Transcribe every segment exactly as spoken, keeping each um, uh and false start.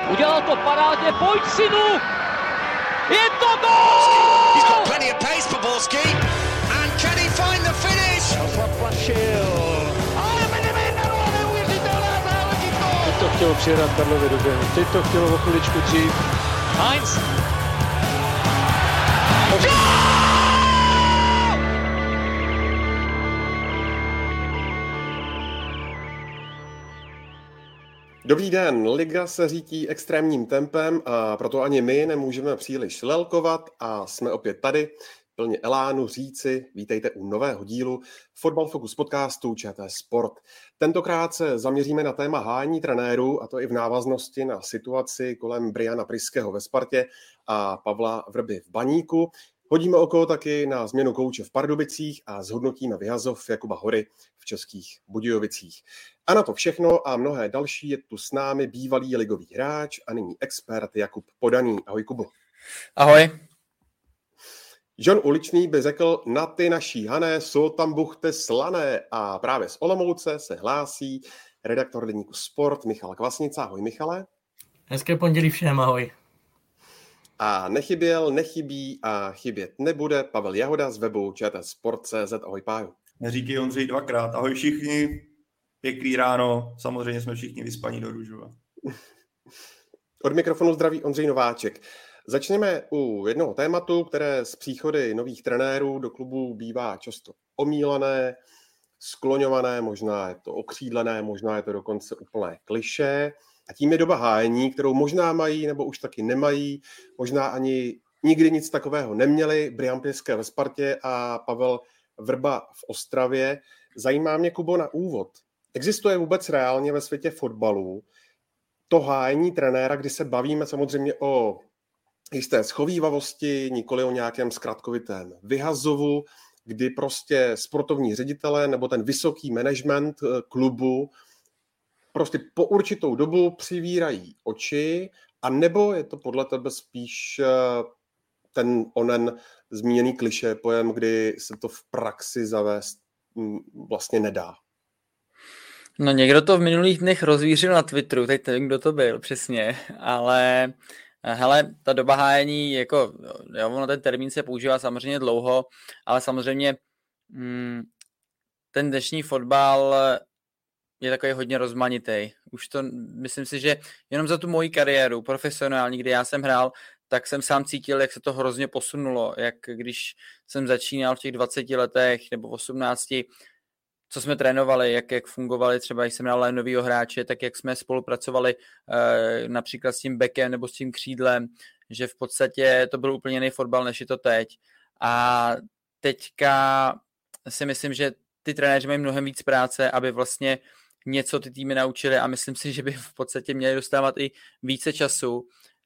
Udělal to parádně, pojď synu! Je to gól! He's got plenty of pace for Borski. And can he find the finish? Ale Benevenero, neuvěřitelná záležitost! Teď to chtělo přijedat Karlově do běhu, teď to chtělo o chviličku dřív. Heinz! Dobrý den, liga se řítí extrémním tempem a proto ani my nemůžeme příliš lelkovat a jsme opět tady, plně elánu říci, vítejte u nového dílu Fotbal Focus podcastu ČT Sport. Tentokrát se zaměříme na téma hájení trenérů, a to i v návaznosti na situaci kolem Briana Pryského ve Spartě a Pavla Vrby v Baníku. Hodíme oko taky na změnu kouče v Pardubicích a zhodnotíme vyhazov Jakuba Hory v Českých Budějovicích. A na to všechno a mnohé další je tu s námi bývalý ligový hráč a nyní expert Jakub Podaný. Ahoj, Kubo. Ahoj. John Uličný by řekl, na ty naší hané jsou tam buchty slané, a právě z Olomouce se hlásí redaktor deníku Sport Michal Kvasnica. Ahoj, Michale. Hezké pondělí všem, ahoj. A nechyběl, nechybí a chybět nebude Pavel Jahoda z webu čtsport tečka cé zet. Ahoj, Páju. Neříkej Ondřej dvakrát. Ahoj všichni, pěkný ráno, samozřejmě jsme všichni vyspaní do růžova. Od mikrofonu zdraví Ondřej Nováček. Začneme u jednoho tématu, které s příchody nových trenérů do klubu bývá často omílané, skloňované, možná je to okřídlené, možná je to dokonce úplné klišé. A tím je doba hájení, kterou možná mají, nebo už taky nemají, možná ani nikdy nic takového neměli. Brian Pryska ve Spartě a Pavel Vrba v Ostravě. Zajímá mě, Kubo, na úvod. Existuje vůbec reálně ve světě fotbalu to hájení trenéra, kdy se bavíme samozřejmě o jisté schovívavosti, nikoli o nějakém zkratkovitém vyhazovu, kdy prostě sportovní ředitelé nebo ten vysoký management klubu prostě po určitou dobu přivírají oči, a nebo je to podle tebe spíš ten onen zmíněný klišé pojem, kdy se to v praxi zavést vlastně nedá? No, někdo to v minulých dnech rozvířil na Twitteru, teď nevím, kdo to byl přesně, ale hele, ta doba hájení, jako, jo, ono ten termín se používá samozřejmě dlouho, ale samozřejmě mm, ten dnešní fotbal je takový hodně rozmanitý. Už to, myslím si, že jenom za tu moji kariéru profesionální, kdy já jsem hrál, tak jsem sám cítil, jak se to hrozně posunulo, jak když jsem začínal v těch dvaceti letech nebo v osmnácti, co jsme trénovali, jak, jak fungovali, třeba když jsem hrál novýho hráče, tak jak jsme spolupracovali eh, například s tím bekem nebo s tím křídlem, že v podstatě to byl úplně jiný fotbal, než je to teď. A teďka si myslím, že ty trenéři mají mnohem víc práce, aby vlastně něco ty týmy naučili, a myslím si, že by v podstatě měli dostávat i více času.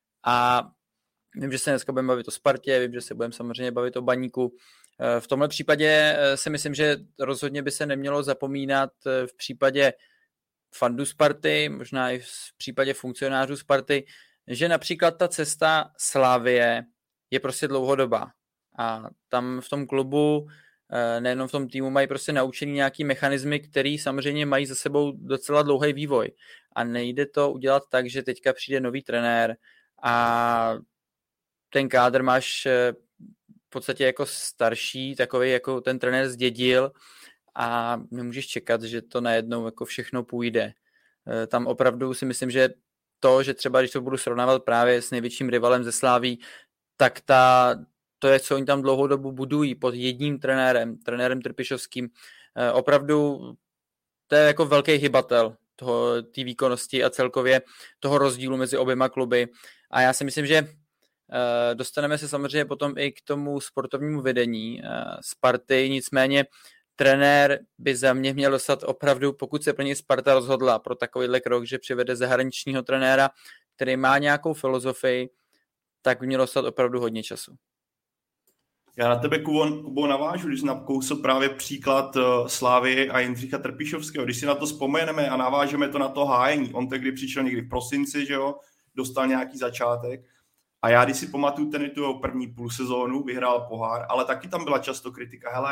A vím, že se dneska budeme bavit o Spartě, vím, že se budeme samozřejmě bavit o Baníku. V tomhle případě si myslím, že rozhodně by se nemělo zapomínat v případě fandů Sparty, možná i v případě funkcionářů Sparty, že například ta cesta Slavie je prostě dlouhodobá. A tam v tom klubu, nejenom v tom týmu, mají prostě naučený nějaký mechanismy, který samozřejmě mají za sebou docela dlouhý vývoj. A nejde to udělat tak, že teďka přijde nový trenér a ten kádr máš v podstatě jako starší, takový jako ten trenér zdědil, a nemůžeš čekat, že to najednou jako všechno půjde. Tam opravdu si myslím, že to, že třeba když to budu srovnávat právě s největším rivalem ze Slaví, tak ta, to je, co oni tam dlouhou dobu budují pod jedním trenérem, trenérem Trpišovským. Opravdu to je jako velký hybatel toho, té výkonnosti a celkově toho rozdílu mezi oběma kluby. A já si myslím, že dostaneme se samozřejmě potom i k tomu sportovnímu vedení Sparty, nicméně trenér by za mě měl dostat opravdu, pokud se pro něj Sparta rozhodla pro takovýhle krok, že přivede zahraničního trenéra, který má nějakou filozofii, tak by měl dostat opravdu hodně času. Já na tebe, Kubo, Kubo navážu, když jsi nakousl právě příklad uh, Slávy a Jindřicha Trpišovského. Když si na to vzpomeneme a navážeme to na to hájení, on tehdy přišel někdy v prosinci, že jo, dostal nějaký začátek. A já, když si pamatuju ten tu první půl sezónu, vyhrál pohár, ale taky tam byla často kritika. Hele,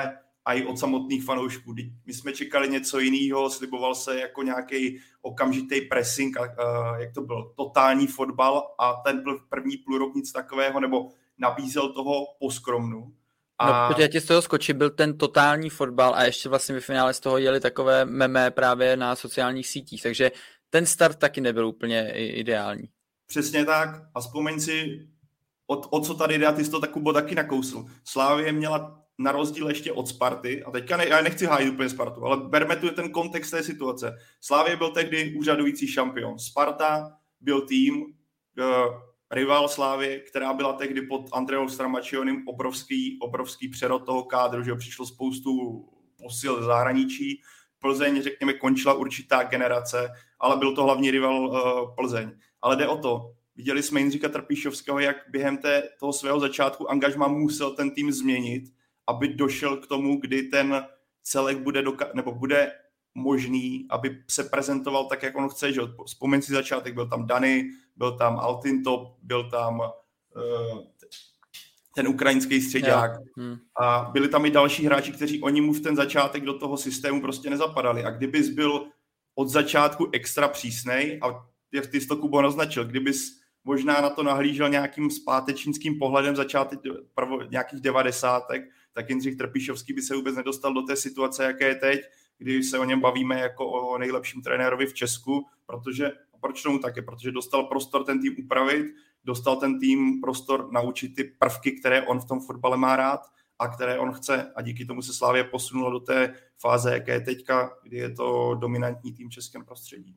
a i od samotných fanoušků. My jsme čekali něco jiného, sliboval se jako nějaký okamžitý pressing, a, a, jak to byl, totální fotbal a ten první půl rok nic takového, nebo nabízel toho poskromnu. A... No, protože já ti z toho skočil, byl ten totální fotbal a ještě vlastně ve finále z toho jeli takové meme právě na sociálních sítích, takže ten start taky nebyl úplně ideální. Přesně tak a vzpomeň si, o, o co tady jde, a ty jsi to tak, Kubo, taky nakousl. Slávie měla na rozdíl ještě od Sparty, a teďka ne, já nechci hájit úplně Spartu, ale berme tu ten kontext té situace. Slávie byl tehdy úřadující šampion. Sparta byl tým, uh, rival Slávie, která byla tehdy pod Andreou Stramačionem obrovský, obrovský přerod toho kádru, že přišlo spoustu posil z zahraničí. Plzeň, řekněme, končila určitá generace, ale byl to hlavní rival uh, Plzeň. Ale jde o to, viděli jsme Jindřicha Trpišovského, jak během té, toho svého začátku angažmá musel ten tým změnit, aby došel k tomu, kdy ten celek bude, doka- nebo bude možný, aby se prezentoval tak, jak on chce. Že? Vzpomeň si začátek, byl tam Dany, byl tam Altintop, byl tam uh, ten ukrajinský středák. Hmm. A byli tam i další hráči, kteří oni mu v ten začátek do toho systému prostě nezapadali. A kdybys byl od začátku extra přísnej, a jak ty jsi to, Kubo, naznačil, kdybys možná na to nahlížel nějakým zpátečnickým pohledem začátek prvo, nějakých devadesátek, tak Jindřich Trpišovský by se vůbec nedostal do té situace, jaké je teď, kdy se o něm bavíme jako o nejlepším trenérovi v Česku, protože, a proč tomu také, protože dostal prostor ten tým upravit, dostal ten tým prostor naučit ty prvky, které on v tom fotbale má rád a které on chce, a díky tomu se Slavia posunula do té fáze, jaké je teďka, kdy je to dominantní tým v českém prostředí.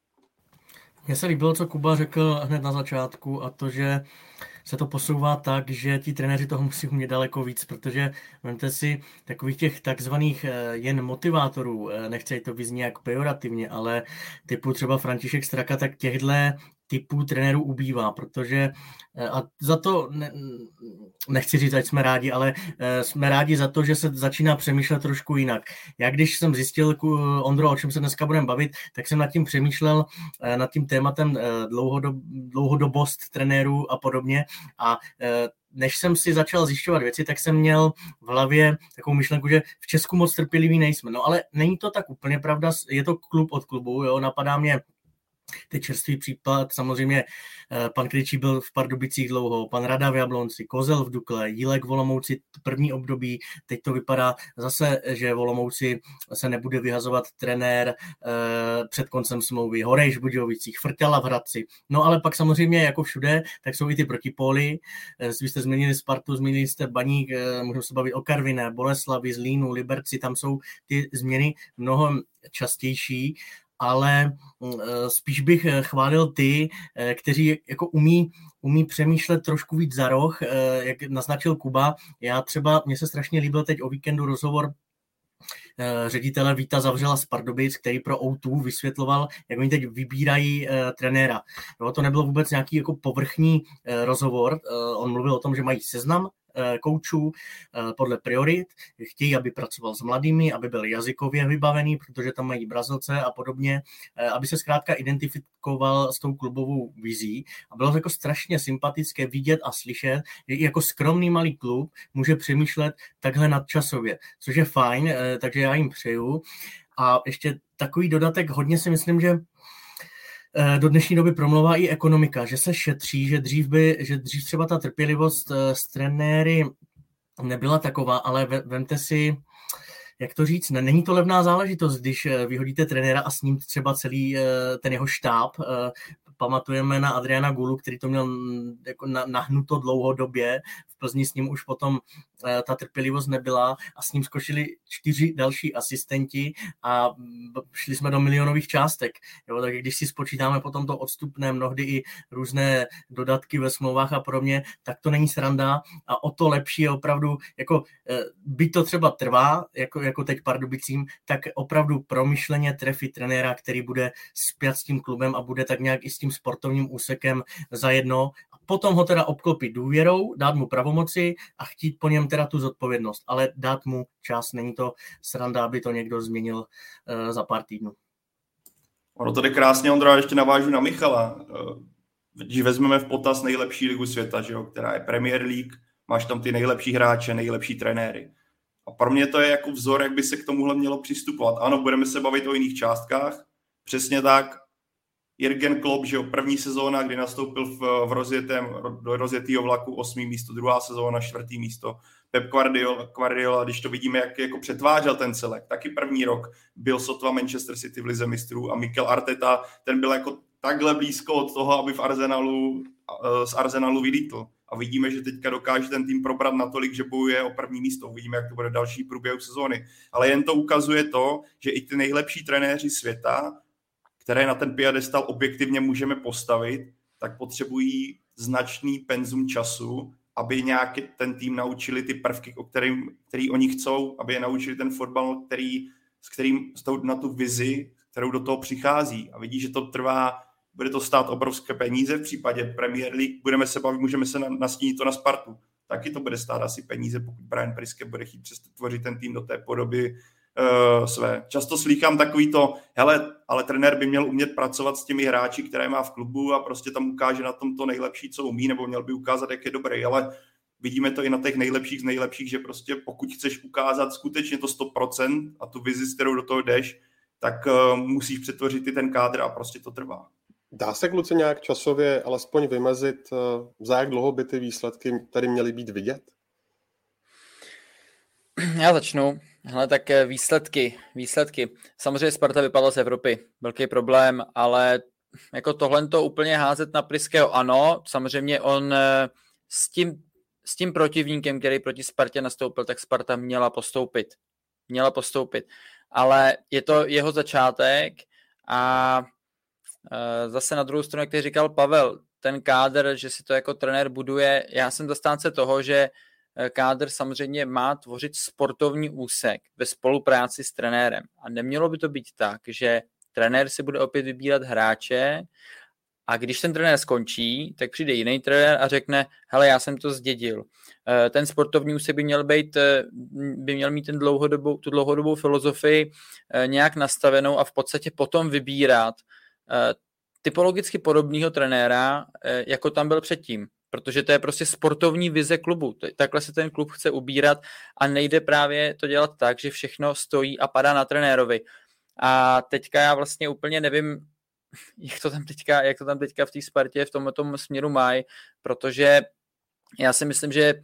Mně se líbilo, co Kuba řekl hned na začátku, a to, že se to posouvá tak, že ti trenéři toho musí umět daleko víc, protože vemte si takových těch takzvaných jen motivátorů, nechci to vyznít jak pejorativně, ale typu třeba František Straka, tak těchto typů trenérů ubývá, protože a za to ne, nechci říct, ať jsme rádi, ale jsme rádi za to, že se začíná přemýšlet trošku jinak. Já když jsem zjistil, Ondro, o čem se dneska budeme bavit, tak jsem nad tím přemýšlel, nad tím tématem dlouhodob, dlouhodobost trenérů a podobně, a než jsem si začal zjišťovat věci, tak jsem měl v hlavě takovou myšlenku, že v Česku moc trpěliví nejsme. No ale není to tak úplně pravda, je to klub od klubu, jo, napadá mě teď čerstvý případ, samozřejmě pan Kryčí byl v Pardubicích dlouho, pan Rada v Jablonci, Kozel v Dukle, Jílek v Olomouci první období, teď to vypadá zase, že v Olomouci se nebude vyhazovat trenér eh, před koncem smlouvy, Horejš v Budějovicích, Frťala v Hradci, no ale pak samozřejmě jako všude, tak jsou i ty protipóly, eh, vy jste změnili Spartu, změnili jste Baník, eh, můžeme se bavit o Karviné, Boleslavi, Zlínu, Liberci, tam jsou ty změny mnohem častější, ale spíš bych chválil ty, kteří jako umí, umí přemýšlet trošku víc za roh, jak naznačil Kuba. Já třeba, mně se strašně líbil teď o víkendu rozhovor ředitele Víta Zavřela z Pardubic, který pro O dva vysvětloval, jak oni teď vybírají uh, trenéra. No, to nebylo vůbec nějaký jako povrchní uh, rozhovor. Uh, on mluvil o tom, že mají seznam koučů podle priorit, chtějí, aby pracoval s mladými, aby byl jazykově vybavený, protože tam mají Brazilce a podobně, aby se zkrátka identifikoval s tou klubovou vizí. A bylo to jako strašně sympatické vidět a slyšet, že i jako skromný malý klub může přemýšlet takhle nadčasově, což je fajn, takže já jim přeju. A ještě takový dodatek, hodně si myslím, že do dnešní doby promlouvá i ekonomika, že se šetří, že dřív, by, že dřív třeba ta trpělivost s trenéry nebyla taková, ale vemte si, jak to říct, ne, není to levná záležitost, když vyhodíte trenéra a s ním třeba celý ten jeho štáb. Pamatujeme na Adriana Gulu, který to měl jako nahnuto dlouhodobě. V Plzni s ním už potom ta trpělivost nebyla a s ním skočili čtyři další asistenti a šli jsme do milionových částek. Jo, tak když si spočítáme potom to odstupné, mnohdy i různé dodatky ve smlouvách a podobně, tak to není sranda a o to lepší je opravdu, jako byť to třeba trvá, jako, jako teď Pardubicím, tak opravdu promyšleně trefit trenéra, který bude spjat s tím klubem a bude tak nějak i s tím sportovním úsekem zajedno a potom ho teda obklopit důvěrou, dát mu pravomoci a chtít po něm teda tu zodpovědnost, ale dát mu čas, není to sranda, aby to někdo změnil uh, za pár týdnů. Ono to jde krásně, Ondro, ještě navážu na Michala. Když vezmeme v potaz nejlepší ligu světa, že jo, která je Premier League, máš tam ty nejlepší hráče, nejlepší trenéry. A pro mě to je jako vzor, jak by se k tomuhle mělo přistupovat. Ano, budeme se bavit o jiných částkách, přesně tak. Jürgen Klopp, že jo, první sezóna, kdy nastoupil v, v rozjetém, do rozjetýho vlaku osmý místo, druhá sezóna, čtvrtý místo. Pep Guardiola, Guardiola, když to vidíme, jak jako přetvářel ten celek, taky první rok byl sotva Manchester City v lize mistrů a Mikel Arteta, ten byl jako takhle blízko od toho, aby v Arsenalu, z Arsenalu vylítl. A vidíme, že teďka dokáže ten tým probrat natolik, že bojuje o první místo. Uvidíme, jak to bude další průběh sezóny. Ale jen to ukazuje to, že i ty nejlepší trenéři světa, které na ten piedestal objektivně můžeme postavit, tak potřebují značný penzum času, aby nějak ten tým naučili ty prvky, o kterým, který oni chcou, aby je naučili ten fotbal, který, s kterým na tu vizi, kterou do toho přichází. A vidí, že to trvá, bude to stát obrovské peníze, v případě Premier League budeme se bavit, můžeme se nastínit to na Spartu. Taky to bude stát asi peníze, pokud Brian Priske bude chtít přetvořit ten tým do té podoby uh, své. Často slýchám takový to, hele, ale trenér by měl umět pracovat s těmi hráči, které má v klubu a prostě tam ukáže na tom to nejlepší, co umí, nebo měl by ukázat, jak je dobrý, ale vidíme to i na těch nejlepších z nejlepších, že prostě pokud chceš ukázat skutečně to sto procent a tu vizi, s kterou do toho jdeš, tak uh, musíš přetvořit i ten kádr a prostě to trvá. Dá se, kluci, nějak časově alespoň vymezit, za jak dlouho by ty výsledky tady měly být vidět? Já začnu. Hele, tak výsledky, výsledky. Samozřejmě Sparta vypadla z Evropy. Velký problém, ale jako tohle to úplně házet na Priského, ano. Samozřejmě on s tím, s tím protivníkem, který proti Spartě nastoupil, tak Sparta měla postoupit. Měla postoupit. Ale je to jeho začátek a zase na druhou stranu, jak teď říkal Pavel, ten kádr, že si to jako trenér buduje, já jsem zastánce toho, že kádr samozřejmě má tvořit sportovní úsek ve spolupráci s trenérem. A nemělo by to být tak, že trenér si bude opět vybírat hráče a když ten trenér skončí, tak přijde jiný trenér a řekne, hele, já jsem to zdědil. Ten sportovní úsek by měl být, by měl mít ten dlouhodobou, tu dlouhodobou filozofii nějak nastavenou a v podstatě potom vybírat typologicky podobného trenéra, jako tam byl předtím. Protože to je prostě sportovní vize klubu. Takhle se ten klub chce ubírat a nejde právě to dělat tak, že všechno stojí a padá na trenérovi. A teďka já vlastně úplně nevím, jak to tam teďka, jak to tam teďka v té Spartě v tomto směru mají, protože já si myslím, že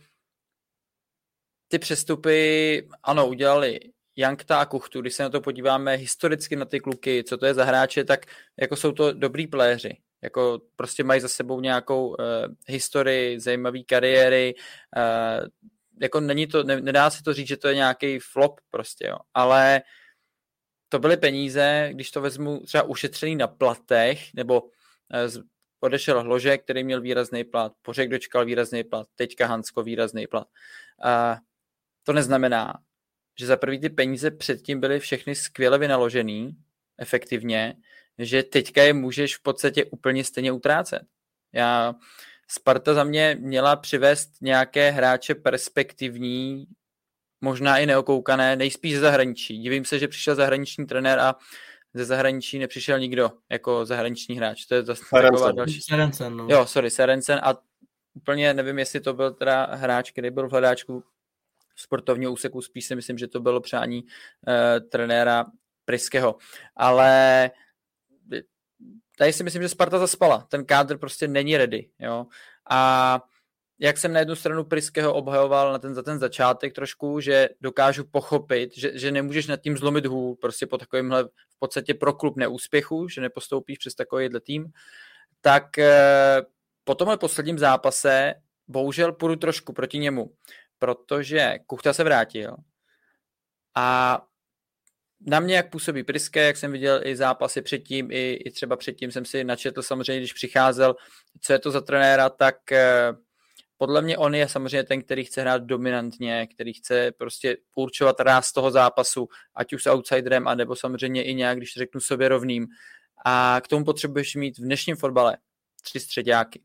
ty přestupy, ano, udělali Jankta a Kuchtu, když se na to podíváme historicky na ty kluky, co to je za hráče, tak jako jsou to dobrý pléři. Jako prostě mají za sebou nějakou uh, historii, zajímavý kariéry, uh, jako není to, ne, nedá se to říct, že to je nějaký flop prostě, jo. Ale to byly peníze, když to vezmu třeba ušetřený na platech, nebo uh, odešel Hložek, který měl výrazný plat, Pořek dočkal výrazný plat, teďka Hansko výrazný plat. Uh, to neznamená, že za první ty peníze předtím byly všechny skvěle vynaložený, efektivně, že teďka je můžeš v podstatě úplně stejně utrácet. Já, Sparta za mě měla přivést nějaké hráče perspektivní, možná i neokoukané, nejspíš ze zahraničí. Divím se, že přišel zahraniční trenér a ze zahraničí nepřišel nikdo jako zahraniční hráč. To je zase taková další... Serencen, no. Jo, sorry, Serencen a úplně nevím, jestli to byl teda hráč, který byl v hledáčku sportovního úseku, spíš si myslím, že to bylo přání uh, trenéra Priského. Ale tady si myslím, že Sparta zaspala. Ten kádr prostě není ready. Jo? A jak jsem na jednu stranu Priského obhajoval na ten, za ten začátek trošku, že dokážu pochopit, že, že nemůžeš nad tím zlomit hůl prostě po takovémhle v podstatě pro klub neúspěchu, že nepostoupíš přes takovýhle tým, tak eh, po tomhle posledním zápase bohužel půjdu trošku proti němu, protože Kuchta se vrátil a na mě, jak působí Priske, jak jsem viděl i zápasy předtím, i, i třeba předtím jsem si načetl samozřejmě, když přicházel, co je to za trenéra, tak eh, podle mě on je samozřejmě ten, který chce hrát dominantně, který chce prostě určovat ráz toho zápasu, ať už s outsiderem, anebo samozřejmě i nějak, když řeknu sobě rovným. A k tomu potřebuješ mít v dnešním fotbale tři středáky.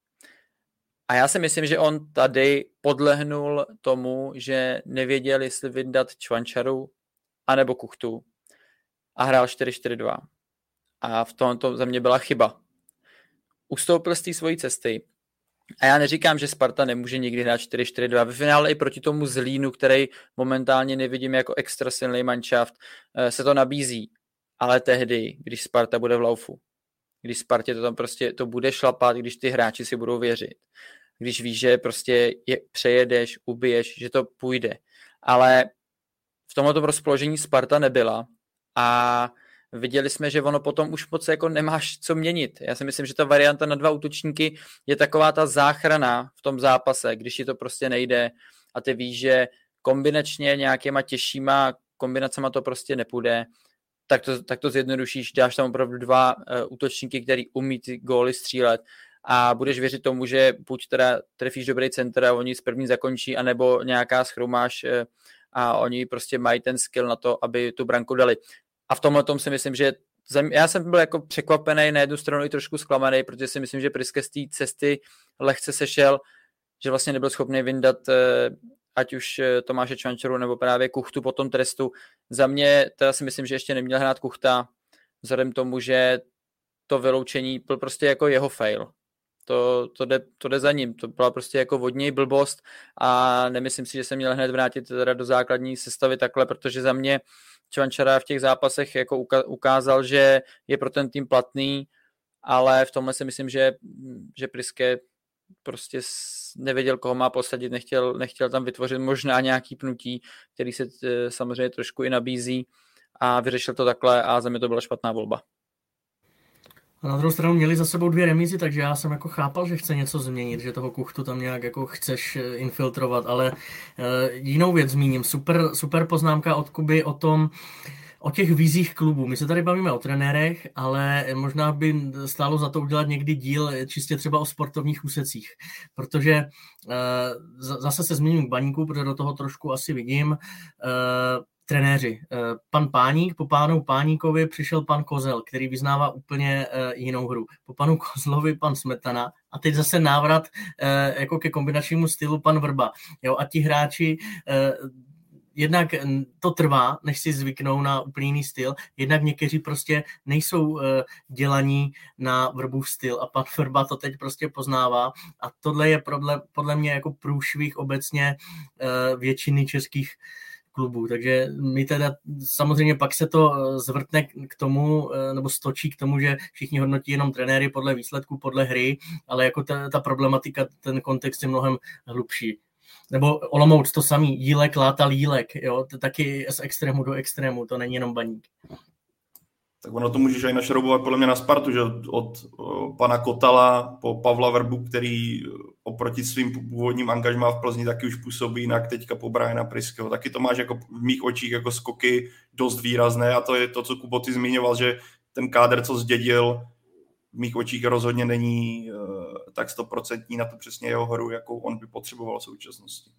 A já si myslím, že on tady podlehnul tomu, že nevěděl, jestli vydat Čvančaru anebo Kuchtu a hrál čtyři čtyři dva. A v tomto za mě byla chyba. Ustoupil z té svojí cesty A já neříkám, že Sparta nemůže nikdy hrát čtyři čtyři dva. Ve finále i proti tomu Zlínu, který momentálně nevidím jako extra silný manšaft, se to nabízí. Ale tehdy, když Sparta bude v laufu, když Spartě to tam prostě to bude šlapat, když ty hráči si budou věřit. Když víš, že prostě je, přejedeš, ubiješ, že to půjde. Ale v tomto rozpoložení Sparta nebyla a viděli jsme, že ono potom už moc jako nemáš co měnit. Já si myslím, že ta varianta na dva útočníky je taková ta záchrana v tom zápase, když ti to prostě nejde a ty víš, že kombinačně nějakýma těžšíma kombinacema to prostě nepůjde, tak to, tak to zjednodušíš, dáš tam opravdu dva uh, útočníky, který umí ty góly střílet a budeš věřit tomu, že buď teda trefíš dobrý center a oni z první zakončí, anebo nějaká schrumáš uh, a oni prostě mají ten skill na to, aby tu branku dali. A v tomhle tom si myslím, že já jsem byl jako překvapený, na jednu stranu i trošku zklamaný, protože si myslím, že Priske z té cesty lehce sešel, že vlastně nebyl schopný vyndat ať už Tomáše Čvančaru nebo právě Kuchtu po tom trestu. Za mě teda si myslím, že ještě neměl hrát Kuchta, vzhledem tomu, že to vyloučení byl prostě jako jeho fail. To, to, jde, to jde za ním. To byla prostě jako vodní blbost a nemyslím si, že se měl hned vrátit teda do základní sestavy takhle, protože za mě Čvančara v těch zápasech jako ukázal, že je pro ten tým platný, ale v tomhle si myslím, že, že Priske prostě nevěděl, koho má posadit, nechtěl, nechtěl tam vytvořit možná nějaký pnutí, který se samozřejmě trošku i nabízí a vyřešil to takhle a za mě to byla špatná volba. A na druhou stranu měli za sebou dvě remízy, takže já jsem jako chápal, že chce něco změnit, že toho Kuchtu tam nějak jako chceš infiltrovat, ale uh, jinou věc zmíním. Super, super poznámka od Kuby o tom, o těch vizích klubů. My se tady bavíme o trenérech, ale možná by stálo za to udělat někdy díl čistě třeba o sportovních úsecích, protože uh, zase se zmíním k Baníku, protože do toho trošku asi vidím. Uh, Trenéři. Pan Páník, po pánu Páníkovi přišel pan Kozel, který vyznává úplně jinou hru. Po panu Kozlovi pan Smetana a teď zase návrat jako ke kombinačnímu stylu pan Vrba. Jo, a ti hráči jednak to trvá, než si zvyknou na úplně jiný styl, jednak někteří prostě nejsou dělaní na Vrbův styl a pan Vrba to teď prostě poznává a tohle je podle, podle mě jako průšvih obecně většiny českých klubů, takže my teda samozřejmě pak se to zvrtne k tomu, nebo stočí k tomu, že všichni hodnotí jenom trenéry podle výsledků, podle hry, ale jako ta, ta problematika, ten kontext je mnohem hlubší. Nebo Olomouc to samý, Jílek látal Jílek, jo, to taky z extrému do extrému, to není jenom Baník. Tak ono to můžeš aj našroubovat podle mě na Spartu, že od o, pana Kotala po Pavla Vrbu, který oproti svým původním angažmá v Plzni taky už působí jinak, teďka po Briana Priskeho. Taky to máš jako v mých očích jako skoky dost výrazné a to je to, co Kubo ty zmiňoval, že ten kádr, co zdědil, v mých očích rozhodně není uh, tak stoprocentní na to přesně jeho hru, jakou on by potřeboval v současnosti.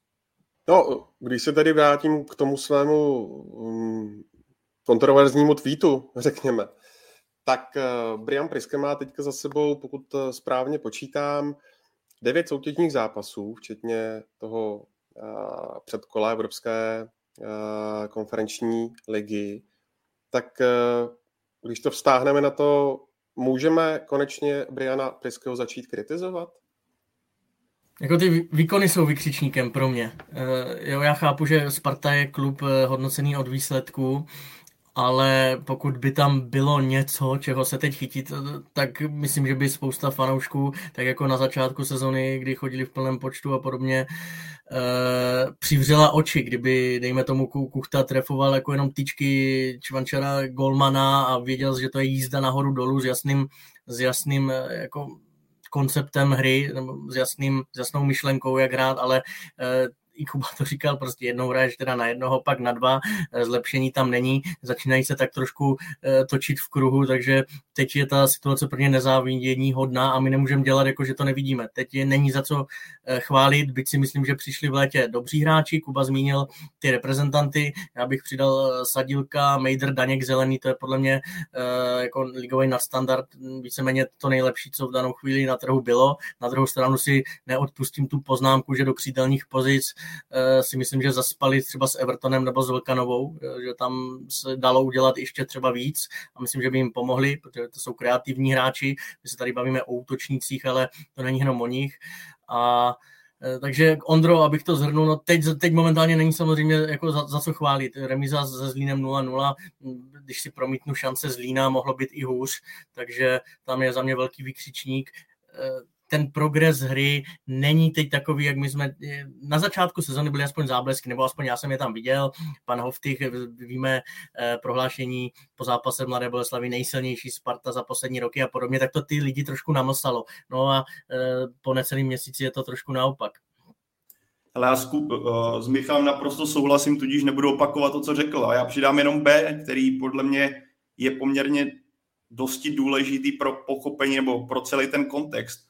No, když se tady vrátím k tomu svému um, kontroverznímu tweetu, řekněme, tak uh, Brian Priske má teďka za sebou, pokud uh, správně počítám, devět soutěžních zápasů, včetně toho uh, předkola Evropské uh, konferenční ligy. Tak uh, když to vztáhneme na to, můžeme konečně Briana Priskeho začít kritizovat? Jako ty výkony jsou vykřičníkem pro mě. Uh, jo, já chápu, že Sparta je klub hodnocený od výsledků, ale pokud by tam bylo něco, čeho se teď chytit, tak myslím, že by spousta fanoušků, tak jako na začátku sezony, kdy chodili v plném počtu a podobně, eh, přivřela oči, kdyby, dejme tomu, Kuchta trefoval jako jenom tyčky Čvančara, golmana a věděl, že to je jízda nahoru dolů s jasným, s jasným jako konceptem hry, s, jasným, s jasnou myšlenkou, jak hrát, ale eh, i Kuba to říkal, prostě jednou hraješ teda na jednoho, pak na dva, zlepšení tam není, začínají se tak trošku točit v kruhu, takže teď je ta situace pro ně nezávidění hodná a my nemůžeme dělat, jako že to nevidíme. Teď je, není za co chválit, byť si myslím, že přišli v létě dobří hráči, Kuba zmínil ty reprezentanty, já bych přidal Sadílka, Mejdr, Daněk, Zelený, to je podle mě jako ligový nadstandard, víceméně to nejlepší, co v danou chvíli na trhu bylo. Na druhou stranu si neodpustím tu poznámku, že do křídelních pozic si myslím, že zaspali třeba s Evertonem nebo s Vlkanovou, že tam se dalo udělat ještě třeba víc a myslím, že by jim pomohli, protože to jsou kreativní hráči, my se tady bavíme o útočnících, ale to není jenom o nich. A takže Ondro, abych to zhrnul, no teď, teď momentálně není samozřejmě jako za, za co chválit. Remíza se Zlínem nula nula, když si promítnu šance Zlína, mohlo být i hůř, takže tam je za mě velký vykřičník. Ten progres hry není teď takový, jak my jsme na začátku sezony byli aspoň záblesky, nebo aspoň já jsem je tam viděl. Pan Hoftych, víme prohlášení po zápase v Mladé Boleslavi, nejsilnější Sparta za poslední roky a podobně, tak to ty lidi trošku namlsalo. No a po necelým měsíci je to trošku naopak. Ale já s, s Michalem naprosto souhlasím, tudíž nebudu opakovat to, co řekl. A já přidám jenom B, který podle mě je poměrně dosti důležitý pro pochopení nebo pro celý ten kontext.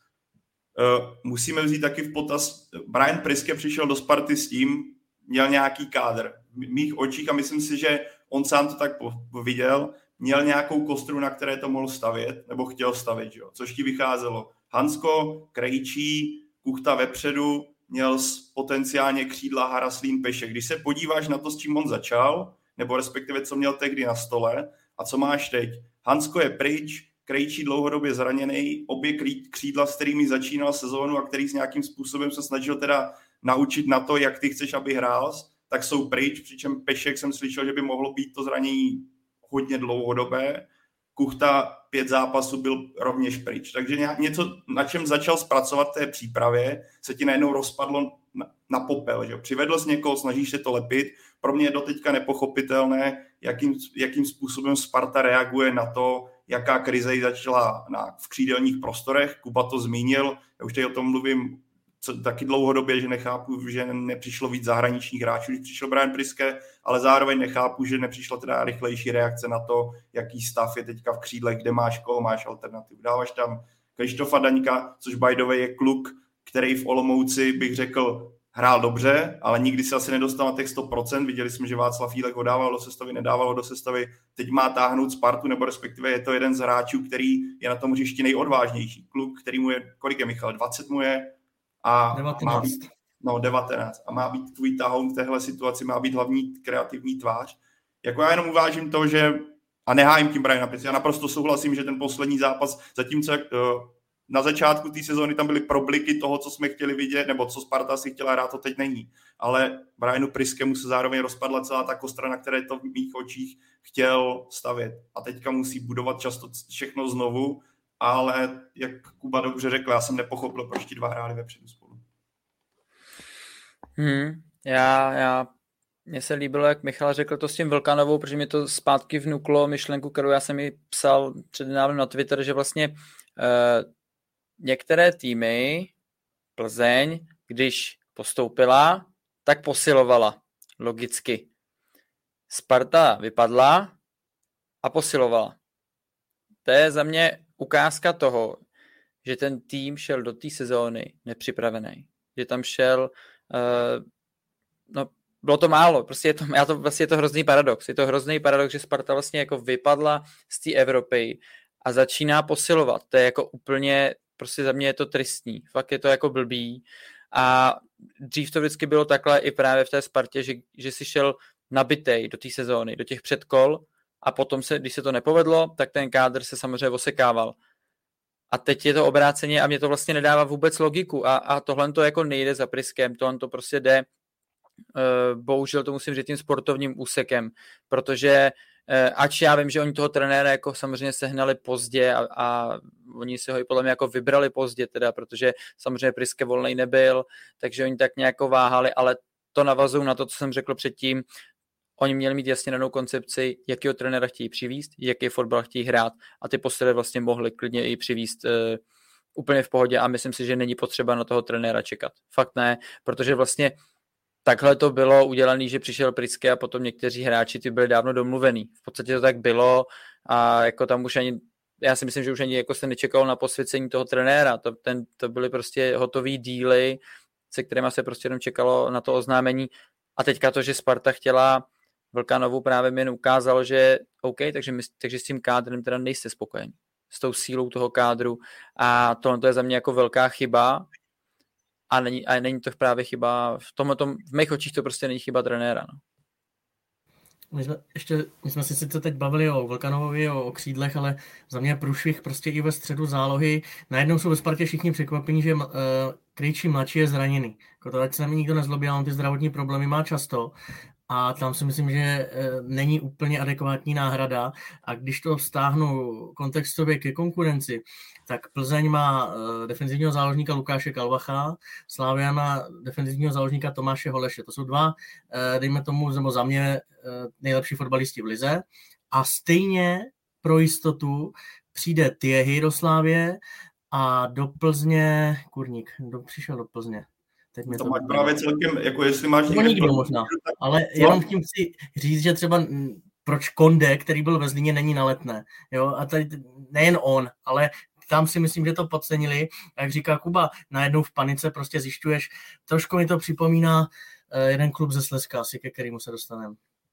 Uh, musíme vzít taky v potaz, Brian Priske přišel do Sparty s tím, měl nějaký kádr. V mých očích, a myslím si, že on sám to tak viděl, měl nějakou kostru, na které to mohl stavět, nebo chtěl stavět, jo? Což ti vycházelo. Hansko, Krejčí, Kuchta vepředu, měl potenciálně křídla Haraslín, Pešek. Když se podíváš na to, s čím on začal, nebo respektive co měl tehdy na stole a co máš teď. Hansko je pryč, Krejčí dlouhodobě zraněný, obě křídla, s kterými začínal sezónu a který s nějakým způsobem se snažil teda naučit na to, jak ty chceš, aby hrál, tak jsou pryč, přičem Pešek jsem slyšel, že by mohlo být to zranění hodně dlouhodobé. Kuchta pět zápasů byl rovněž pryč. Takže něco, na čem začal zpracovat té přípravě, se ti najednou rozpadlo na, na popel. Že? Přivedl jsi někoho, snažíš se to lepit. Pro mě je doteďka nepochopitelné, jakým, jakým způsobem Sparta reaguje na to, jaká krize jí začala na, v křídelních prostorech. Kuba to zmínil, já už tady o tom mluvím co, taky dlouhodobě, že nechápu, že nepřišlo víc zahraničních hráčů, když přišel Brian Priske, ale zároveň nechápu, že nepřišla teda rychlejší reakce na to, jaký stav je teďka v křídlech, kde máš koho, máš alternativu. Dáváš tam Krištofa Daňka, což by the way je kluk, který v Olomouci, bych řekl, hrál dobře, ale nikdy se asi nedostal na těch sto procent. Viděli jsme, že Václav Jílek ho dával do sestavy, nedával ho do sestavy. Teď má táhnout Spartu, nebo respektive je to jeden z hráčů, který je na tom hřišti nejodvážnější. Kluk, který mu je, kolik je Michal, dvacet mu je a devatenáct. Má být, no devatenáct. A má být tvůj tahoun v téhle situaci, má být hlavní kreativní tvář. Jako já jenom uvážím to, že a nehájím tím Briana Priske. Já naprosto souhlasím, že ten poslední zápas, zatímco uh, na začátku té sezóny tam byly probliky toho, co jsme chtěli vidět, nebo co Sparta si chtěla hrát, to teď není. Ale Brianu Priskemu se zároveň rozpadla celá ta kostra, na které to v mých očích chtěl stavět. A teďka musí budovat často všechno znovu, ale jak Kuba dobře řekl, já jsem nepochopil, proč ti dva hráli vepředu spolu. Hmm, já, já, mně se líbilo, jak Michal řekl to s tím Vlkanovou, protože mi to zpátky vnuklo myšlenku, kterou já jsem ji psal přednedávnem na Twitter, že vlastně uh, některé týmy, Plzeň, když postoupila, tak posilovala, logicky. Sparta vypadla a posilovala. To je za mě ukázka toho, že ten tým šel do té sezóny nepřipravený. Že tam šel, uh, no bylo to málo, prostě je to, já to, vlastně je to hrozný paradox. Je to hrozný paradox, že Sparta vlastně jako vypadla z té Evropy a začíná posilovat. To je jako úplně, prostě za mě je to tristní. Fakt je to jako blbý. A dřív to vždycky bylo takhle i právě v té Spartě, že, že si šel nabitej do té sezóny, do těch předkol a potom se, když se to nepovedlo, tak ten kádr se samozřejmě osekával. A teď je to obráceně a mě to vlastně nedává vůbec logiku. A, a tohle to jako nejde za Priskem, tohle to prostě jde, uh, bohužel to musím říct tím sportovním úsekem, protože uh, ač já vím, že oni toho trenéra jako samozřejmě sehnali pozdě a, a oni si ho i podle mě jako vybrali pozdě teda, protože samozřejmě Priske volnej nebyl, takže oni tak nějak váhali, ale to navazují na to, co jsem řekl předtím. Oni měli mít jasně danou koncepci, jakýho trenéra chtějí přivízt, jaký fotbal chtějí hrát a ty posily vlastně mohli klidně i přivízt uh, úplně v pohodě a myslím si, že není potřeba na toho trenéra čekat. Fakt ne, protože vlastně takhle to bylo udělané, že přišel Priske a potom někteří hráči ty byli dávno domluvený. V podstatě to tak bylo a jako tam už ani, já si myslím, že už ani jako se nečekalo na posvěcení toho trenéra. To, ten, to byly prostě hotový díly, se kterými se prostě jenom čekalo na to oznámení a teďka to, že Sparta chtěla Vlkanovu, právě mi jen ukázalo, že OK, takže, my, takže s tím kádrem teda nejste spokojení. S tou sílou toho kádru a tohle to je za mě jako velká chyba a není, a není to právě chyba, v tomhletom, v mých očích to prostě není chyba trenéra. No. My jsme, ještě, my jsme si sice teď bavili o Vlkanovovi, o, o křídlech, ale za mě průšvih prostě i ve středu zálohy. Najednou jsou ve Spartě všichni překvapení, že uh, Krejčí mladší je zraněný. Jako to ať se na mě nikdo nezlobí, on ty zdravotní problémy má často. A tam si myslím, že e, není úplně adekvátní náhrada. A když to vztáhnu kontextově ke konkurenci, tak Plzeň má e, defenzivního záložníka Lukáše Kalvacha, Slavia má defenzivního záložníka Tomáše Holeše. To jsou dva, e, dejme tomu, nebo za mě e, nejlepší fotbalisti v lize. A stejně pro jistotu přijde Thiehy do Slávie a do Plzně, kurník, kdo přišel do Plzně? To, to máš právě celkem, jako jestli máš... To nikdo možná, ale no. Jenom tím chci říct, že třeba proč Konde, který byl ve Zlíně, není na Letné. Jo? A tady nejen on, ale tam si myslím, že to podcenili. A jak říká Kuba, najednou v panice prostě zjišťuješ, trošku mi to připomíná jeden klub ze Slezska, asi ke kterému se dostaneme.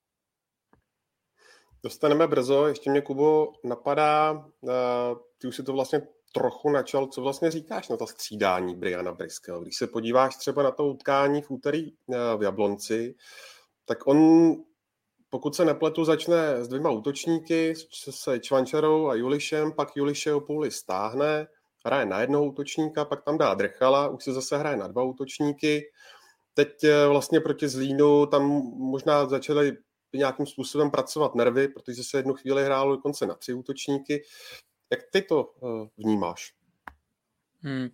Dostaneme brzo, ještě mě, Kubo, napadá, ty už si to vlastně trochu načal, co vlastně říkáš na to střídání Briana Bryského. Když se podíváš třeba na to utkání v úterý v Jablonci, tak on, pokud se nepletu, začne s dvěma útočníky, se Čvančarou a Julišem, pak Juliše Opouly stáhne, hraje na jednoho útočníka, pak tam dá Drchala, už se zase hraje na dva útočníky. Teď vlastně proti Zlínu tam možná začaly nějakým způsobem pracovat nervy, protože se jednu chvíli hrálo dokonce na tři útočníky. Jak ty to uh, vnímáš? Hmm.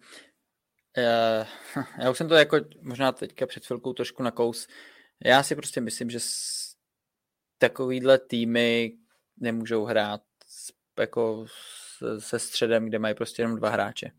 Já, já už jsem to jako možná teďka před chvilkou trošku nakous. Já si prostě myslím, že takovýhle týmy nemůžou hrát s, jako se středem, kde mají prostě jenom dva hráče.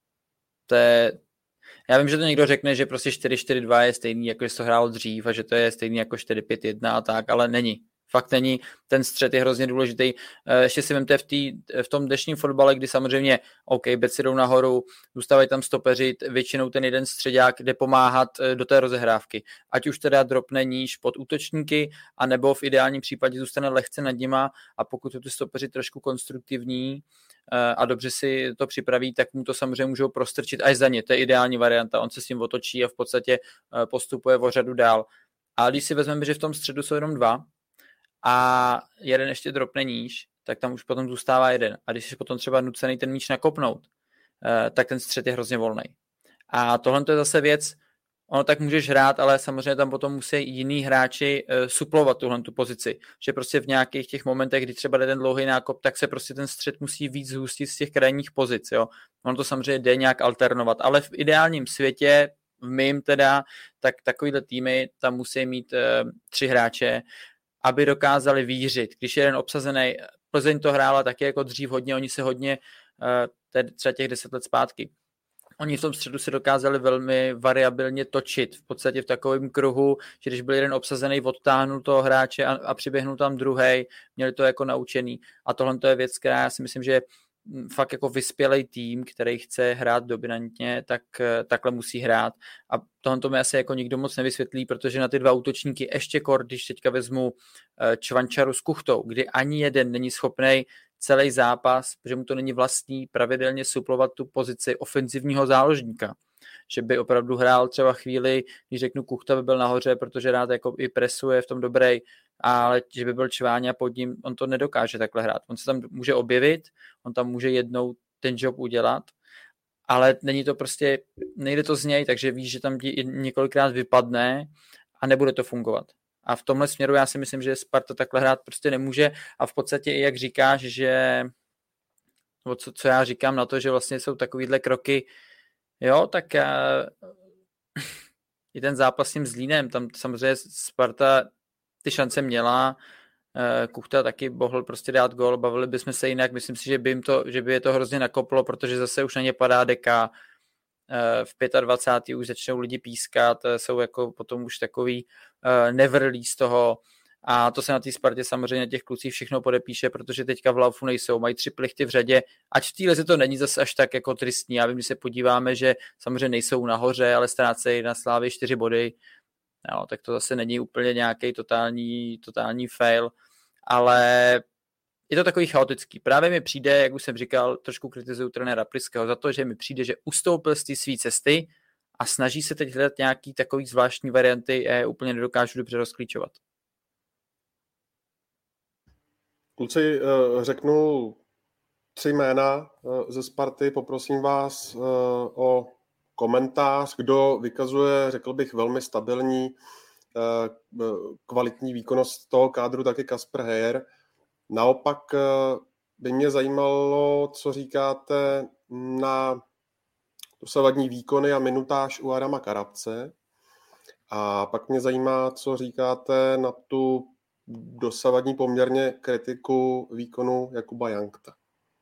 To je, já vím, že to někdo řekne, že prostě čtyři čtyři dva je stejný, jako se to hrálo dřív a že to je stejný jako čtyři pět jedna a tak, ale není. Fakt není, ten střed je hrozně důležitý. Ještě si vemte v, tý, v tom dnešním fotbale, kdy samozřejmě OK, beci jdou nahoru, zůstávají tam stopeři, většinou ten jeden středák jde pomáhat do té rozehrávky. Ať už teda dropne níž pod útočníky, anebo v ideálním případě zůstane lehce nad nima a pokud jsou ty stopeři trošku konstruktivní a dobře si to připraví, tak mu to samozřejmě můžou prostrčit až za ně. To je ideální varianta. On se s tím otočí a v podstatě postupuje o řadu dál. A když si vezmeme, že v tom středu jsou jenom dva, a jeden ještě dropne níž, tak tam už potom zůstává jeden. A když jsi potom třeba nucený ten míč nakopnout, tak ten střed je hrozně volný. A tohle to je zase věc, ono tak můžeš hrát, ale samozřejmě tam potom musí jiní hráči suplovat tuhle tu pozici. Že prostě v nějakých těch momentech, kdy třeba jde ten dlouhý nákop, tak se prostě ten střed musí víc zhustit z těch krajních pozic. Jo? Ono to samozřejmě jde nějak alternovat, ale v ideálním světě, v mým teda, tak takovýhle týmy tam musí mít uh, tři hráče, aby dokázali vířit. Když je jeden obsazený, Plzeň to hrála taky jako dřív hodně, oni se hodně, uh, třeba těch deset let zpátky, oni v tom středu se dokázali velmi variabilně točit, v podstatě v takovém kruhu, že když byl jeden obsazený, odtáhnul toho hráče a, a přiběhnul tam druhej, měli to jako naučený. A tohle to je věc, která já si myslím, že fakt jako vyspělej tým, který chce hrát dominantně, tak takhle musí hrát. A tohle to mi asi jako nikdo moc nevysvětlí, protože na ty dva útočníky ještě kor, když teďka vezmu Čvančaru s Kuchtou, kdy ani jeden není schopnej celý zápas, protože mu to není vlastní, pravidelně suplovat tu pozici ofenzivního záložníka. Že by opravdu hrál třeba chvíli, když řeknu Kuchta by byl nahoře, protože rád jako i presuje v tom dobrý, ale že by byl Čváňa pod ním, on to nedokáže takhle hrát. On se tam může objevit, on tam může jednou ten job udělat, ale není to prostě, nejde to z něj, takže víš, že tam několikrát vypadne a nebude to fungovat. A v tomhle směru já si myslím, že Sparta takhle hrát prostě nemůže a v podstatě i jak říkáš, že co, co já říkám na to, že vlastně jsou takovýhle kroky, jo, tak já, i ten zápas s tím Zlínem, tam samozřejmě Sparta ty šance měla, Kuchta taky mohl prostě dát gól, bavili bychom se jinak, myslím si, že by, jim to, že by je to hrozně nakoplo, protože zase už na ně padá deka, v dvacátém pátém už začnou lidi pískat, jsou jako potom už takový nevrlí z toho a to se na té Spartě samozřejmě těch klucích všechno podepíše, protože teďka v laufu nejsou, mají tři plichty v řadě, ať v té lize to není zase až tak jako tristní, já vím, když se podíváme, že samozřejmě nejsou nahoře, ale ztrácejí na Slávii čtyři body, jo, tak to zase není úplně nějaký totální, totální fail, ale je to takový chaotický. Právě mi přijde, jak už jsem říkal, trošku kritizuju trenéra Pryského za to, že mi přijde, že ustoupil z té své cesty a snaží se teď hledat nějaký takový zvláštní varianty, já je úplně nedokážu dobře rozklíčovat. Kluci, řeknu tři jména ze Sparty, poprosím vás o komentář, kdo vykazuje, řekl bych, velmi stabilní kvalitní výkonnost toho kádru, taky Kasper Heyer. Naopak by mě zajímalo, co říkáte na dosavadní výkony a minutáž u Adama Karabce. A pak mě zajímá, co říkáte na tu dosavadní poměrně kritiku výkonu Jakuba Jankta.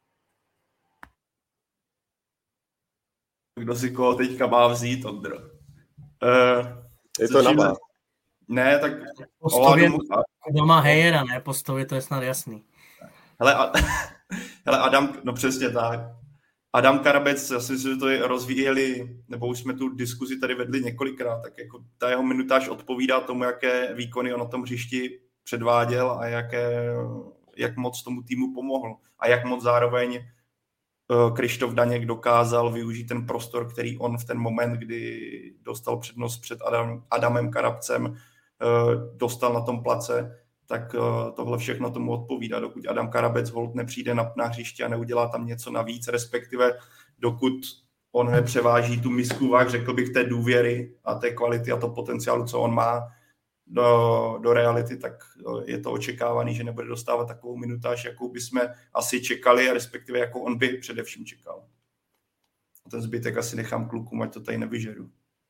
Kdo si koho teďka má vzít, Ondro? Uh, Je to na vás. Ne, tak... Postově Kuba má Hejera, ne? Postově to je snad jasný. Hele, a, hele, Adam, no přesně tak. Adam Karabec, já si myslím, že to je rozvíjeli, nebo už jsme tu diskuzi tady vedli několikrát, tak jako ta jeho minutáž odpovídá tomu, jaké výkony on na tom hřišti předváděl a jaké, jak moc tomu týmu pomohl. A jak moc zároveň Krištof Daněk dokázal využít ten prostor, který on v ten moment, kdy dostal přednost před Adam, Adamem Karabcem, dostal na tom place, tak tohle všechno tomu odpovídá. Dokud Adam Karabec holt nepřijde na, na hřiště a neudělá tam něco navíc, respektive dokud on nepřeváží tu misku váh, řekl bych, té důvěry a té kvality a to potenciálu, co on má do, do reality, tak je to očekávaný, že nebude dostávat takovou minutáž, jakou bychom asi čekali, a respektive jakou on by především čekal. A ten zbytek asi nechám klukům, ať to tady nevyžeru.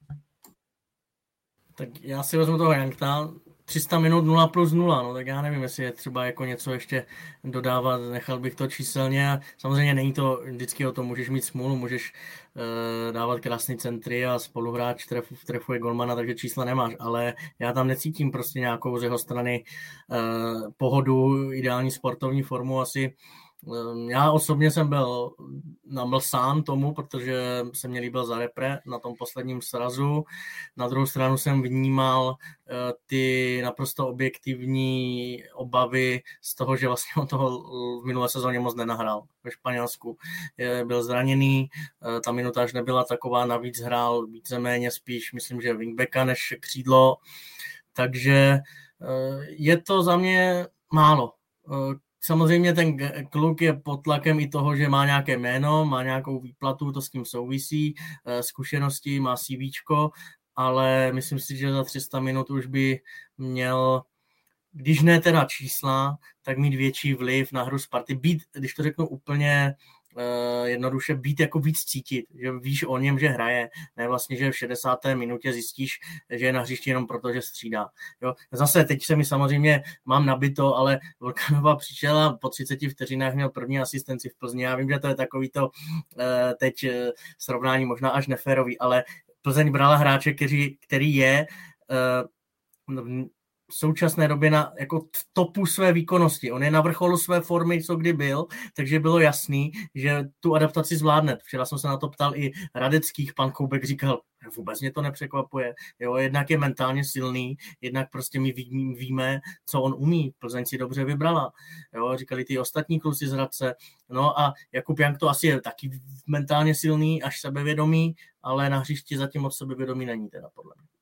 Tak já si vezmu toho Jankta, tři sta minut nula plus nula, no tak já nevím, jestli je třeba jako něco ještě dodávat, nechal bych to číselně. Samozřejmě není to vždycky o tom, můžeš mít smůlu, můžeš uh, dávat krásný centry a spoluhráč tref, trefuje golmana, takže čísla nemáš, ale já tam necítím prostě nějakou z jeho strany uh, pohodu, ideální sportovní formu asi. Já osobně jsem byl namlsán tomu, protože se mě líbil za repre na tom posledním srazu. Na druhou stranu jsem vnímal ty naprosto objektivní obavy z toho, že vlastně on toho v minulé sezóně moc nenahrál ve Španělsku. Byl zraněný, ta minutáž nebyla taková, navíc hrál víceméně spíš, myslím, že wingbacka než křídlo. Takže je to za mě málo. Samozřejmě ten kluk je pod tlakem i toho, že má nějaké jméno, má nějakou výplatu, to s tím souvisí, zkušenosti, má CVčko, ale myslím si, že za tři sta minut už by měl, když ne teda čísla, tak mít větší vliv na hru Sparty. Být, když to řeknu úplně uh, jednoduše, být jako víc cítit, že víš o něm, že hraje, ne vlastně, že v šedesáté minutě zjistíš, že je na hřišti jenom proto, že střídá. Jo? Zase teď se mi samozřejmě mám nabito, ale Vlkanova přišla po třiceti vteřinách, měl první asistenci v Plzni. Já vím, že to je takový to uh, teď uh, srovnání možná až neférový, ale Plzeň brala hráče, který, který je uh, v současné době na jako topu své výkonnosti. On je na vrcholu své formy, co kdy byl, takže bylo jasný, že tu adaptaci zvládne. Včera jsem se na to ptal i Radeckých, pan Koubek říkal, vůbec mě to nepřekvapuje. Jo, jednak je mentálně silný, jednak prostě my ví, víme, co on umí. Plzeň si dobře vybrala. Jo, říkali ty ostatní kluci z Hradce. No a Jakub Jank to asi je taky mentálně silný, až sebevědomý, ale na hřišti zatím od sebevědomí není teda podle mě.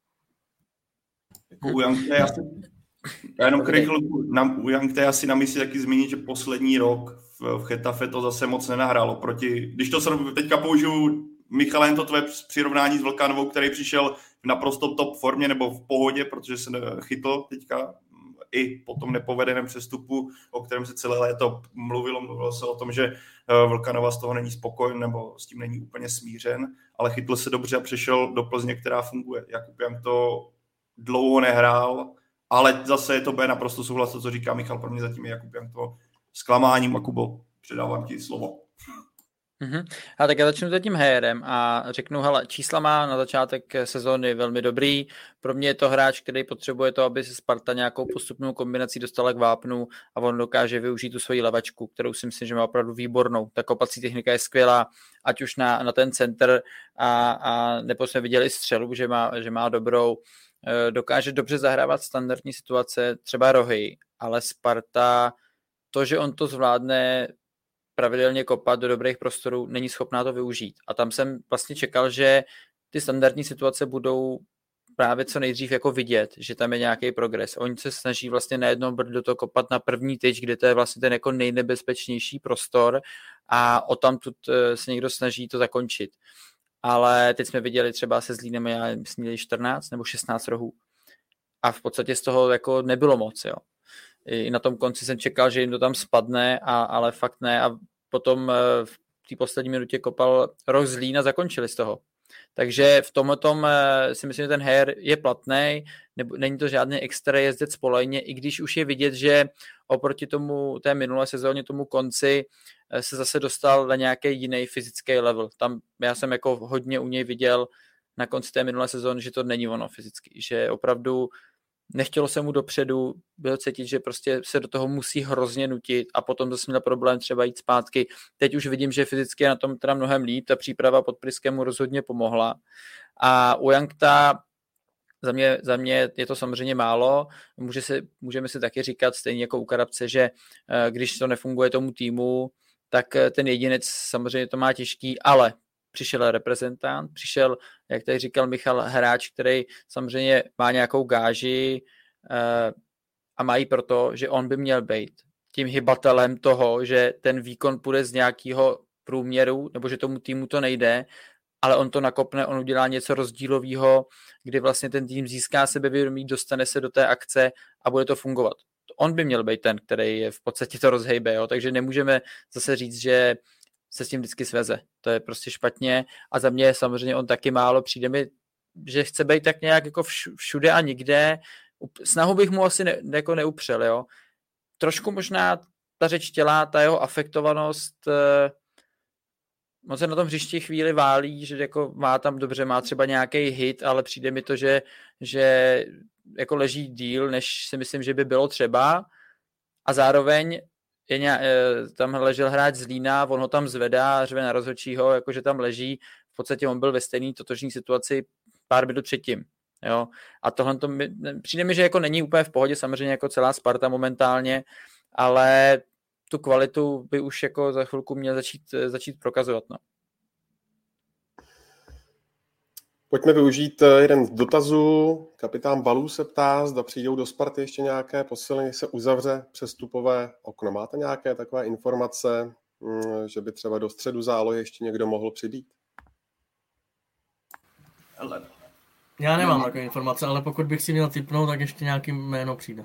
U Jankta je asi, já jenom krychl, u Jankta je asi na mysli taky zmínit, že poslední rok v, v Chetafe to zase moc nenahrálo. Proti, když to se teďka použiju, Michale, to tvé přirovnání s Vlkanovou, který přišel v naprosto top formě nebo v pohodě, protože se chytl teďka i po tom nepovedeném přestupu, o kterém se celé léto mluvilo. Mluvilo se o tom, že Vlkanova z toho není spokojen nebo s tím není úplně smířen, ale chytl se dobře a přešel do Plzně, která funguje. Jakub Jank to dlouho nehrál, ale zase je to B naprosto souhlas, to, co říká Michal, pro mě zatím je Jakub Jank to zklamáním. A Kubo, předávám ti slovo. Mm-hmm. A tak já začnu tím Heyerem a řeknu, hele, čísla má na začátek sezóny velmi dobrý. Pro mě je to hráč, který potřebuje to, aby se Sparta nějakou postupnou kombinací dostala k vápnu a on dokáže využít tu svoji levačku, kterou si myslím, že má opravdu výbornou. Ta kopací technika je skvělá, ať už na, na ten center a, a nebo jsme viděli střelu, že má, že má dobrou. Dokáže dobře zahrávat standardní situace, třeba rohy, ale Sparta, to, že on to zvládne pravidelně kopat do dobrých prostorů, není schopná to využít. A tam jsem vlastně čekal, že ty standardní situace budou právě co nejdřív jako vidět, že tam je nějaký progres. Oni se snaží vlastně najednou do toho kopat na první tyč, kde to je vlastně ten jako nejnebezpečnější prostor a o tamtud se někdo snaží to zakončit. Ale teď jsme viděli třeba se Zlínem, já myslím, měli čtrnáct nebo šestnáct rohů. A v podstatě z toho jako nebylo moc, jo. I na tom konci jsem čekal, že jim to tam spadne, a, ale fakt ne. A potom v té poslední minutě kopal roh Zlín a zakončili z toho. Takže v tomhletom si myslím, že ten her je platný, nebo není to žádný extra jezdec po lajně, i když už je vidět, že oproti tomu té minulé sezóně, tomu konci, se zase dostal na nějaký jiný fyzický level. Tam já jsem jako hodně u něj viděl na konci té minulé sezóny, že to není ono fyzicky, že opravdu nechtělo se mu dopředu, bylo cítit, že prostě se do toho musí hrozně nutit a potom zase měl problém třeba jít zpátky. Teď už vidím, že fyzicky je na tom teda mnohem líp, ta příprava pod Priskem mu rozhodně pomohla. A u Jankta za mě, za mě je to samozřejmě málo. Může se, můžeme si taky říkat, stejně jako u Karabce, že když to nefunguje tomu týmu, tak ten jedinec samozřejmě to má těžký, ale přišel reprezentant, přišel, jak tady říkal Michal, hráč, který samozřejmě má nějakou gáži uh, a mají proto, že on by měl být tím hybatelem toho, že ten výkon půjde z nějakého průměru, nebo že tomu týmu to nejde, ale on to nakopne, on udělá něco rozdílového, kdy vlastně ten tým získá sebevědomí, dostane se do té akce a bude to fungovat. On by měl být ten, který je v podstatě to rozhejbe, jo? Takže nemůžeme zase říct, že se s tím vždycky sveze. To je prostě špatně a za mě samozřejmě on taky málo. Přijde mi, že chce být tak nějak jako všude a nikde. Snahu bych mu asi ne, jako neupřel, jo. Trošku možná ta řeč těla, ta jeho afektovanost, eh, on se na tom hřišti chvíli válí, že jako má tam dobře, má třeba nějaký hit, ale přijde mi to, že, že jako leží díl, než si myslím, že by bylo třeba a zároveň je nějak, tam ležel hráč z Lína, on ho tam zvedá, řve na rozhodčího, jakože tam leží, v podstatě on byl ve stejné totožné situaci pár minut předtím. Jo? A tohle to mi, přijde mi, že jako není úplně v pohodě, samozřejmě jako celá Sparta momentálně, ale tu kvalitu by už jako za chvilku měl začít, začít prokazovat. No. Pojďme využít jeden z dotazů. Kapitán Balů se ptá, zda přijdou do Sparty ještě nějaké posily, se uzavře přestupové okno. Máte nějaké takové informace, že by třeba do středu zálohy ještě někdo mohl přibýt? Já nemám takové informace, ale pokud bych si měl tipnout, tak ještě nějaký jméno přijde.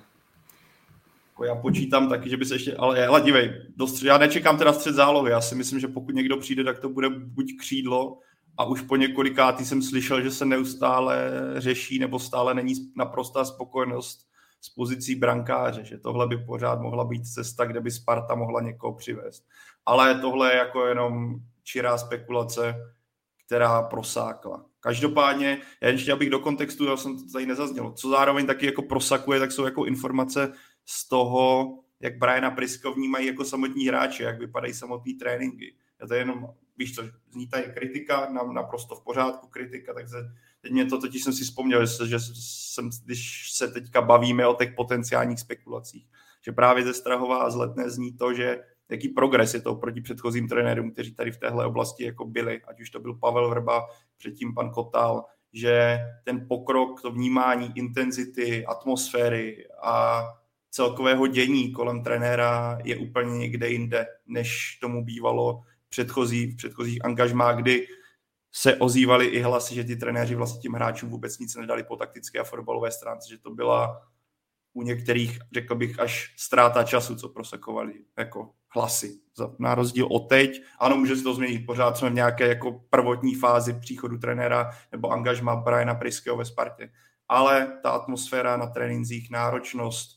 Já počítám taky, že by se ještě, ale hele, dívej, do střed, já nečekám teda střed zálohy, já si myslím, že pokud někdo přijde, tak to bude buď křídlo, a už po několikátý jsem slyšel, že se neustále řeší nebo stále není naprostá spokojenost s pozicí brankáře, že tohle by pořád mohla být cesta, kde by Sparta mohla někoho přivést. Ale tohle je jako jenom čirá spekulace, která prosákla. Každopádně, já ještě abych do kontextu, já jsem to tady nezazněl, co zároveň taky jako prosakuje, tak jsou jako informace z toho, jak Briana Priska vnímají jako samotní hráči, jak vypadají samotný tréninky. Já to jenom, víš co, zní tady kritika, naprosto v pořádku kritika, takže teď mě to totiž jsem si vzpomněl, že, že jsem, když se teďka bavíme o těch potenciálních spekulacích, že právě ze Strahova a z Letné zní to, že jaký progres je to proti předchozím trenérům, kteří tady v téhle oblasti jako byli, ať už to byl Pavel Vrba, předtím pan Kotal, že ten pokrok, to vnímání intenzity, atmosféry a celkového dění kolem trenéra je úplně někde jinde, než tomu bývalo předchozí, v předchozích angažmá, kdy se ozývaly i hlasy, že ty trenéři vlastně tím hráčům vůbec nic nedali po taktické a fotbalové stránce, že to byla u některých, řekl bych, až ztráta času, co prosakovali jako hlasy. Na rozdíl od teď, ano, může se to změnit, pořád jsme v nějaké jako prvotní fázi příchodu trenéra nebo angažma Briana Priského ve Spartě. Ale ta atmosféra na trénincích, náročnost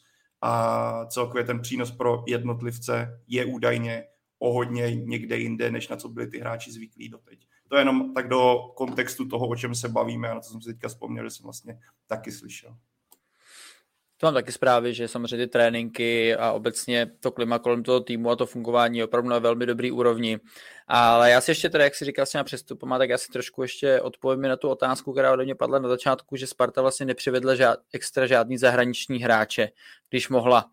a celkově ten přínos pro jednotlivce je údajně o hodně někde jinde, než na co byli ty hráči zvyklí doteď. To je jenom tak do kontextu toho, o čem se bavíme a na co jsem si teďka vzpomněl, že jsem vlastně taky slyšel. To mám taky zprávy, že samozřejmě ty tréninky a obecně to klima kolem toho týmu a to fungování je opravdu na velmi dobrý úrovni. Ale já si ještě teda, jak si říkal s těma přestupama, tak já si trošku ještě odpovím na tu otázku, která ode mě padla na začátku, že Sparta vlastně nepřivedla žád, extra žádný zahraniční hráče, když mohla.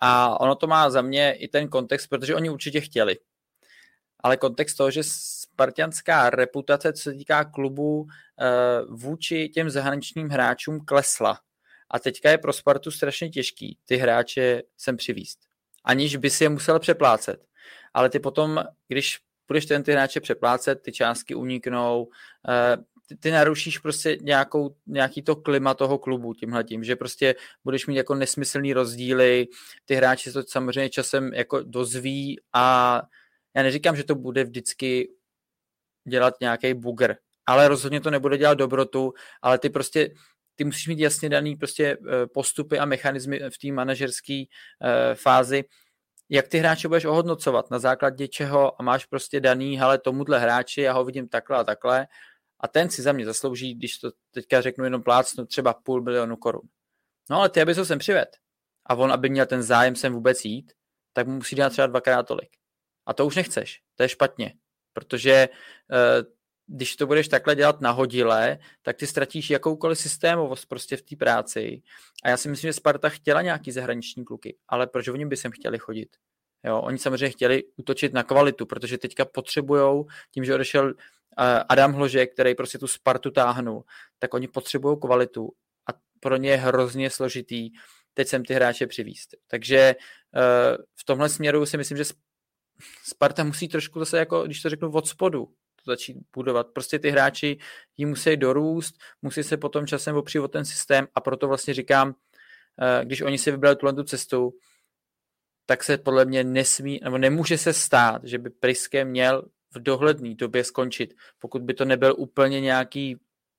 A ono to má za mě i ten kontext, protože oni určitě chtěli. Ale kontext toho, že spartanská reputace, co se týká klubu, vůči těm zahraničním hráčům klesla. A teďka je pro Spartu strašně těžký ty hráče sem přivízt. Aniž by si je musel přeplácet. Ale ty potom, když budeš ten ty hráče přeplácet, ty částky uniknou, ty, ty narušíš prostě nějakou, nějaký to klima toho klubu tímhletím, že prostě budeš mít jako nesmyslný rozdíly, ty hráči to samozřejmě časem jako dozví a já neříkám, že to bude vždycky dělat nějaký bugr, ale rozhodně to nebude dělat dobrotu, ale ty prostě ty musíš mít jasně daný prostě postupy a mechanismy v té manažerské fázi, jak ty hráče budeš ohodnocovat, na základě čeho a máš prostě daný, hele, tomuhle hráči, já ho vidím takhle a takhle a ten si za mě zaslouží, když to teďka řeknu jenom plácnu, třeba půl milionu korun. No ale ty, aby se sem přived a on, aby měl ten zájem sem vůbec jít, tak mu musí dát třeba dvakrát tolik. A to už nechceš, to je špatně, protože uh, když to budeš takhle dělat nahodile, tak ty ztratíš jakoukoliv systémovost prostě v té práci. A já si myslím, že Sparta chtěla nějaký zahraniční kluky, ale proč oni by sem chtěli chodit? Jo, oni samozřejmě chtěli útočit na kvalitu, protože teďka potřebujou, tím, že odešel uh, Adam Hložek, který prostě tu Spartu táhnul, tak oni potřebují kvalitu a pro ně je hrozně složitý teď sem ty hráče přivízt. Takže uh, v tomhle směru si myslím, že Sparta musí trošku zase, jako, když to řeknu, od spodu to začít budovat. Prostě ty hráči jí musí dorůst, musí se potom časem opřít o ten systém a proto vlastně říkám, když oni si vybrali tuhle tu cestu, tak se podle mě nesmí, nebo nemůže se stát, že by Priske měl v dohledné době skončit, pokud by to nebyl úplně nějaký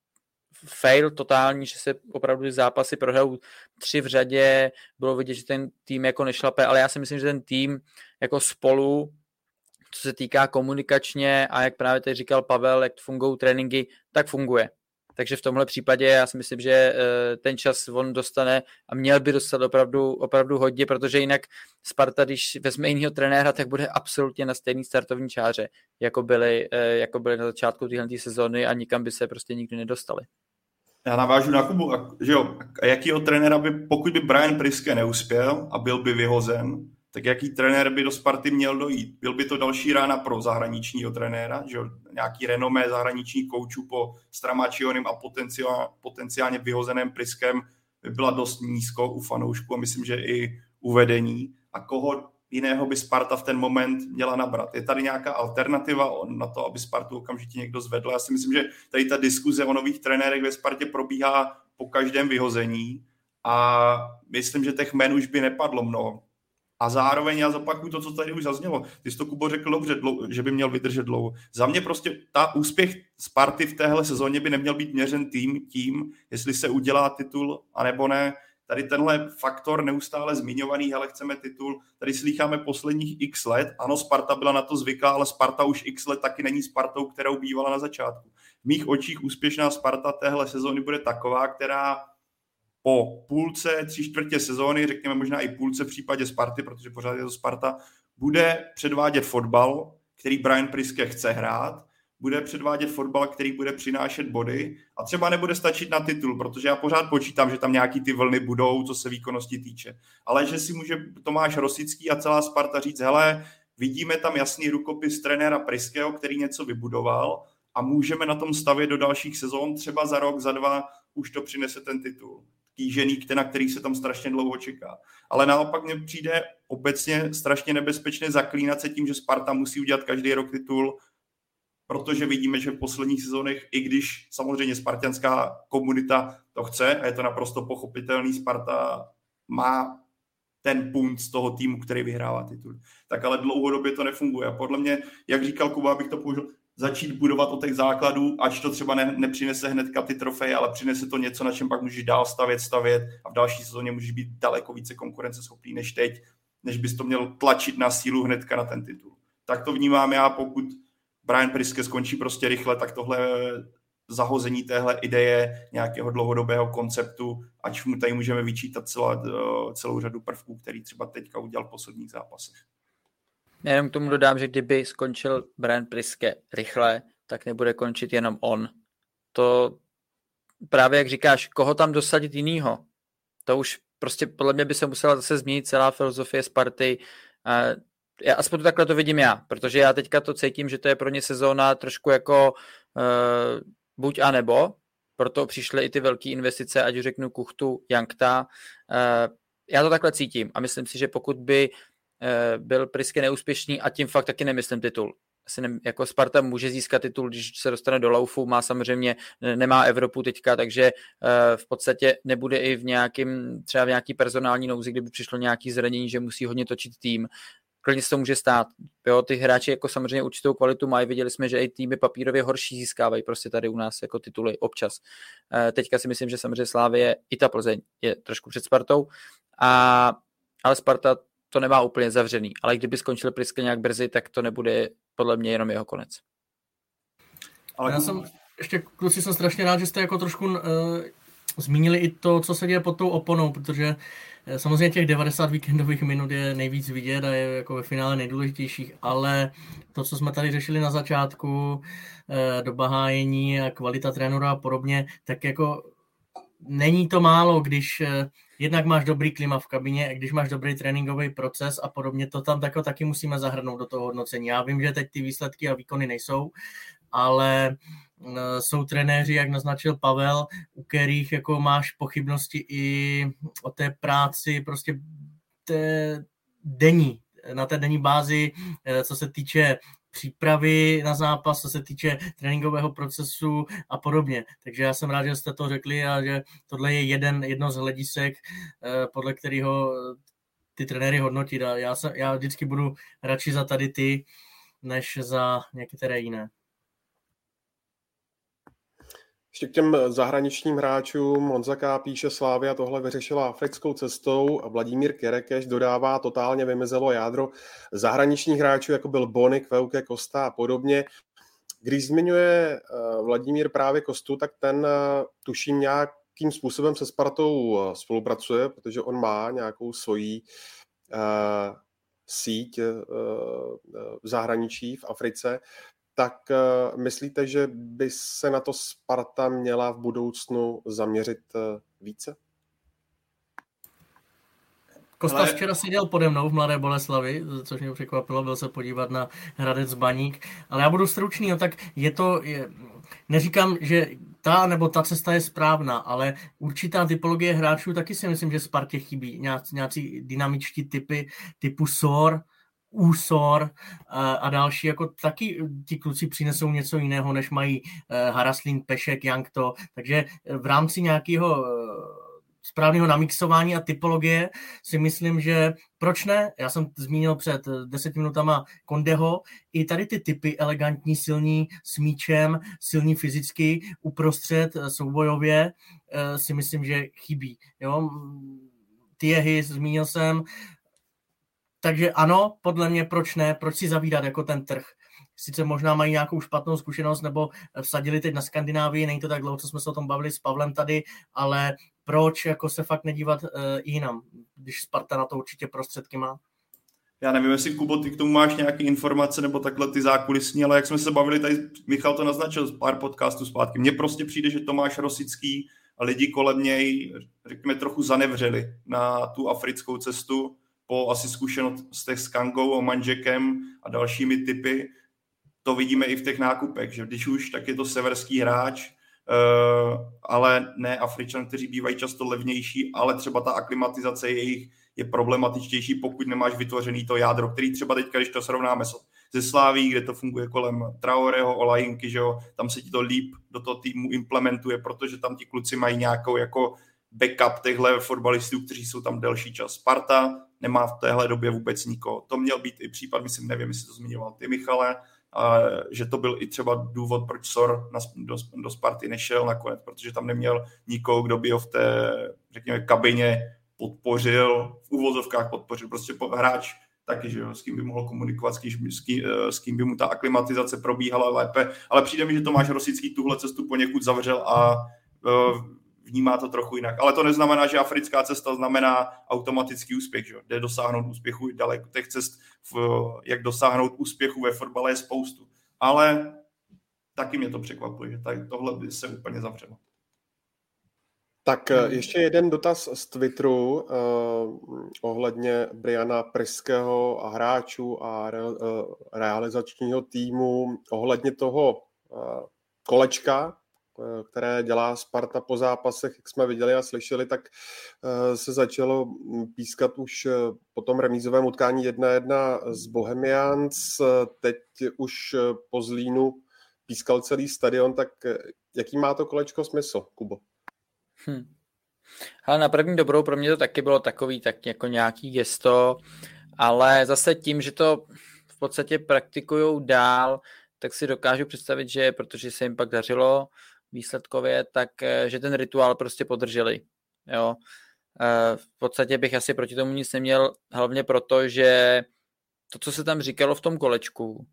fail totální, že se opravdu zápasy prohrajou tři v řadě, bylo vidět, že ten tým jako nešlape, ale já si myslím, že ten tým jako spolu, co se týká komunikačně a jak právě teď říkal Pavel, jak fungují tréninky, tak funguje. Takže v tomhle případě já si myslím, že ten čas on dostane a měl by dostat opravdu, opravdu hodně, protože jinak Sparta, když vezme jinýho trenéra, tak bude absolutně na stejný startovní čáře, jako byli, jako byli na začátku téhle sezóny a nikam by se prostě nikdy nedostali. Já navážu na Kubu, a, že jo, a jakýho trenéra by, pokud by Brian Priske neuspěl a byl by vyhozen, tak jaký trenér by do Sparty měl dojít? Byl by to další rána pro zahraničního trenéra, že jo, nějaký renomé zahraniční koučů po Stramačionem a potenciál, potenciálně vyhozeném Priskem by byla dost nízko u fanoušků a myslím, že i u vedení. A koho jiného by Sparta v ten moment měla nabrat? Je tady nějaká alternativa na to, aby Spartu okamžitě někdo zvedl? Já si myslím, že tady ta diskuze o nových trenérech ve Spartě probíhá po každém vyhození a myslím, že těch jmen už by nepadlo mnoho. A zároveň já zopakuju to, co tady už zaznělo. Ty jsi to, Kubo, řekl dobře, že by měl vydržet dlouho. Za mě prostě ta úspěch Sparty v téhle sezóně by neměl být měřen tým tím, jestli se udělá titul, anebo ne. Tady tenhle faktor neustále zmiňovaný, hele, chceme titul, tady slýcháme posledních x let, ano, Sparta byla na to zvyklá, ale Sparta už x let taky není Spartou, kterou bývala na začátku. V mých očích úspěšná Sparta téhle sezóny bude taková, která po půlce, tři čtvrtě sezóny, řekněme možná i půlce v případě Sparty, protože pořád je to Sparta, bude předvádět fotbal, který Brian Priske chce hrát, bude předvádět fotbal, který bude přinášet body a třeba nebude stačit na titul, protože já pořád počítám, že tam nějaký ty vlny budou, co se výkonnosti týče. Ale že si může Tomáš Rosický a celá Sparta říct, hele, vidíme tam jasný rukopis trenéra Priskeho, který něco vybudoval a můžeme na tom stavět do dalších sezón, třeba za rok, za dva už to přinese ten titul. Kýžený, na který se tam strašně dlouho čeká. Ale naopak mně přijde obecně strašně nebezpečné zaklínat se tím, že Sparta musí udělat každý rok titul, protože vidíme, že v posledních sezónech, i když samozřejmě spartanská komunita to chce a je to naprosto pochopitelný, Sparta má ten punt z toho týmu, který vyhrává titul. Tak ale dlouhodobě to nefunguje. A podle mě, jak říkal Kuba, abych to použil, začít budovat od těch základů, až to třeba ne, nepřinese hnedka ty trofeje, ale přinese to něco, na čem pak můžeš dál stavět, stavět a v další sezóně můžeš být daleko více konkurenceschopný než teď, než bys to měl tlačit na sílu hnedka na ten titul. Tak to vnímám já, pokud Brian Priske skončí prostě rychle, tak tohle zahození téhle ideje nějakého dlouhodobého konceptu, ať mu tady můžeme vyčítat celá, celou řadu prvků, který třeba teďka udělal v posledních zápasech. Já jenom k tomu dodám, že kdyby skončil Brian Priske rychle, tak nebude končit jenom on. To právě, jak říkáš, koho tam dosadit jinýho? To už prostě podle mě by se musela zase změnit celá filozofie Sparty. já aspoň to takhle to vidím já, protože já teďka to cítím, že to je pro ně sezóna trošku jako uh, buď a nebo, proto přišly i ty velké investice, ať už řeknu Kuchtu, Jankta. Uh, já to takhle cítím a myslím si, že pokud by uh, byl Priske neúspěšný, a tím fakt taky nemyslím titul. Asi ne, jako Sparta může získat titul, když se dostane do laufu, má samozřejmě, nemá Evropu teďka, takže uh, v podstatě nebude i v nějakým, třeba v nějaký personální nouzi, kdyby přišlo nějaký zranění, že musí hodně točit tým. Klidně se to může stát. Jo, ty hráči jako samozřejmě určitou kvalitu mají, viděli jsme, že i týmy papírově horší získávají prostě tady u nás jako tituly občas. Uh, teďka si myslím, že samozřejmě Slavie i ta Plzeň je trošku před Spartou, a, ale Sparta to nemá úplně zavřený, ale kdyby skončil Priske nějak brzy, tak to nebude podle mě jenom jeho konec. Ale já jsem, ještě kluci, jsem strašně rád, že jste jako trošku uh, zmínili i to, co se děje pod tou oponou, protože uh, samozřejmě těch devadesát víkendových minut je nejvíc vidět a je jako ve finále nejdůležitějších, ale to, co jsme tady řešili na začátku, uh, dobahájení a kvalita trenéra a podobně, tak jako není to málo, když uh, jednak máš dobrý klima v kabině, když máš dobrý tréninkový proces a podobně, to tam tako, taky musíme zahrnout do toho hodnocení. Já vím, že teď ty výsledky a výkony nejsou, ale uh, jsou trenéři, jak naznačil Pavel, u kterých jako máš pochybnosti i o té práci, prostě té denní, na té denní bázi, uh, co se týče přípravy na zápas, co se týče tréninkového procesu a podobně. Takže já jsem rád, že jste to řekli a že tohle je jeden, jedno z hledisek, podle kterého ty trenéry hodnotit. A já, se, já vždycky budu radši za tady ty, než za některé jiné. Ještě k těm zahraničním hráčům. Honza K. píše, Slavia tohle vyřešila africkou cestou a Vladimír Kerekeš dodává, totálně vymizelo jádro zahraničních hráčů, jako byl Bony, Kveuke, Costa a podobně. Když zmiňuje Vladimír právě Kostu, tak ten tuším nějakým způsobem se Spartou spolupracuje, protože on má nějakou svoji uh, síť uh, v zahraničí, v Africe. Tak uh, myslíte, že by se na to Sparta měla v budoucnu zaměřit uh, více? Kosta Ale... včera seděl pode mnou v Mladé Boleslavi, což mě překvapilo, byl se podívat na Hradec Baník. Ale já budu stručný, no, tak je to, je, neříkám, že ta nebo ta cesta je správná, ale určitá typologie hráčů taky si myslím, že Spartě chybí. Nějací, nějací dynamičtí typy typu Sor, Úsor a další, jako taky ti kluci přinesou něco jiného, než mají Haraslín, Pešek, Jankto, takže v rámci nějakého správného namixování a typologie si myslím, že proč ne? Já jsem zmínil před deseti minutama Kondeho, i tady ty typy elegantní, silní, s míčem, silní fyzicky, uprostřed soubojově si myslím, že chybí. Jo? Tiehy zmínil jsem. Takže ano, podle mě proč ne, proč si zavírat jako ten trh. Sice možná mají nějakou špatnou zkušenost, nebo vsadili teď na Skandinávii, není to tak dlouho, co jsme se o tom bavili s Pavlem tady, ale proč jako se fakt nedívat uh, i jinam, když Sparta na to určitě prostředky má? Já nevím, jestli Kubo, ty k tomu máš nějaké informace nebo takhle ty zákulisní, ale jak jsme se bavili, tady Michal to naznačil pár podcastů zpátky. Mně prostě přijde, že Tomáš Rosický a lidi kolem něj, řekněme, trochu zanevřeli na tu africkou cestu po asi zkušenostech s Kangou, Omanžekem a dalšími typy. To vidíme i v těch nákupech, že když už, tak je to severský hráč, ale ne Afričan, kteří bývají často levnější, ale třeba ta aklimatizace jejich je problematičtější, pokud nemáš vytvořený to jádro, který třeba teďka, když to srovnáme ze Slaví, kde to funguje kolem Traoreho, Olajinky, že jo, tam se ti to líp do toho týmu implementuje, protože tam ti kluci mají nějakou jako backup těchto fotbalistů, kteří jsou tam delší čas. Sparta nemá v téhle době vůbec nikoho. To měl být i případ, myslím, nevím, jestli to zmiňoval ty, Michale, a že to byl i třeba důvod, proč Sor na, do, do Sparty nešel nakonec, protože tam neměl nikoho, kdo by ho v té, řekněme, kabině podpořil, v úvozovkách podpořil, prostě hráč taky, že jo, s kým by mohl komunikovat, s kým, s, kým, s kým by mu ta aklimatizace probíhala lépe, ale přijde mi, že Tomáš Rosický tuhle cestu poněkud zavřel a uh, vnímá to trochu jinak. Ale to neznamená, že africká cesta znamená automatický úspěch, že? Jde dosáhnout úspěchu i daleko. Těch cest, v, jak dosáhnout úspěchu ve fotbale je spoustu. Ale taky mě to překvapuje, že tady tohle by se úplně zavřelo. Tak ještě jeden dotaz z Twitteru uh, ohledně Briana Pryského a hráčů a re, uh, realizačního týmu, ohledně toho uh, kolečka, uh, které dělá Sparta po zápasech, jak jsme viděli a slyšeli, tak uh, se začalo pískat už uh, po tom remízovém utkání jedna jedna z Bohemians, uh, teď už uh, po Zlínu pískal celý stadion, tak uh, jaký má to kolečko smysl, Kubo? Hm. Ale na první dobrou pro mě to taky bylo takový tak jako nějaký gesto, ale zase tím, že to v podstatě praktikujou dál, tak si dokážu představit, že protože se jim pak dařilo výsledkově, tak že ten rituál prostě podrželi. Jo. V podstatě bych asi proti tomu nic neměl, hlavně proto, že to, co se tam říkalo v tom kolečku,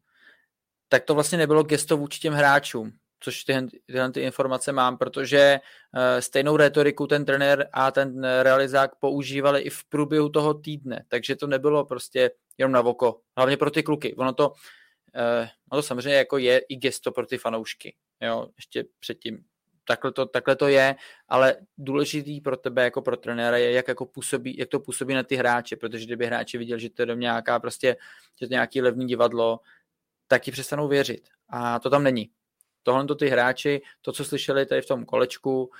tak to vlastně nebylo gesto vůči těm hráčům. Což tyhle, tyhle ty informace mám, protože uh, stejnou retoriku ten trenér a ten realizák používali i v průběhu toho týdne, takže to nebylo prostě jenom na oko, hlavně pro ty kluky. Ono to, uh, ono to samozřejmě jako je i gesto pro ty fanoušky, jo, ještě předtím. Takhle to, takhle to je, ale důležitý pro tebe jako pro trenéra je, jak, jako působí, jak to působí na ty hráče, protože kdyby hráči viděli, že to je nějaká prostě, že to je nějaký levný divadlo, tak ti přestanou věřit. A to tam není. Tohle to ty hráči, to, co slyšeli tady v tom kolečku,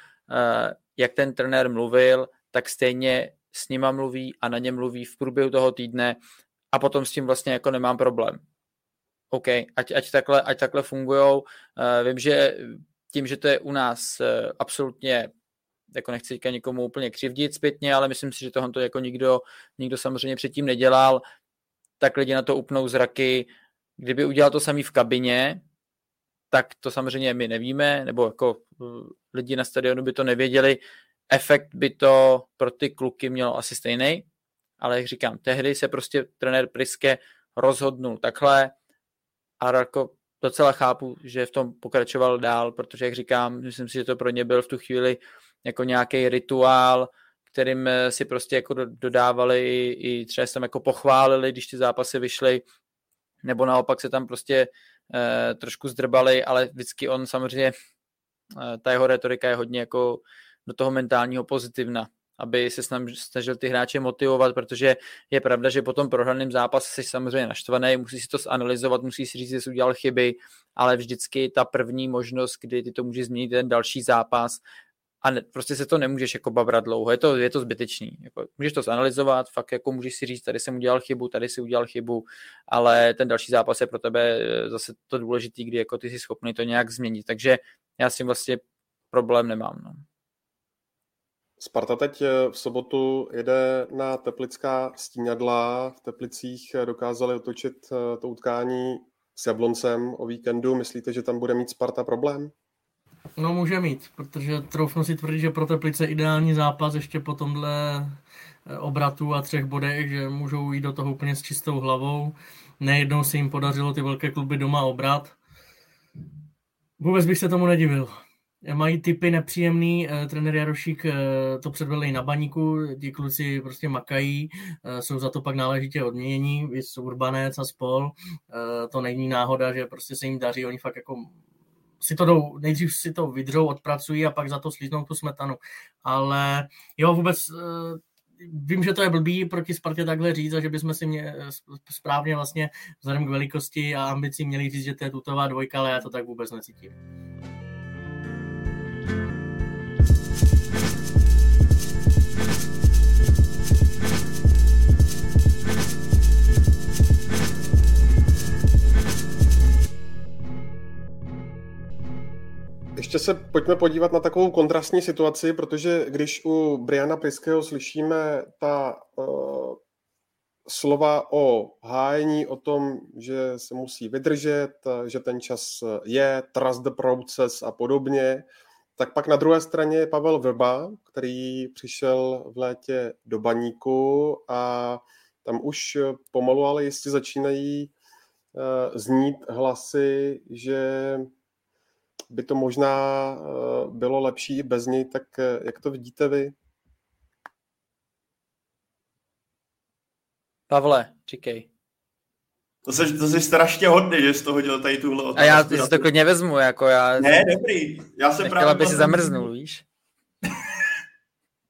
jak ten trenér mluvil, tak stejně s nima mluví a na ně mluví v průběhu toho týdne a potom s tím vlastně jako nemám problém. OK, ať, ať, takhle, ať takhle fungujou. Vím, že tím, že to je u nás absolutně, jako nechci říkat nikomu úplně křivdit zpětně, ale myslím si, že tohle to jako nikdo, nikdo samozřejmě předtím nedělal, tak lidi na to upnou zraky. Kdyby udělal to samý v kabině, tak to samozřejmě my nevíme, nebo jako lidi na stadionu by to nevěděli. Efekt by to pro ty kluky mělo asi stejný, ale jak říkám, tehdy se prostě trenér Pryske rozhodnul takhle a jako docela chápu, že v tom pokračoval dál, protože jak říkám, myslím si, že to pro ně byl v tu chvíli jako nějaký rituál, kterým si prostě jako dodávali i třeba se tam jako pochválili, když ty zápasy vyšly, nebo naopak se tam prostě eh, trošku zdrbali, ale vždycky on samozřejmě, eh, ta jeho retorika je hodně jako do toho mentálního pozitivna, aby se snažil ty hráče motivovat, protože je pravda, že po tom prohraném zápase jsi samozřejmě naštvaný, musí si to zanalyzovat, musí si říct, že jsi udělal chyby, ale vždycky ta první možnost, kdy ty to můžeš změnit ten další zápas a ne, prostě se to nemůžeš jako babrat dlouho, je to, je to zbytečný. Jako, můžeš to zanalyzovat, fakt jako můžeš si říct, tady jsem udělal chybu, tady si udělal chybu, ale ten další zápas je pro tebe zase to důležitý, kdy jako ty jsi schopný to nějak změnit, takže já s tím vlastně problém nemám. No. Sparta teď v sobotu jede na Teplická Stíňadla. V Teplicích dokázali otočit to utkání s Jabloncem o víkendu. Myslíte, že tam bude mít Sparta problém? No může mít, protože troufnu si tvrdit, že pro Teplice ideální zápas ještě po tomhle obratu a třech bodech, že můžou jít do toho úplně s čistou hlavou. Nejednou se jim podařilo ty velké kluby doma obrat. Vůbec bych se tomu nedivil. Mají typy nepříjemný, trenér Jarošík to předvedl i na Baníku, ti kluci prostě makají, jsou za to pak náležitě odměnění, víc Urbanec a spol, to není náhoda, že prostě se jim daří, oni fakt jako si to jdou, nejdřív si to vydřou, odpracují a pak za to slíznou tu smetanu, ale jo, vůbec vím, že to je blbý proti Spartě takhle říct a že bychom si mě správně vlastně vzhledem k velikosti a ambici měli říct, že to je tutová dvojka, ale já to tak vůbec necítím. Ještě se pojďme podívat na takovou kontrastní situaci, protože když u Briana Pryského slyšíme ta uh, slova o hájení, o tom, že se musí vydržet, že ten čas je, trust the process a podobně, tak pak na druhé straně je Pavel Vrba, který přišel v létě do Baníku a tam už pomalu, ale jistě začínají uh, znít hlasy, že by to možná bylo lepší bez něj, tak jak to vidíte vy? Pavle, říkej. To jsi, to jsi strašně hodný, že jsi to hodil tady tuhle otázku. A já si to klidně vezmu, jako já... Ne, dobrý. Já jsem nechtěla, právě... aby si zamrznul, víš?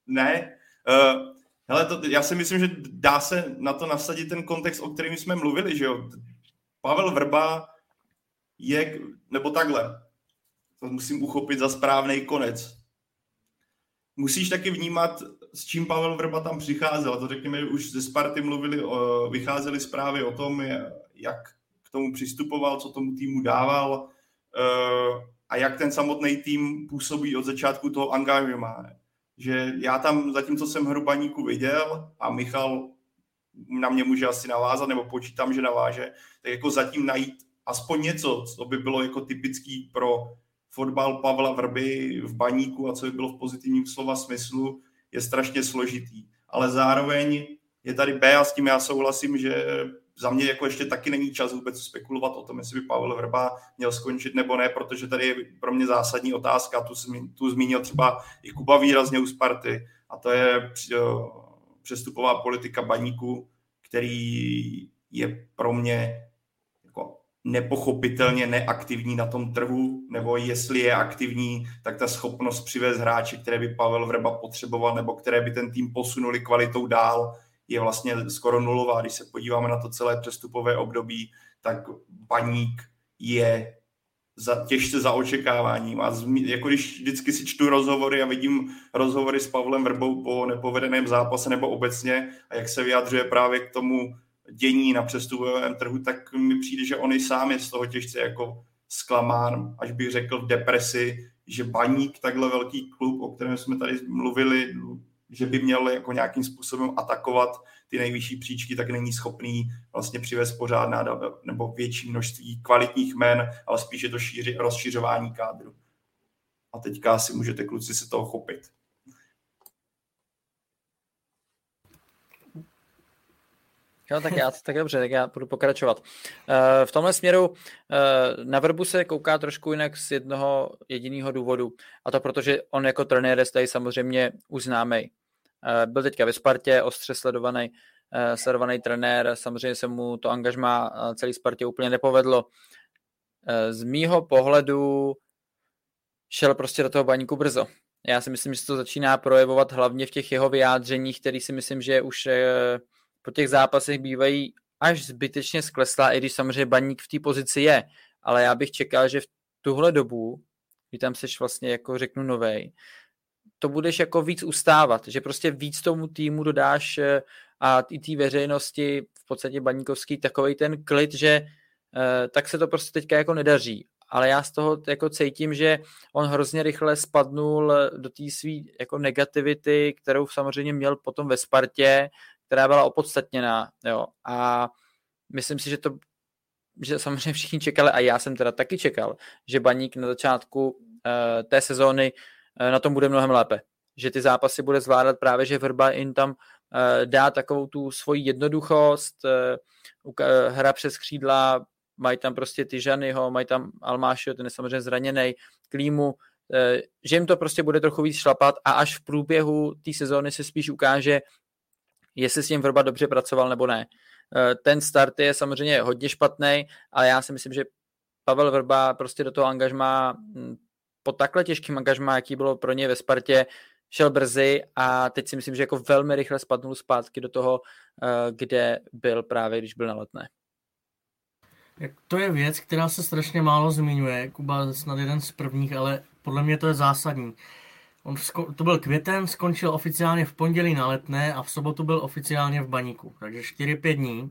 Ne. Uh, hele, to, já si myslím, že dá se na to nasadit ten kontext, o kterém jsme mluvili, že jo. Pavel Vrba je, nebo takhle, to musím uchopit za správný konec. Musíš taky vnímat, s čím Pavel Vrba tam přicházel. To řekněme, už ze Sparty mluvili, o, vycházely zprávy o tom, jak k tomu přistupoval, co tomu týmu dával a jak ten samotný tým působí od začátku toho angažmá. Že já tam, zatímco jsem hru Baníku viděl a Michal na mě může asi navázat, nebo počítám, že naváže, tak jako zatím najít aspoň něco, co by bylo jako typický pro fotbal Pavla Vrby v Baníku a co by bylo v pozitivním slova smyslu, je strašně složitý. Ale zároveň je tady B a s tím já souhlasím, že za mě jako ještě taky není čas vůbec spekulovat o tom, jestli by Pavel Vrba měl skončit nebo ne, protože tady je pro mě zásadní otázka, tu, tu zmínil třeba i Kuba výrazně u Sparty, a to je přestupová politika Baníku, který je pro mě jako nepochopitelně neaktivní na tom trhu, nebo jestli je aktivní, tak ta schopnost přivést hráče, které by Pavel Vrba potřeboval, nebo které by ten tým posunuli kvalitou dál, je vlastně skoro nulová. Když se podíváme na to celé přestupové období, tak Baník je za, těžce za očekáváním. A zmi, jako když vždycky si čtu rozhovory a vidím rozhovory s Pavlem Vrbou po nepovedeném zápase nebo obecně a jak se vyjadřuje právě k tomu dění na přestupovém trhu, tak mi přijde, že on i sám je z toho těžce jako zklamán, až bych řekl v depresi, že Baník, takhle velký klub, o kterém jsme tady mluvili, že by měl jako nějakým způsobem atakovat ty nejvyšší příčky, tak není schopný vlastně přivést pořádná nebo větší množství kvalitních jmen, ale spíš je to šíři, rozšiřování kádru. A teďka asi můžete kluci se toho chopit. Jo, tak já, tak dobře, tak já budu pokračovat. V tomhle směru na Vrbu se kouká trošku jinak z jednoho jediného důvodu, a to protože on jako trenér je tady samozřejmě už známej. Byl teďka ve Spartě, ostře sledovaný, sledovaný trenér, samozřejmě se mu to angažmá celý Spartě úplně nepovedlo. Z mýho pohledu šel prostě do toho Baníku brzo. Já si myslím, že se to začíná projevovat hlavně v těch jeho vyjádřeních, který si myslím, že už po těch zápasech bývají až zbytečně skleslá, i když samozřejmě Baník v té pozici je. Ale já bych čekal, že v tuhle dobu, kdy tam seš vlastně, jako řeknu, novej, to budeš jako víc ustávat, že prostě víc tomu týmu dodáš a i té veřejnosti v podstatě baníkovský takovej ten klid, že tak se to prostě teďka jako nedaří. Ale já z toho jako cítím, že on hrozně rychle spadnul do té svý jako negativity, kterou samozřejmě měl potom ve Spartě, která byla opodstatněná. Jo. A myslím si, že to že samozřejmě všichni čekali, a já jsem teda taky čekal, že Baník na začátku uh, té sezóny uh, na tom bude mnohem lépe. Že ty zápasy bude zvládat právě, že Vrba jim tam uh, dá takovou tu svoji jednoduchost, uh, hra přes křídla, mají tam prostě Tyžanyho, mají tam Almášio, ten je samozřejmě zraněnej, Klímu, uh, že jim to prostě bude trochu víc šlapat a až v průběhu té sezóny se spíš ukáže, jestli s tím Vrba dobře pracoval nebo ne. Ten start je samozřejmě hodně špatný, ale já si myslím, že Pavel Vrba prostě do toho angažmá, po takhle těžkým angažmá, jaký bylo pro ně ve Spartě, šel brzy a teď si myslím, že jako velmi rychle spadnul zpátky do toho, kde byl právě, když byl na Letné. To je věc, která se strašně málo zmiňuje. Kuba snad jeden z prvních, ale podle mě to je zásadní. On sko- to byl květen, skončil oficiálně v pondělí na Letné a v sobotu byl oficiálně v Baníku. Takže čtyři pět dní.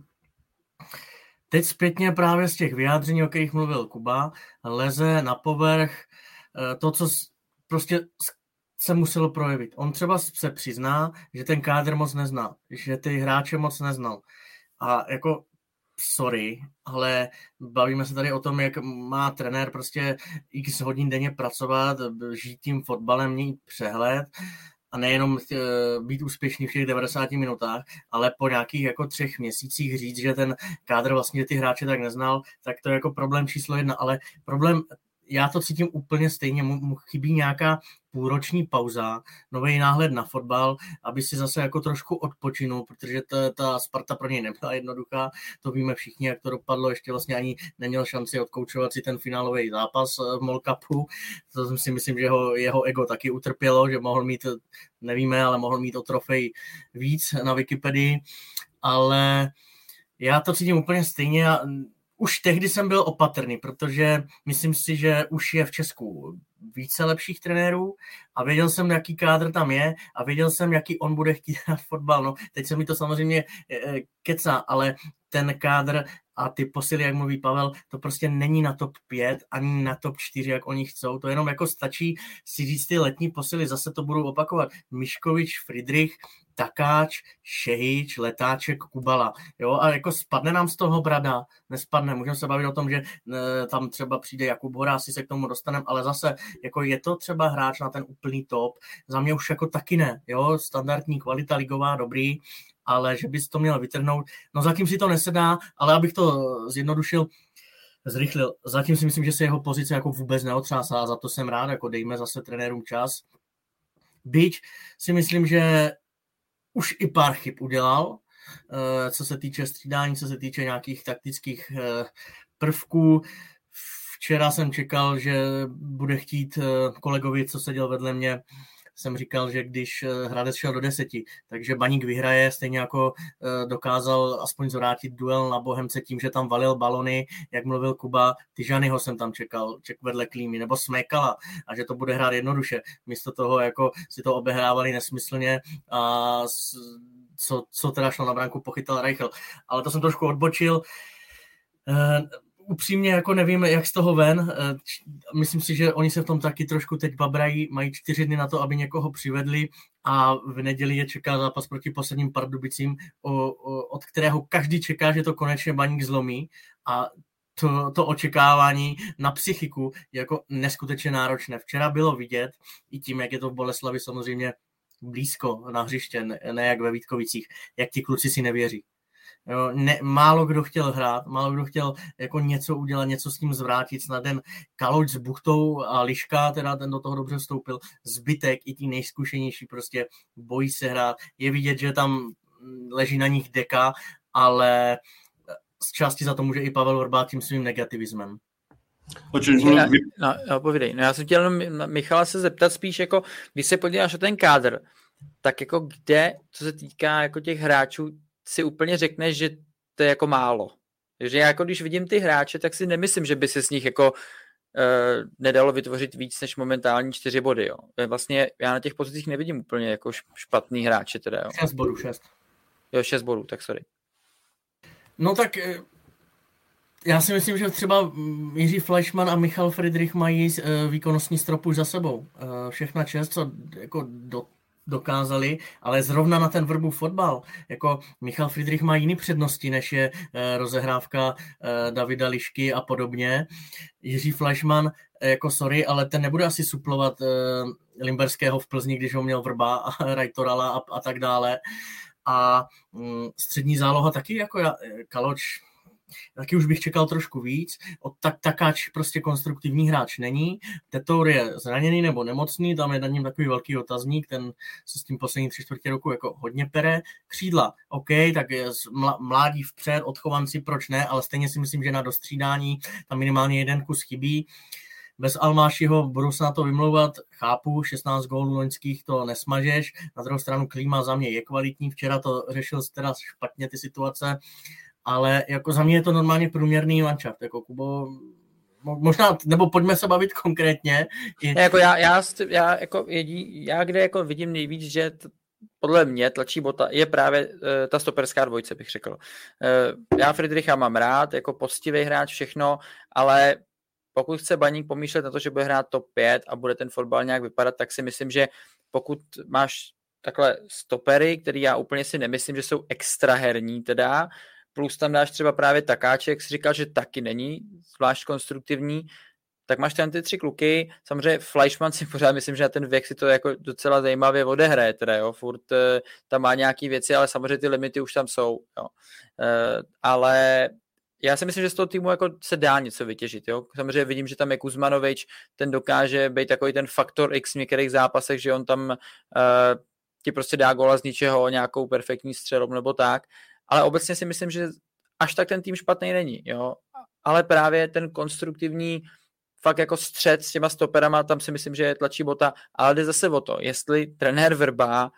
Teď zpětně právě z těch vyjádření, o kterých mluvil Kuba, leze na povrch to, co prostě se muselo projevit. On třeba se přizná, že ten kádr moc nezná, že ty hráče moc neznal. A jako sorry, ale bavíme se tady o tom, jak má trenér prostě x hodin denně pracovat, žít tím fotbalem, mít přehled a nejenom být úspěšný v těch devadesáti minutách, ale po nějakých jako třech měsících říct, že ten kádr vlastně ty hráče tak neznal, tak to je jako problém číslo jedna, ale problém, já to cítím úplně stejně, mu chybí nějaká půlroční pauza, nový náhled na fotbal, aby si zase jako trošku odpočinul, protože ta, ta Sparta pro něj nebyla jednoduchá, to víme všichni, jak to dopadlo, ještě vlastně ani neměl šanci odkoučovat si ten finálový zápas v Mall Cupu, to si myslím, že jeho, jeho ego taky utrpělo, že mohl mít, nevíme, ale mohl mít o trofej víc na Wikipedii, ale já to cítím úplně stejně a už tehdy jsem byl opatrný, protože myslím si, že už je v Česku více lepších trenérů a věděl jsem, jaký kádr tam je a věděl jsem, jaký on bude chtít hrát fotbal. No, teď se mi to samozřejmě kecá, ale ten kádr a ty posily, jak mluví Pavel, to prostě není na top pět, ani na top čtyři, jak oni chcou. To jenom jako stačí si říct ty letní posily, zase to budou opakovat. Miškovič, Friedrich, Takáč, Šehič, Letáček, Kubala. Jo, a jako spadne nám z toho Brada, nespadne. Můžeme se bavit o tom, že e, tam třeba přijde Jakub Hora, asi se k tomu dostaneme, ale zase jako je to třeba hráč na ten úplný top. Za mě už jako taky ne. Jo, standardní kvalita ligová, dobrý, ale že bys to měl vytrhnout. No zatím si to nesedá, ale abych to zjednodušil, zrychlil. Zatím si myslím, že se jeho pozice jako vůbec neotřásá a za to jsem rád, jako dejme zase trenérům čas. Byť si myslím, že už i pár chyb udělal, co se týče střídání, co se týče nějakých taktických prvků. Včera jsem čekal, že bude chtít kolegovi, co seděl vedle mě, jsem říkal, že když Hradec šel do deseti, takže Baník vyhraje, stejně jako dokázal aspoň zvrátit duel na Bohemce tím, že tam valil balony, jak mluvil Kuba, Tyžanyho jsem tam čekal, ček vedle Klímy, nebo Smekala, a že to bude hrát jednoduše. Místo toho jako si to obehrávali nesmyslně a co, co teda šlo na branku, pochytal Reichel. Ale to jsem trošku odbočil. Upřímně jako nevím, jak z toho ven. Myslím si, že oni se v tom taky trošku teď babrají. Mají čtyři dny na to, aby někoho přivedli a v neděli je čeká zápas proti posledním Pardubicím, o, o, od kterého každý čeká, že to konečně Baník zlomí a to, to očekávání na psychiku je jako neskutečně náročné. Včera bylo vidět i tím, jak je to v Boleslavi samozřejmě blízko na hřiště, ne, ne jak ve Vítkovicích, jak ti kluci si nevěří. Jo, ne, málo kdo chtěl hrát, málo kdo chtěl jako něco udělat, něco s tím zvrátit, snad ten Kaloč s Buchtou a Liška, teda ten do toho dobře vstoupil, zbytek i ti nejzkušenější prostě bojí se hrát, je vidět, že tam leží na nich deka, ale z části za to může i Pavel Vrba tím svým negativismem. Já, no, no, povídej. No, já jsem chtěl jenom Michala se zeptat spíš, jako, když se podíváš na ten kádr, tak jako kde, co se týká jako těch hráčů, si úplně řekneš, že to je jako málo. Takže já jako když vidím ty hráče, tak si nemyslím, že by se z nich jako uh, nedalo vytvořit víc než momentální čtyři body. Jo. Vlastně já na těch pozicích nevidím úplně jako špatný hráče. Teda, jo. Šest bodů, šest. Jo, šest bodů, tak sorry. No tak já si myslím, že třeba Jiří Fleischmann a Michal Friedrich mají výkonnostní strop už za sebou. Všechna čest, co jako do dokázali, ale zrovna na ten Vrbův fotbal. Jako Michal Friedrich má jiný přednosti, než je e, rozehrávka e, Davida Lišky a podobně. Jiří Fleischmann, e, jako sorry, ale ten nebude asi suplovat e, Limberského v Plzni, když ho měl Vrba a Rajtorala a, a tak dále. A m, střední záloha taky, jako já, Kaloč, taky už bych čekal trošku víc. Od tak, Takáč prostě konstruktivní hráč není. Tetour je zraněný nebo nemocný, tam je na něm takový velký otazník, ten se s tím poslední tři čtvrtě roku jako hodně pere. Křídla, OK, tak je mládí vpřed, odchovanci, proč ne, ale stejně si myslím, že na dostřídání tam minimálně jeden kus chybí. Bez Almášiho budu se na to vymlouvat, chápu, šestnáct gólů loňských to nesmažeš, na druhou stranu Klíma za mě je kvalitní, včera to řešil teda špatně ty situace, ale jako za mě je to normálně průměrný manšaft, jako Kubo, možná, nebo pojďme se bavit konkrétně. Ne, jako já, já, já, jako jedí, já kde jako vidím nejvíc, že t, podle mě tlačí bota je právě uh, ta stoperská dvojce, bych řekl. Uh, já Friedricha mám rád, jako poctivý hráč, všechno, ale pokud chce Baník pomýšlet na to, že bude hrát top pět a bude ten fotbal nějak vypadat, tak si myslím, že pokud máš takhle stopery, který já úplně si nemyslím, že jsou extraherní teda, plus tam dáš třeba právě Takáček, si říkal, že taky není zvlášť konstruktivní, tak máš tam ty tři kluky, samozřejmě Fleischmann si pořád myslím, že na ten věk si to jako docela zajímavě odehraje, teda jo, furt uh, tam má nějaký věci, ale samozřejmě ty limity už tam jsou, jo. Uh, ale já si myslím, že z toho týmu jako se dá něco vytěžit. Jo? Samozřejmě vidím, že tam je Kuzmanovič, ten dokáže být takový ten faktor X v některých zápasech, že on tam uh, ti prostě dá góla z ničeho, nějakou perfektní střelu nebo tak, ale obecně si myslím, že až tak ten tým špatný není. Jo? Ale právě ten konstruktivní fakt jako střed s těma stoperama, tam si myslím, že je tlačí Bota, ale jde zase o to, jestli trenér Vrba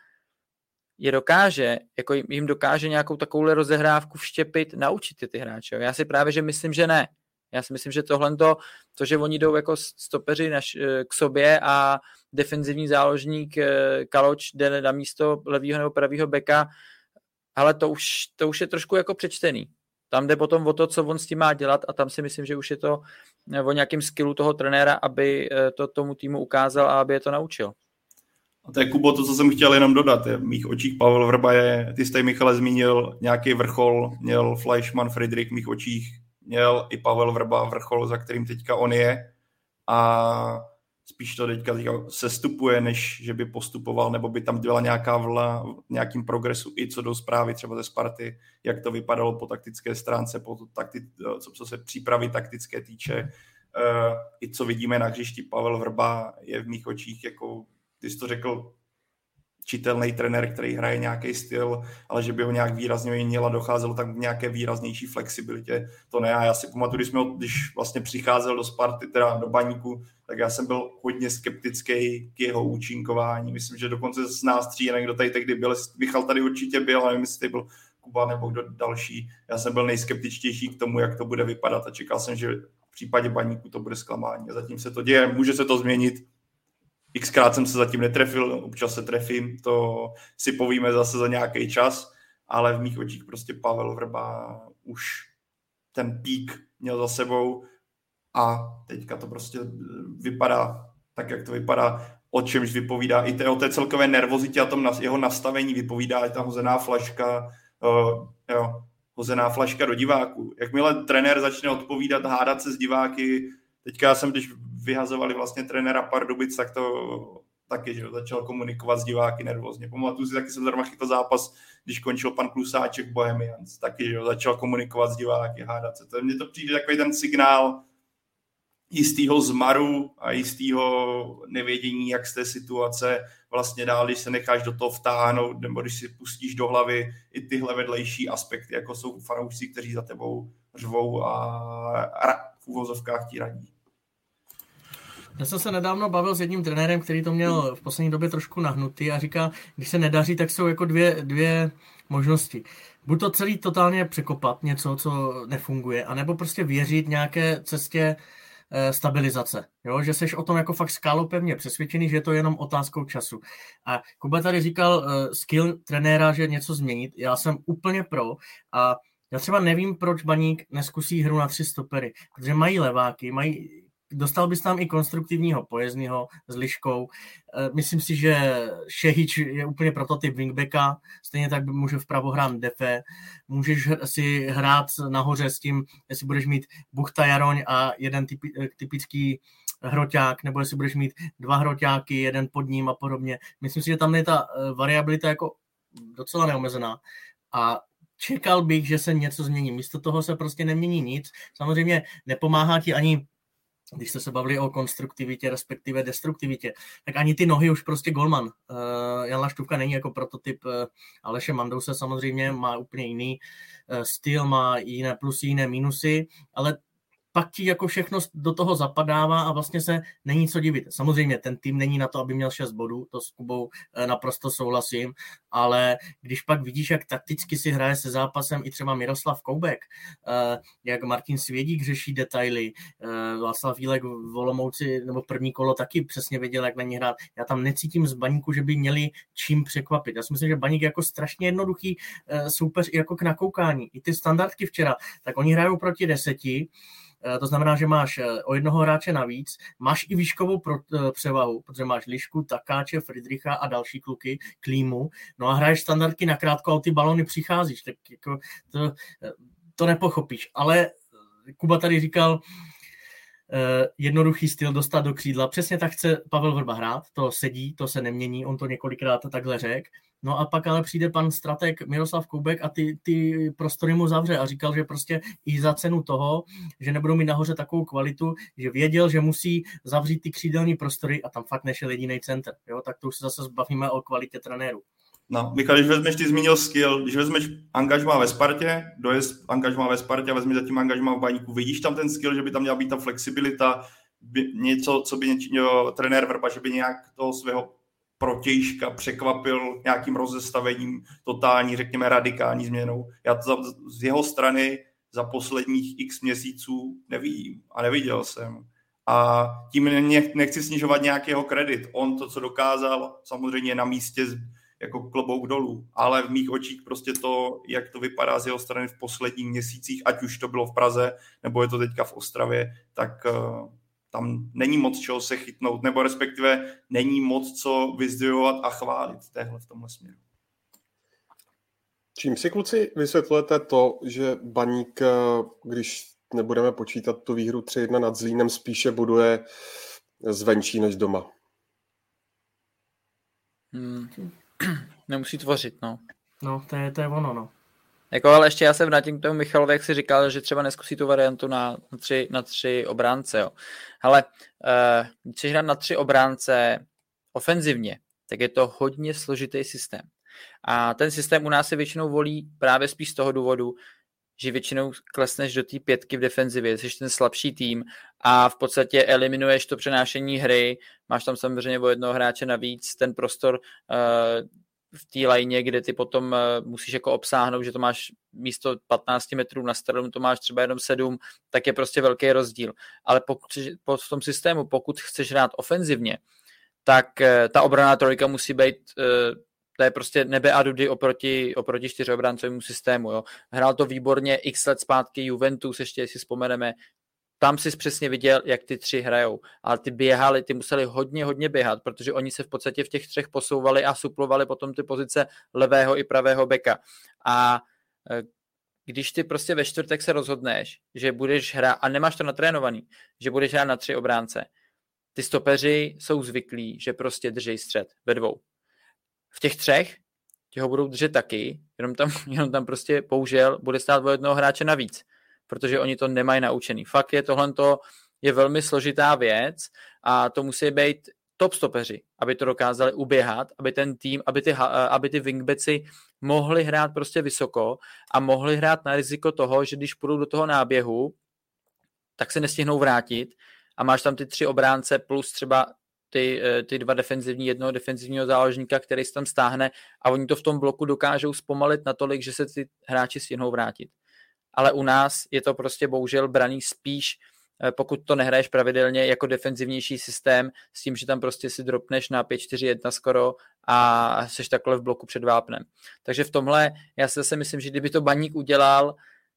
je dokáže, jako jim dokáže nějakou takovou rozehrávku vštěpit, naučit ty, ty hráče. Já si právě, že myslím, že ne. Já si myslím, že tohle to, že oni jdou jako stopeři naš, k sobě a defenzivní záložník Kaloč jde na místo levýho nebo pravýho beka, ale to už, to už je trošku jako přečtený. Tam jde potom o to, co on s tím má dělat a tam si myslím, že už je to o nějakém skillu toho trenéra, aby to tomu týmu ukázal a aby je to naučil. A to je, Kubo, to, co jsem chtěl jenom dodat. Je, v mých očích Pavel Vrba je, ty jste, Michale, zmínil nějaký vrchol, měl Fleischmann, Friedrich v mých očích, měl i Pavel Vrba vrchol, za kterým teďka on je a spíš to teďka, teďka sestupuje, než že by postupoval, nebo by tam byla nějaká vlna v nějakým progresu, i co do zprávy třeba ze Sparty, jak to vypadalo po taktické stránce, po takti, co, co se přípravy taktické týče, uh, i co vidíme na hřišti. Pavel Vrba je v mých očích jako, ty jsi to řekl, čitelný trenér, který hraje nějaký styl, ale že by ho nějak výrazně měl a docházelo tak k nějaké výraznější flexibilitě, to ne. A já si pamatuju, když, jsme, když vlastně přicházel do Sparty, teda do Baníku, tak já jsem byl hodně skeptický k jeho účinkování. Myslím, že dokonce z nás tří, někdo tady tehdy byl, Michal tady určitě byl, ale nevím, jestli byl Kuba nebo kdo další. Já jsem byl nejskeptičtější k tomu, jak to bude vypadat a čekal jsem, že v případě Baníku to bude zklamání. A zatím se to děje, může se to změnit. Xkrát jsem se zatím netrefil, občas se trefím, to si povíme zase za nějaký čas, ale v mých očích prostě Pavel Vrba už ten pík měl za sebou a teďka to prostě vypadá tak, jak to vypadá, o čemž vypovídá i té, o té celkové nervozitě a tom na, jeho nastavení vypovídá i ta hozená flaška, uh, jo, hozená flaška do diváků. Jakmile trenér začne odpovídat, hádat se s diváky, teďka jsem, když vyhazovali vlastně trenéra Pardubic, tak to taky, že začal komunikovat s diváky nervózně. Pamatuju si, taky jsem zrovna chytil zápas, když končil pan Klusáček Bohemians, taky, že začal komunikovat s diváky, hádat se. To, mně to přijde takový ten signál jistýho zmaru a jistýho nevědění, jak z té situace vlastně dál, když se necháš do toho vtáhnout, nebo když si pustíš do hlavy i tyhle vedlejší aspekty, jako jsou fanoušci, kteří za tebou řvou a v uvozovkách ti radí. Já jsem se nedávno bavil s jedním trenérem, který to měl v poslední době trošku nahnutý a říká, když se nedaří, tak jsou jako dvě, dvě možnosti. Buď to celý totálně překopat, něco, co nefunguje, anebo prostě věřit nějaké cestě e, stabilizace. Jo? Že seš o tom jako fakt skálopevně přesvědčený, že je to jenom otázkou času. A Kuba tady říkal e, skill trenéra, že něco změnit. Já jsem úplně pro a já třeba nevím, proč Baník neskusí hru na tři stopery, protože mají leváky, mají dostal bys tam i konstruktivního Pojezdného s Liškou. Myslím si, že Šehič je úplně prototyp wingbacka, stejně tak může vpravo hrát Defe. Můžeš si hrát nahoře s tím, jestli budeš mít Buchta Jaroň a jeden typi, typický hroťák, nebo jestli budeš mít dva hroťáky, jeden pod ním a podobně. Myslím si, že tam je ta variabilita jako docela neomezená. A čekal bych, že se něco změní. Místo toho se prostě nemění nic. Samozřejmě nepomáhá ti ani, když jste se bavili o konstruktivitě, respektive destruktivitě, tak ani ty nohy už prostě golman. Uh, Jan Laštůvka není jako prototyp uh, Aleše Mandouse, samozřejmě má úplně jiný uh, styl, má jiné plusy, jiné minusy, ale pak ti jako všechno do toho zapadává a vlastně se není co divit. Samozřejmě ten tým není na to, aby měl šest bodů, to s Kubou naprosto souhlasím, ale když pak vidíš, jak takticky si hraje se zápasem i třeba Miroslav Koubek, jak Martin Svědík řeší detaily, Václav Vílek v Olomouci nebo v první kolo taky přesně věděl, jak na ní hrát. Já tam necítím z Baníku, že by měli čím překvapit. Já si myslím, že Baník je jako strašně jednoduchý soupeř i jako k nakoukání. I ty standardky včera, tak oni hrajou proti deseti, to znamená, že máš o jednoho hráče navíc, máš i výškovou převahu, protože máš Lišku, Takáče, Friedricha a další kluky, Klímu, no a hraješ standardky nakrátko a ty balony přicházíš, tak jako to, to nepochopíš. Ale Kuba tady říkal, jednoduchý styl dostat do křídla. Přesně tak chce Pavel Vrba hrát, to sedí, to se nemění, on to několikrát takhle řekl. No a pak ale přijde pan strateg Miroslav Koubek a ty, ty prostory mu zavře a říkal, že prostě i za cenu toho, že nebudou mít nahoře takovou kvalitu, že věděl, že musí zavřít ty křídelní prostory a tam fakt nešel jediný center. Jo? Tak to už se zase zbavíme o kvalitě trenéru. No, Michal, když vezmeš, ty zmínil skill, když vezmeš angažmá ve Spartě, dojezd angažmá ve Spartě a vezmi zatím angažmá v Baníku, vidíš tam ten skill, že by tam měla být ta flexibilita, by, něco, co by něč, jo, trenér Vrba, že by nějak toho svého protějška překvapil nějakým rozestavením, totální, řekněme, radikální změnou. Já to z jeho strany za posledních x měsíců nevidím a neviděl jsem. A tím nechci snižovat nějakého kredit. On to, co dokázal, samozřejmě je na místě jako klobouk dolů, ale v mých očích prostě to, jak to vypadá z jeho strany v posledních měsících, ať už to bylo v Praze, nebo je to teďka v Ostravě, tak uh, tam není moc čeho se chytnout, nebo respektive není moc co vyzdvihovat a chválit téhle v tomhle směru. Čím si, kluci, vysvětlujete to, že Baník, když nebudeme počítat tu výhru tři jedna nad Zlínem, spíše buduje zvenčí než doma? Hmm. Nemusí tvořit, no. No, to je, to je ono, no. Jako, ale ještě já se vrátím k tomu Michalovi, jak si říkal, že třeba neskusí tu variantu na, na, tři, na tři obránce, jo. Ale uh, když hrát na tři obránce ofenzivně, tak je to hodně složitý systém. A ten systém u nás se většinou volí právě spíš z toho důvodu, že většinou klesneš do té pětky v defenzivě, jsi ten slabší tým a v podstatě eliminuješ to přenášení hry, máš tam samozřejmě o jednoho hráče navíc, ten prostor uh, v té lajně, kde ty potom uh, musíš jako obsáhnout, že to máš místo patnáct metrů na stranu, to máš třeba jenom sedm, tak je prostě velký rozdíl. Ale pokud v tom systému, pokud chceš hrát ofenzivně, tak uh, ta obranná trojka musí být uh, to je prostě nebe a dudy oproti, oproti čtyřobrancovému systému. Jo. Hrál to výborně x let zpátky Juventus, ještě si vzpomeneme. Tam si přesně viděl, jak ty tři hrajou. Ale ty běhali, ty museli hodně, hodně běhat, protože oni se v podstatě v těch třech posouvali a suplovali potom ty pozice levého i pravého beka. A když ty prostě ve čtvrtek se rozhodneš, že budeš hrát, a nemáš to natrénovaný, že budeš hrát na tři obránce, ty stopeři jsou zvyklí, že prostě držej střed ve dvou. V těch třech tě ho budou držet taky, jenom tam, jenom tam prostě použil, bude stát o jednoho hráče navíc, protože oni to nemají naučený. Fakt je tohle je velmi složitá věc a to musí být top stopeři, aby to dokázali uběhat, aby ten tým, aby ty, aby ty wingbacki mohli hrát prostě vysoko a mohli hrát na riziko toho, že když půjdou do toho náběhu, tak se nestihnou vrátit a máš tam ty tři obránce plus třeba Ty, ty dva defenzivní, jednoho defenzivního záložníka, který se tam stáhne a oni to v tom bloku dokážou zpomalit natolik, že se ty hráči stihnou vrátit. Ale u nás je to prostě bohužel braný spíš, pokud to nehraješ pravidelně, jako defenzivnější systém s tím, že tam prostě si dropneš na pět čtyři jedna skoro a seš takhle v bloku před vápnem. Takže v tomhle já si zase myslím, že kdyby to Baník udělal,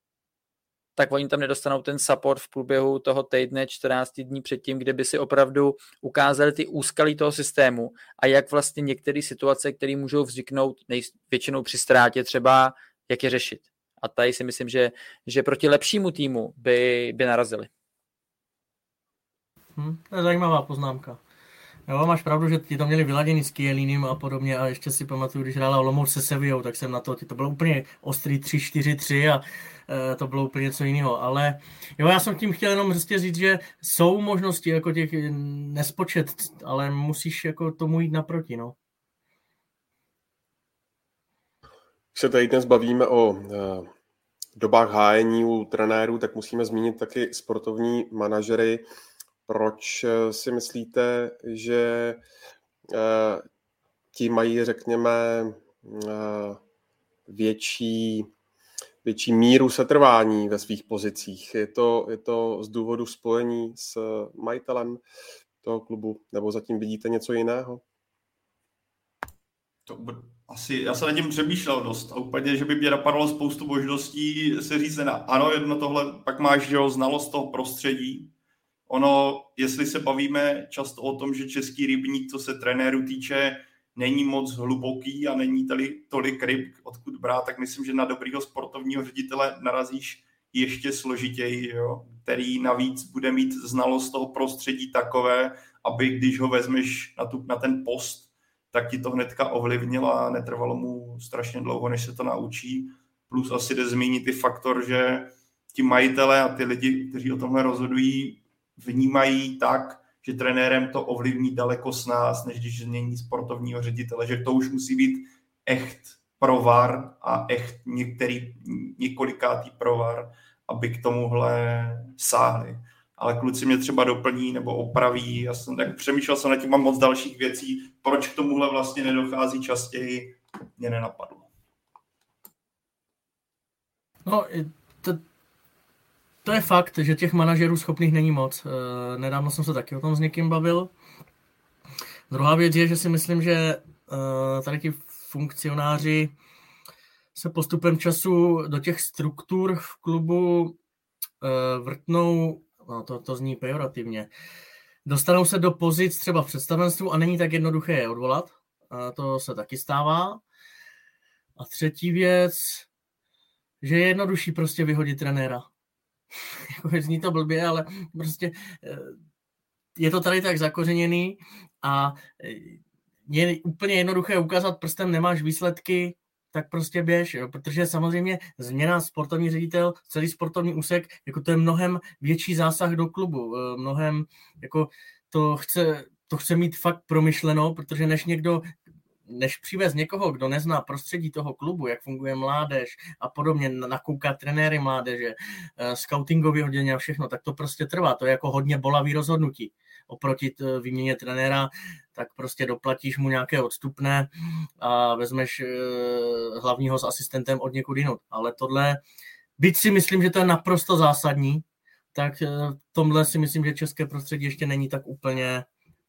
tak oni tam nedostanou ten support v průběhu toho týdne čtrnáct dní předtím, kde by si opravdu ukázali ty úskalí toho systému a jak vlastně některé situace, které můžou vzniknout nej- většinou při ztrátě třeba, jak je řešit. A tady si myslím, že, že proti lepšímu týmu by, by narazili. Hmm, to je zajímavá poznámka. Jo, máš pravdu, že ti to měli vyladěný s Kielínem a podobně a ještě si pamatuju, když hrála Olomouc se Sevillou, tak jsem na to, to bylo úplně ostrý tři čtyři tři a e, to bylo úplně něco jiného, ale jo, já jsem tím chtěl jenom prostě říct, že jsou možnosti jako těch nespočet, ale musíš jako tomu jít naproti, no. Když se tady dnes bavíme o e, dobách hájení u trenérů, tak musíme zmínit taky sportovní manažery. Proč si myslíte, že uh, ti mají, řekněme, uh, větší, větší míru setrvání ve svých pozicích? Je to, je to z důvodu spojení s majitelem toho klubu, nebo zatím vidíte něco jiného? To asi, já se nad tím přemýšlel dost a úplně, že by mě napadlo spoustu možností se říct na ano, jedno tohle, pak máš jo, znalost toho prostředí. Ono, jestli se bavíme často o tom, že český rybník, co se trenéru týče, není moc hluboký a není tady tolik ryb, odkud brát, tak myslím, že na dobrýho sportovního ředitele narazíš ještě složitěji, jo? Který navíc bude mít znalost toho prostředí takové, aby když ho vezmeš na, tu, na ten post, tak ti to hnedka ovlivnilo a netrvalo mu strašně dlouho, než se to naučí. Plus asi jde zmínit i faktor, že ti majitelé a ty lidi, kteří o tomhle rozhodují, vnímají tak, že trenérem to ovlivní daleko s nás, než když změní sportovního ředitele, že to už musí být echt provar a echt některý, několikátý provar, aby k tomuhle sáhli. Ale kluci mě třeba doplní nebo opraví. Já jsem tak přemýšlel jsem na tím, mám moc dalších věcí, proč k tomuhle vlastně nedochází častěji, mě nenapadlo. No, to, to je fakt, že těch manažerů schopných není moc. Nedávno jsem se taky o tom s někým bavil. Druhá věc je, že si myslím, že tady ti funkcionáři se postupem času do těch struktur v klubu vrtnou, no to, to zní pejorativně, dostanou se do pozic třeba v představenstvu a není tak jednoduché je odvolat. A to se taky stává. A třetí věc, že je jednodušší prostě vyhodit trenéra. Zní to blbě, ale prostě je to tady tak zakořeněný a je úplně jednoduché ukázat prstem, nemáš výsledky, tak prostě běž, jo, protože samozřejmě změna sportovní ředitel, celý sportovní úsek, jako to je mnohem větší zásah do klubu, mnohem, jako to chce, to chce mít fakt promyšleno, protože než někdo, než přivez někoho, kdo nezná prostředí toho klubu, jak funguje mládež a podobně, nakoukat trenéry mládeže, scoutingový oddělení a všechno, tak to prostě trvá, to je jako hodně bolavý rozhodnutí. Oproti výměně trenéra, tak prostě doplatíš mu nějaké odstupné a vezmeš hlavního s asistentem od někud jinut. Ale tohle, byť si myslím, že to je naprosto zásadní, tak tomhle si myslím, že české prostředí ještě není tak úplně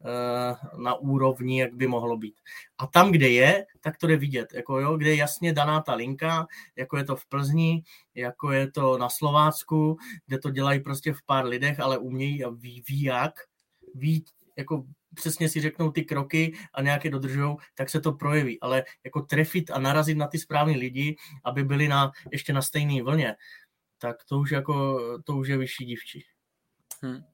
na úrovni, jak by mohlo být. A tam, kde je, tak to jde vidět. Jako jo, kde je jasně daná ta linka, jako je to v Plzni, jako je to na Slovácku, kde to dělají prostě v pár lidech, ale umějí a ví, ví jak, ví, jako přesně si řeknou ty kroky a nějaké dodržou, tak se to projeví. Ale jako trefit a narazit na ty správný lidi, aby byli na, ještě na stejné vlně, tak to už, jako, to už je vyšší dívčí. Hmm.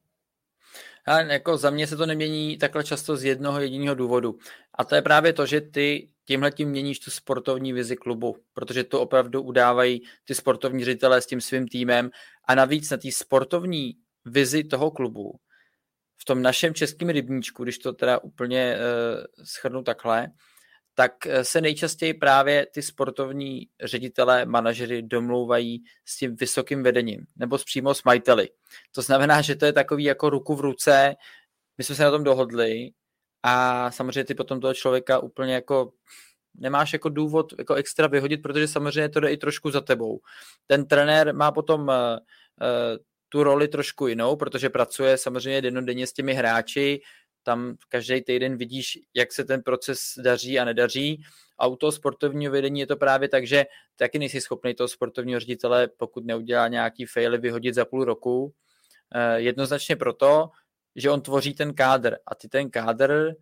A jako za mě se to nemění takhle často z jednoho jediného důvodu. A to je právě to, že ty tímhletím měníš tu sportovní vizi klubu, protože to opravdu udávají ty sportovní ředitelé s tím svým týmem a navíc na té sportovní vizi toho klubu v tom našem českém rybníčku, když to teda úplně uh, shrnu takhle, tak se nejčastěji právě ty sportovní ředitelé, manažeři domlouvají s tím vysokým vedením nebo přímo s majiteli. To znamená, že to je takový jako ruku v ruce, my jsme se na tom dohodli a samozřejmě ty potom toho člověka úplně jako nemáš jako důvod jako extra vyhodit, protože samozřejmě to jde i trošku za tebou. Ten trenér má potom uh, uh, tu roli trošku jinou, protože pracuje samozřejmě dennodenně s těmi hráči, tam každý týden vidíš, jak se ten proces daří a nedaří. A u toho sportovního vedení je to právě tak, že taky nejsi schopný toho sportovního ředitele, pokud neudělá nějaký faily, vyhodit za půl roku. Eh, jednoznačně proto, že on tvoří ten kádr a ty ten kádr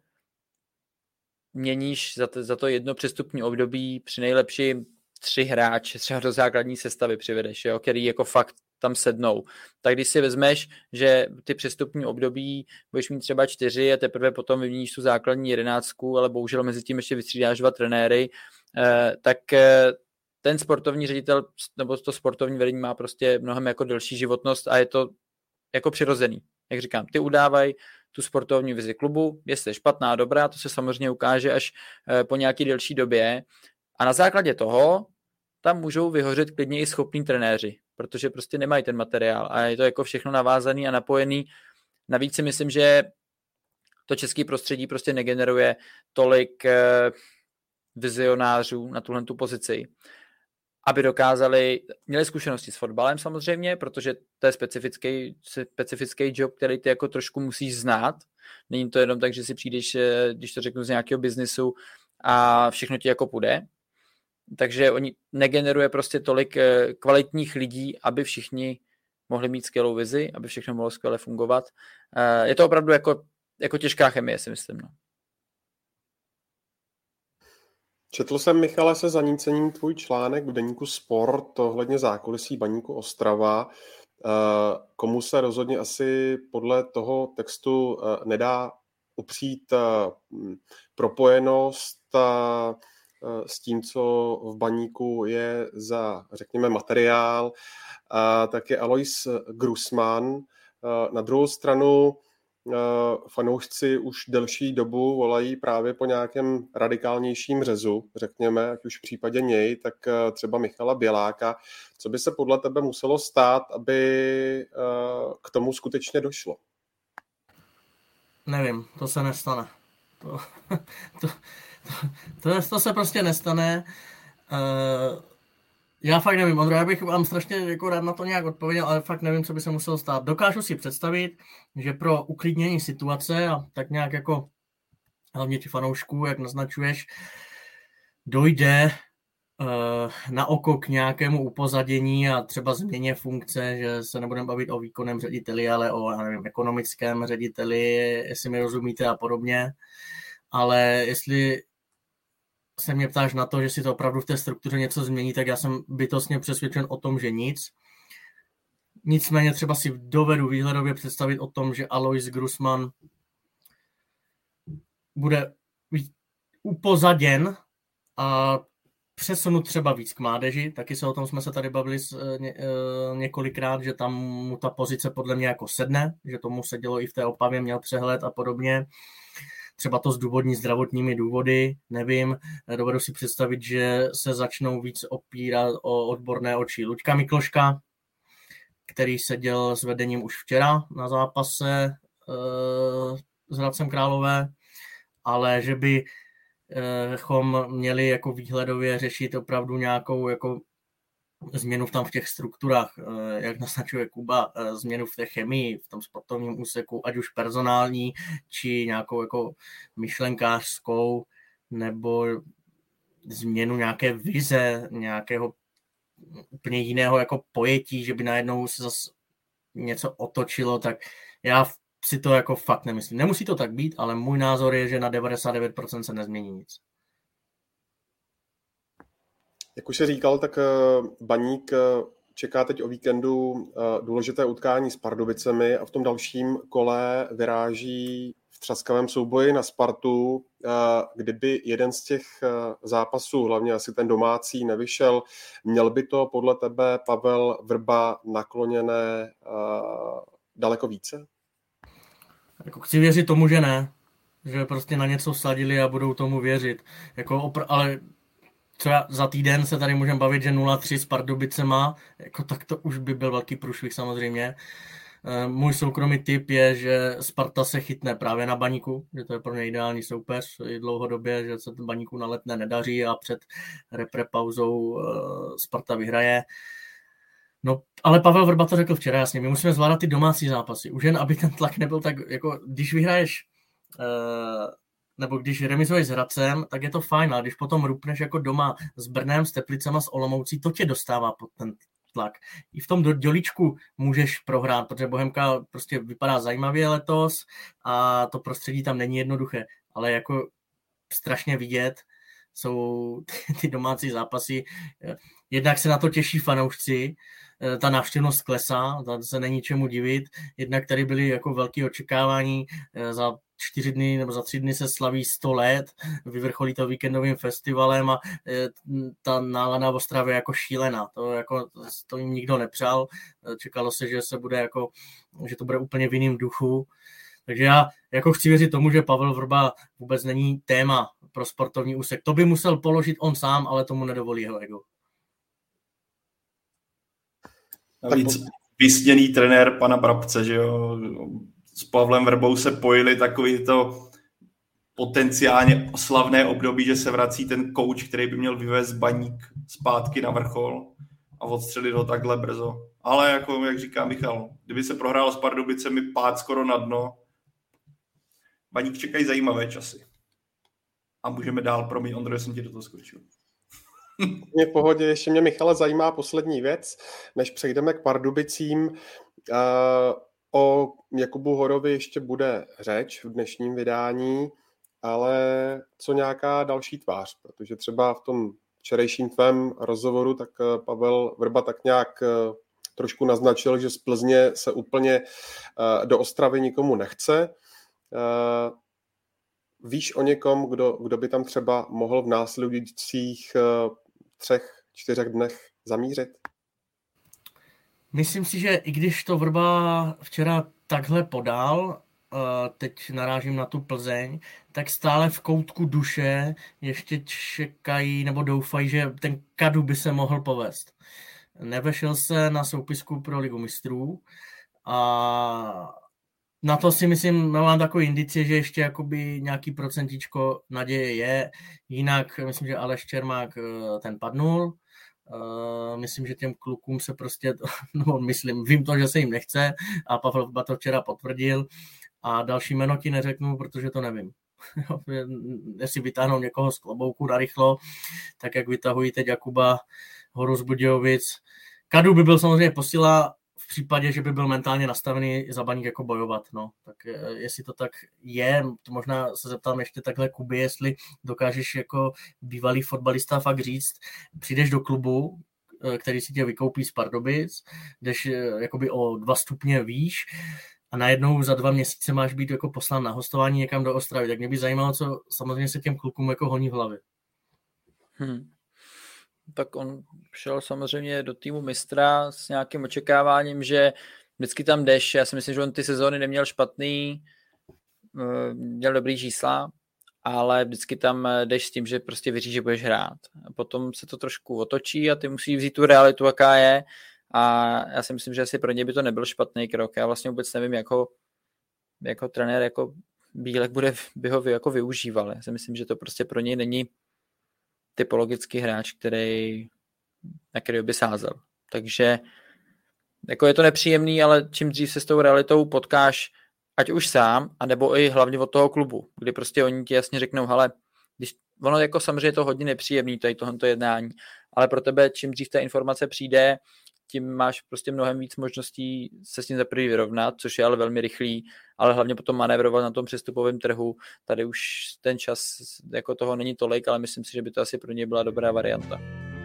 měníš za to, za to jedno přestupní období při nejlepším tři hráče, třeba do základní sestavy přivedeš, jo, který jako fakt tam sednou. Tak když si vezmeš, že ty přestupní období budeš mít třeba čtyři a teprve potom vyměníš tu základní jedenáctku, ale bohužel mezi tím ještě vystřídáš dva trenéry, eh, tak eh, ten sportovní ředitel nebo to sportovní vedení má prostě mnohem jako delší životnost a je to jako přirozený. Jak říkám, ty udávají tu sportovní vizi klubu, jestli je špatná, dobrá, to se samozřejmě ukáže až eh, po nějaký delší době a na základě toho tam můžou vyhořet klidně i schopní trenéři, protože prostě nemají ten materiál a je to jako všechno navázaný a napojený. Navíc si myslím, že to české prostředí prostě negeneruje tolik eh, vizionářů na tuhle tu pozici, aby dokázali, měli zkušenosti s fotbalem samozřejmě, protože to je specifický, specifický job, který ty jako trošku musíš znát. Není to jenom tak, že si přijdeš, když to řeknu, z nějakého biznisu a všechno ti jako půjde. Takže oni negeneruje prostě tolik kvalitních lidí, aby všichni mohli mít skvělou vizi, aby všechno mohlo skvěle fungovat. Je to opravdu jako, jako těžká chemie, si myslím. No. Četl jsem, Michale, se zanícením tvůj článek v deníku Sport ohledně zákulisí Baníku Ostrava. Komu se rozhodně asi podle toho textu nedá upřít propojenost s tím, co v Baníku je za, řekněme, materiál, tak je Alois Grusman. Na druhou stranu fanoušci už delší dobu volají právě po nějakém radikálnějším řezu, řekněme, ať už v případě něj, tak třeba Michala Běláka. Co by se podle tebe muselo stát, aby k tomu skutečně došlo? Nevím, to se nestane. To, to, to, to, to se prostě nestane. Uh, já fakt nevím, Ondro, já bych vám strašně jako rád na to nějak odpověděl, ale fakt nevím, co by se muselo stát. Dokážu si představit, že pro uklidnění situace a tak nějak jako hlavně ti fanoušků, jak naznačuješ, dojde uh, na oko k nějakému upozadění a třeba změně funkce, že se nebudeme bavit o výkonném řediteli, ale o, já nevím, ekonomickém řediteli, jestli mi rozumíte a podobně. Ale jestli se mě ptáš na to, že si to opravdu v té struktuře něco změní, tak já jsem bytostně přesvědčen o tom, že nic. Nicméně třeba si dovedu výhledově představit o tom, že Alois Grusman bude upozaděn a přesunut třeba víc k mládeži. Taky se o tom jsme se tady bavili ně, několikrát, že tam mu ta pozice podle mě jako sedne, že tomu se dělo i v té Opavě, měl přehled a podobně. Třeba to zdůvodní zdravotními důvody, nevím. Dovedu si představit, že se začnou víc opírat o odborné oči Luďka Mikloška, který seděl s vedením už včera na zápase e, s Hradcem Králové, ale že bychom měli jako výhledově řešit opravdu nějakou jako změnu v tam v těch strukturách, jak naznačuje Kuba, změnu v té chemii, v tom sportovním úseku, ať už personální, či nějakou jako myšlenkářskou, nebo změnu nějaké vize, nějakého úplně jiného jako pojetí, že by najednou se zase něco otočilo, tak já si to jako fakt nemyslím. Nemusí to tak být, ale můj názor je, že na devadesát devět procent se nezmění nic. Jak už jsi říkal, tak Baník čeká teď o víkendu důležité utkání s Pardubicemi a v tom dalším kole vyráží v třaskavém souboji na Spartu. Kdyby jeden z těch zápasů, hlavně asi ten domácí, nevyšel, měl by to podle tebe, Pavel Vrba, nakloněné daleko více? Jako chci věřit tomu, že ne. Že prostě na něco vsadili a budou tomu věřit. Jako opr- ale co já, za týden se tady můžeme bavit, že nula tři s Pardubicema, jako tak to už by byl velký průšvih samozřejmě. Můj soukromý tip je, že Sparta se chytne právě na Baníku, že to je pro ně ideální soupeř i dlouhodobě, že se Baníku na Letné nedaří a před repre pauzou Sparta vyhraje. No, ale Pavel Vrba to řekl včera jasně, my musíme zvládat ty domácí zápasy, už jen aby ten tlak nebyl tak, jako když vyhraješ nebo když remizuješ s Hradcem, tak je to fajn, ale když potom rupneš jako doma s Brnem, s Teplicema, s Olomoucí, to tě dostává pod ten tlak. I v tom dělíčku můžeš prohrát, protože Bohemka prostě vypadá zajímavě letos a to prostředí tam není jednoduché, ale jako strašně vidět jsou ty domácí zápasy. Jednak se na to těší fanoušci, ta návštěvnost klesá, tam se není čemu divit, jednak tady byly jako velké očekávání, za čtyři dny nebo za tři dny se slaví sto let, vyvrcholí to víkendovým festivalem a ta nálada v Ostravě jako šílená. To, jako, to jim nikdo nepřál. Čekalo se, že se bude jako, že to bude úplně v jiném duchu. Takže já jako chci věřit tomu, že Pavel Vrba vůbec není téma pro sportovní úsek. To by musel položit on sám, ale tomu nedovolí jeho ego. Navíc vysněný trenér pana Brabce, že jo, s Pavlem Vrbou se pojili takový to potenciálně slavné období, že se vrací ten coach, který by měl vyvést Baník zpátky na vrchol a odstřelit ho takhle brzo. Ale jako, jak říká Michal, kdyby se prohrál s Pardubicemi pád skoro na dno, Baník čekají zajímavé časy. A můžeme dál, promiň, Ondro, jsem ti do toho skočil. Mě v pohodě, ještě mě, Michale, zajímá poslední věc, než přejdeme k Pardubicím. O Jakubu Horovi ještě bude řeč v dnešním vydání. ale co nějaká další tvář, protože třeba v tom včerejším tvém rozhovoru tak Pavel Vrba tak nějak trošku naznačil, že z Plzně se úplně do Ostravy nikomu nechce. Víš o někom, kdo, kdo by tam třeba mohl v následujících třech, čtyřech dnech zamířit? Myslím si, že i když to Vrba včera takhle podal, teď narážím na tu Plzeň, tak stále v koutku duše ještě čekají nebo doufají, že ten Kadu by se mohl povést. Nevešel se na soupisku pro Ligu mistrů a na to si myslím, mám takový indicie, že ještě jakoby nějaký procentičko naděje je. Jinak myslím, že Aleš Čermák ten padnul. Myslím, že těm klukům se prostě, no myslím, vím to, že se jim nechce a Pavel Vrba to včera potvrdil a další jméno ti neřeknu, protože to nevím. Jestli vytáhnou někoho z klobouku narychlo, tak jak vytahují teď Jakuba Horu z Budějovic. Kadu by byl samozřejmě posila v případě, že by byl mentálně nastavený za Baník jako bojovat. No. Tak jestli to tak je, to možná se zeptám ještě takhle Kuby, jestli dokážeš jako bývalý fotbalista fakt říct, přijdeš do klubu, který si tě vykoupí z Pardubic, jdeš jakoby o dva stupně výš a najednou za dva měsíce máš být jako poslán na hostování někam do Ostravy. Tak mě by zajímalo, co samozřejmě se těm klukům jako honí v hlavě. Hmm. Tak on šel samozřejmě do týmu mistra s nějakým očekáváním, že vždycky tam jdeš. Já si myslím, že on ty sezóny neměl špatný, měl dobrý čísla, ale vždycky tam jdeš s tím, že prostě věříš, že budeš hrát. A potom se to trošku otočí a ty musíš vzít tu realitu, jaká je. A já si myslím, že asi pro ně by to nebyl špatný krok. Já vlastně vůbec nevím, jak ho, jak ho trenér jako Bílek bude, by ho jako využíval. Já si myslím, že to prostě pro něj není typologický hráč, který, na který by sázel. Takže jako je to nepříjemný, ale čím dřív se s tou realitou potkáš, ať už sám, anebo i hlavně od toho klubu, kdy prostě oni ti jasně řeknou, hele, když, ono jako samozřejmě je to hodně nepříjemný, tady tohoto jednání, ale pro tebe čím dřív ta informace přijde, tím máš prostě mnohem víc možností se s tím za prvý vyrovnat, což je ale velmi rychlý, ale hlavně potom manévrovat na tom přestupovém trhu. Tady už ten čas jako toho není tolik, ale myslím si, že by to asi pro ně byla dobrá varianta.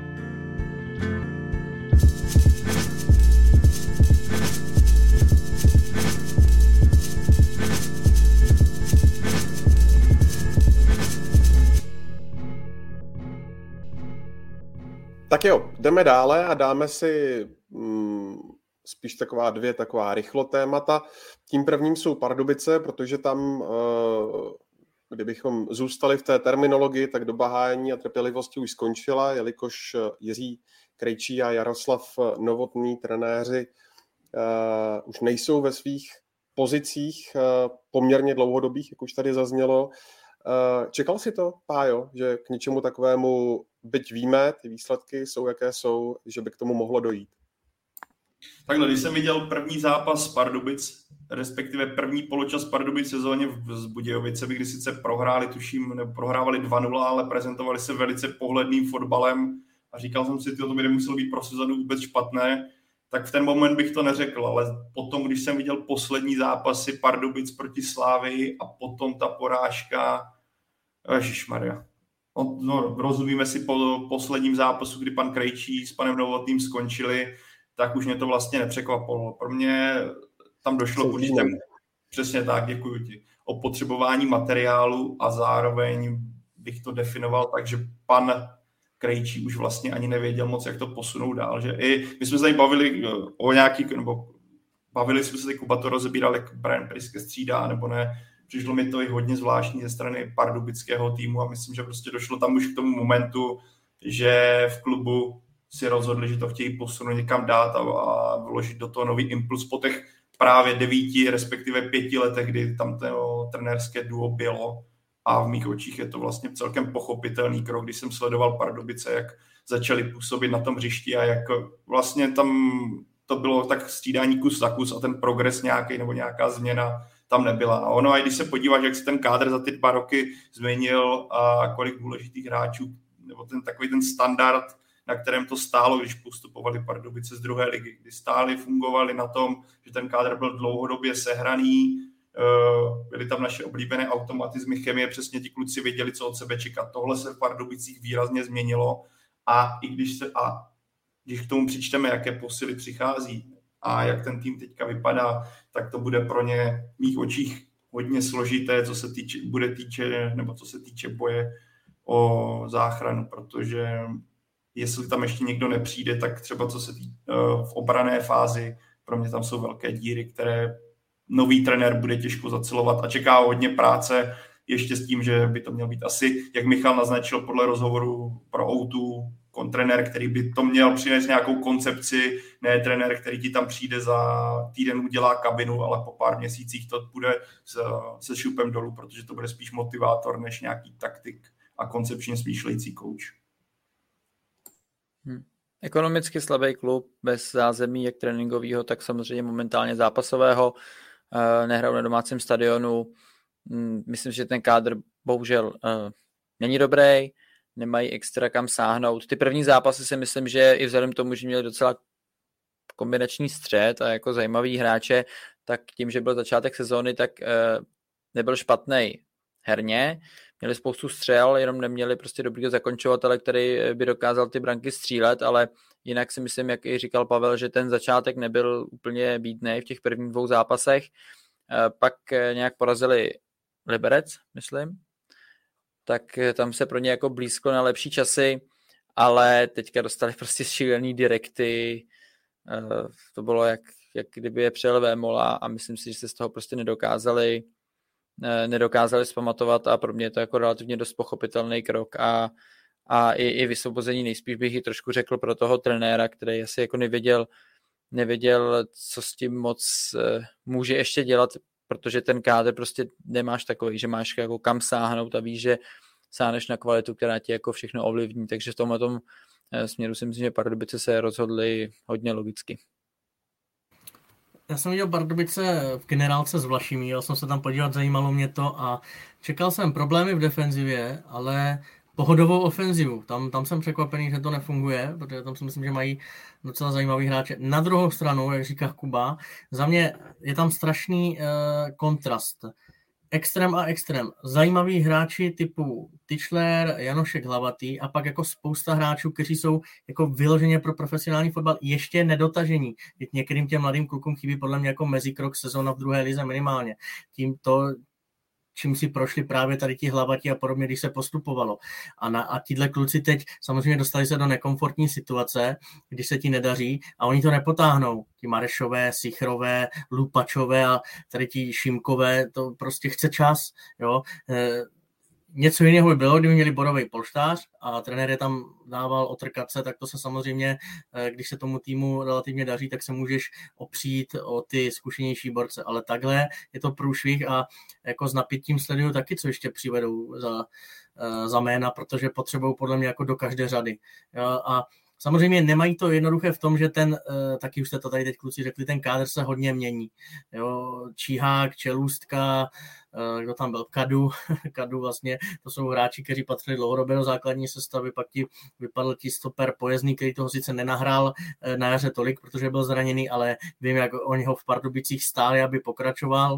Tak jo, jdeme dále a dáme si mm, spíš taková dvě taková rychlo témata. Tím prvním jsou Pardubice, protože tam, uh, kdybychom zůstali v té terminologii, tak doba hájení a trpělivosti už skončila, jelikož Jiří Krejčí a Jaroslav Novotný, trenéři, uh, už nejsou ve svých pozicích uh, poměrně dlouhodobých, jak už tady zaznělo. Uh, čekal si to, Pájo, že k něčemu takovému, byť víme, ty výsledky jsou, jaké jsou, že by k tomu mohlo dojít? Takhle, když jsem viděl první zápas Pardubic, respektive první poločas Pardubic sezóně v Budějovice, kdy sice prohráli, tuším, nebo prohrávali dva nula, ale prezentovali se velice pohledným fotbalem a říkal jsem si, to by nemuselo být pro sezónu vůbec špatné, tak v ten moment bych to neřekl, ale potom, když jsem viděl poslední zápasy Pardubic proti Slávii a potom ta porážka, ježišmarja. No, no, rozumíme si po posledním zápasu, kdy pan Krejčí s panem Novotným skončili, tak už mě to vlastně nepřekvapilo. Pro mě tam došlo k určitému, přesně tak, děkuji ti, o potřebování materiálu a zároveň bych to definoval tak, že pan Krejčí už vlastně ani nevěděl moc, jak to posunout dál. Že i my jsme se tady bavili o nějaký, nebo bavili jsme se, teď Kuba to rozebíral, jak Brian Priske střídá, nebo ne. Přišlo mi to i hodně zvláštní ze strany pardubického týmu a myslím, že prostě došlo tam už k tomu momentu, že v klubu si rozhodli, že to chtějí posunout někam dát a, a vložit do toho nový impuls po těch právě devíti, respektive pěti letech, kdy tam to trenérské duo bylo. A v mých očích je to vlastně celkem pochopitelný krok, když jsem sledoval Pardubice, jak začali působit na tom hřišti a jak vlastně tam to bylo tak střídání kus za kus a ten progres nějaký nebo nějaká změna tam nebyla. A ono, a když se podíváš, jak se ten kádr za ty dva roky změnil a kolik důležitých hráčů, nebo ten takový ten standard, na kterém to stálo, když postupovali Pardubice z druhé ligy, kdy stáli, fungovali na tom, že ten kádr byl dlouhodobě sehraný, byly tam naše oblíbené automatizmy chemie, přesně ti kluci věděli, co od sebe čekat. Tohle se v Pardubicích výrazně změnilo a i když se, a když k tomu přičteme, jaké posily přichází a jak ten tým teďka vypadá, tak to bude pro ně v mých očích hodně složité, co se týče, bude týče, nebo co se týče boje o záchranu, protože jestli tam ještě někdo nepřijde, tak třeba co se týče v obrané fázi, pro mě tam jsou velké díry, které nový trenér bude těžko zacelovat a čeká hodně práce, ještě s tím, že by to měl být asi, jak Michal naznačil podle rozhovoru pro O dva, kontrenér, který by to měl přinést nějakou koncepci, ne trenér, který ti tam přijde za týden, udělá kabinu, ale po pár měsících to bude se, se šupem dolů, protože to bude spíš motivátor, než nějaký taktik a koncepčně smýšlející kouč. Hmm. Ekonomicky slabý klub, bez zázemí, jak tréninkového, tak samozřejmě momentálně zápasového, nehrajou na domácím stadionu. Myslím, že ten kádr bohužel není dobrý, nemají extra kam sáhnout. Ty první zápasy si myslím, že i vzhledem k tomu, že měli docela kombinační střed a jako zajímavý hráče, tak tím, že byl začátek sezóny, tak nebyl špatný herně. Měli spoustu střel, jenom neměli prostě dobrýho zakončovatele, který by dokázal ty branky střílet, ale jinak si myslím, jak i říkal Pavel, že ten začátek nebyl úplně bídnej v těch prvních dvou zápasech. Pak nějak porazili Liberec, myslím. Tak tam se pro ně jako blízko na lepší časy, ale teďka dostali prostě šílený direkty. To bylo jak, jak kdyby je přijel Vémola a myslím si, že se z toho prostě nedokázali nedokázali zpamatovat a pro mě je to jako relativně dost pochopitelný krok a, a i, i vysvobození nejspíš bych ji trošku řekl pro toho trenéra, který asi jako nevěděl, nevěděl, co s tím moc může ještě dělat, protože ten kádr prostě nemáš takový, že máš jako kam sáhnout a víš, že sáhneš na kvalitu, která ti jako všechno ovlivní, takže v tomhle tom směru si myslím, že Pardubice se rozhodli hodně logicky. Já jsem viděl Pardubice v generálce s Vlašimi, jel jsem se tam podívat, zajímalo mě to a čekal jsem problémy v defenzivě, ale pohodovou ofenzivu. Tam, tam jsem překvapený, že to nefunguje, protože tam si myslím, že mají docela zajímavý hráče. Na druhou stranu, jak říká Kuba, za mě je tam strašný eh, kontrast. Extrém a extrém. Zajímaví hráči typu Tyčler, Janošek, Hlavatý a pak jako spousta hráčů, kteří jsou jako vyloženě pro profesionální fotbal ještě nedotažení. Některým těm mladým klukům chybí podle mě jako mezikrok sezóna v druhé lize minimálně. Tím to, čím si prošli právě tady ti Hlavatí a podobně, když se postupovalo. A, na, a tíhle kluci teď samozřejmě dostali se do nekomfortní situace, když se ti nedaří a oni to nepotáhnou. Ti Marešové, Sichrové, Lupačové a tady ti Šimkové, to prostě chce čas. Jo? E, něco jiného by bylo, kdyby měli bodový polštář a trenér je tam dával otrkat se, tak to se samozřejmě, když se tomu týmu relativně daří, tak se můžeš opřít o ty zkušenější borce, ale takhle je to průšvih a jako s napětím sleduju taky, co ještě přivedou za, za jména, protože potřebují podle mě jako do každé řady. A samozřejmě nemají to jednoduché v tom, že ten, taky už jste to tady teď kluci řekli, ten kádr se hodně mění. Jo, Číhák, Čelůstka, kdo tam byl, Kadu, Kadu vlastně, to jsou hráči, kteří patřili dlouhodobě do základní sestavy, pak ti vypadl ti stoper Pojezdný, který toho sice nenahrál na jaře tolik, protože byl zraněný, ale vím, jak oni ho v Pardubicích stáli, aby pokračoval.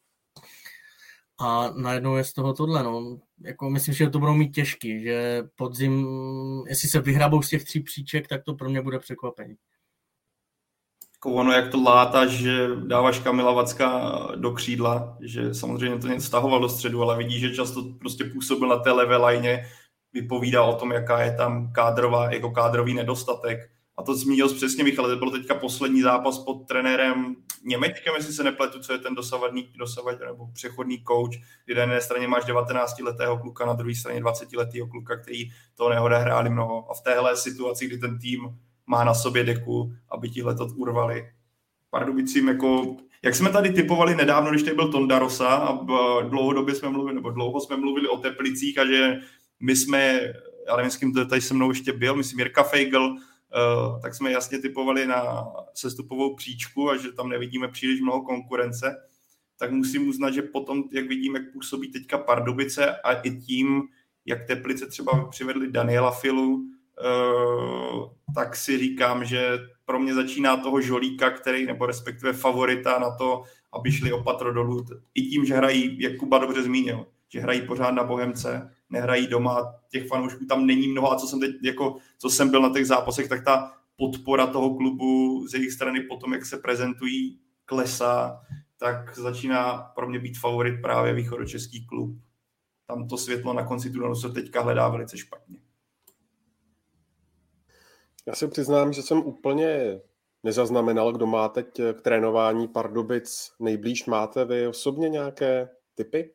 A najednou je z toho tohle, no. Jako myslím, že to budou mít těžký, že podzim, jestli se vyhrabou z těch tří příček, tak to pro mě bude překvapení. Jako ono, jak to látáš, že dáváš Kamila Vacka do křídla, že samozřejmě to něco stahoval do středu, ale vidíš, že často prostě působil na té levé lajně, vypovídá o tom, jaká je tam kádrová, jako kádrový nedostatek. A to zmínil jsi přesně, Michal, to byl teďka poslední zápas pod trenérem Němečkem, jestli se nepletu, co je ten dosavadný, dosavadný nebo přechodný coach, kdy na jedné straně máš devatenáctiletého kluka, na druhé straně dvacetiletého kluka, který toho neodehráli mnoho. A v téhle situaci, kdy ten tým má na sobě deku, aby tihle to urvali. Pardubicím, jako, jak jsme tady typovali nedávno, když tady byl Tonda Rosa a dlouhodobě jsme mluvili, nebo dlouho jsme mluvili o Teplicích a že my jsme, já nevím, s kým to tady se mnou ještě byl, myslím Jirka Feigl, Uh, tak jsme jasně typovali na sestupovou příčku a že tam nevidíme příliš mnoho konkurence, tak musím uznat, že potom, jak vidím, jak působí teďka Pardubice a i tím, jak Teplice třeba přivedli Daniela Filu, uh, tak si říkám, že pro mě začíná toho žolíka, který, nebo respektive favorita na to, aby šli o patro dolů. I tím, že hrají, jak Kuba dobře zmínil, že hrají pořád na Bohemce, nehrají doma, těch fanoušků tam není mnoho a co jsem teď, jako, co jsem byl na těch zápasech, tak ta podpora toho klubu z jejich strany potom, jak se prezentují, klesá, tak začíná pro mě být favorit právě východočeský klub. Tam to světlo na konci tunelu se teďka hledá velice špatně. Já se přiznám, že jsem úplně nezaznamenal, kdo má teď k trénování Pardubic nejblíž. Máte vy osobně nějaké tipy?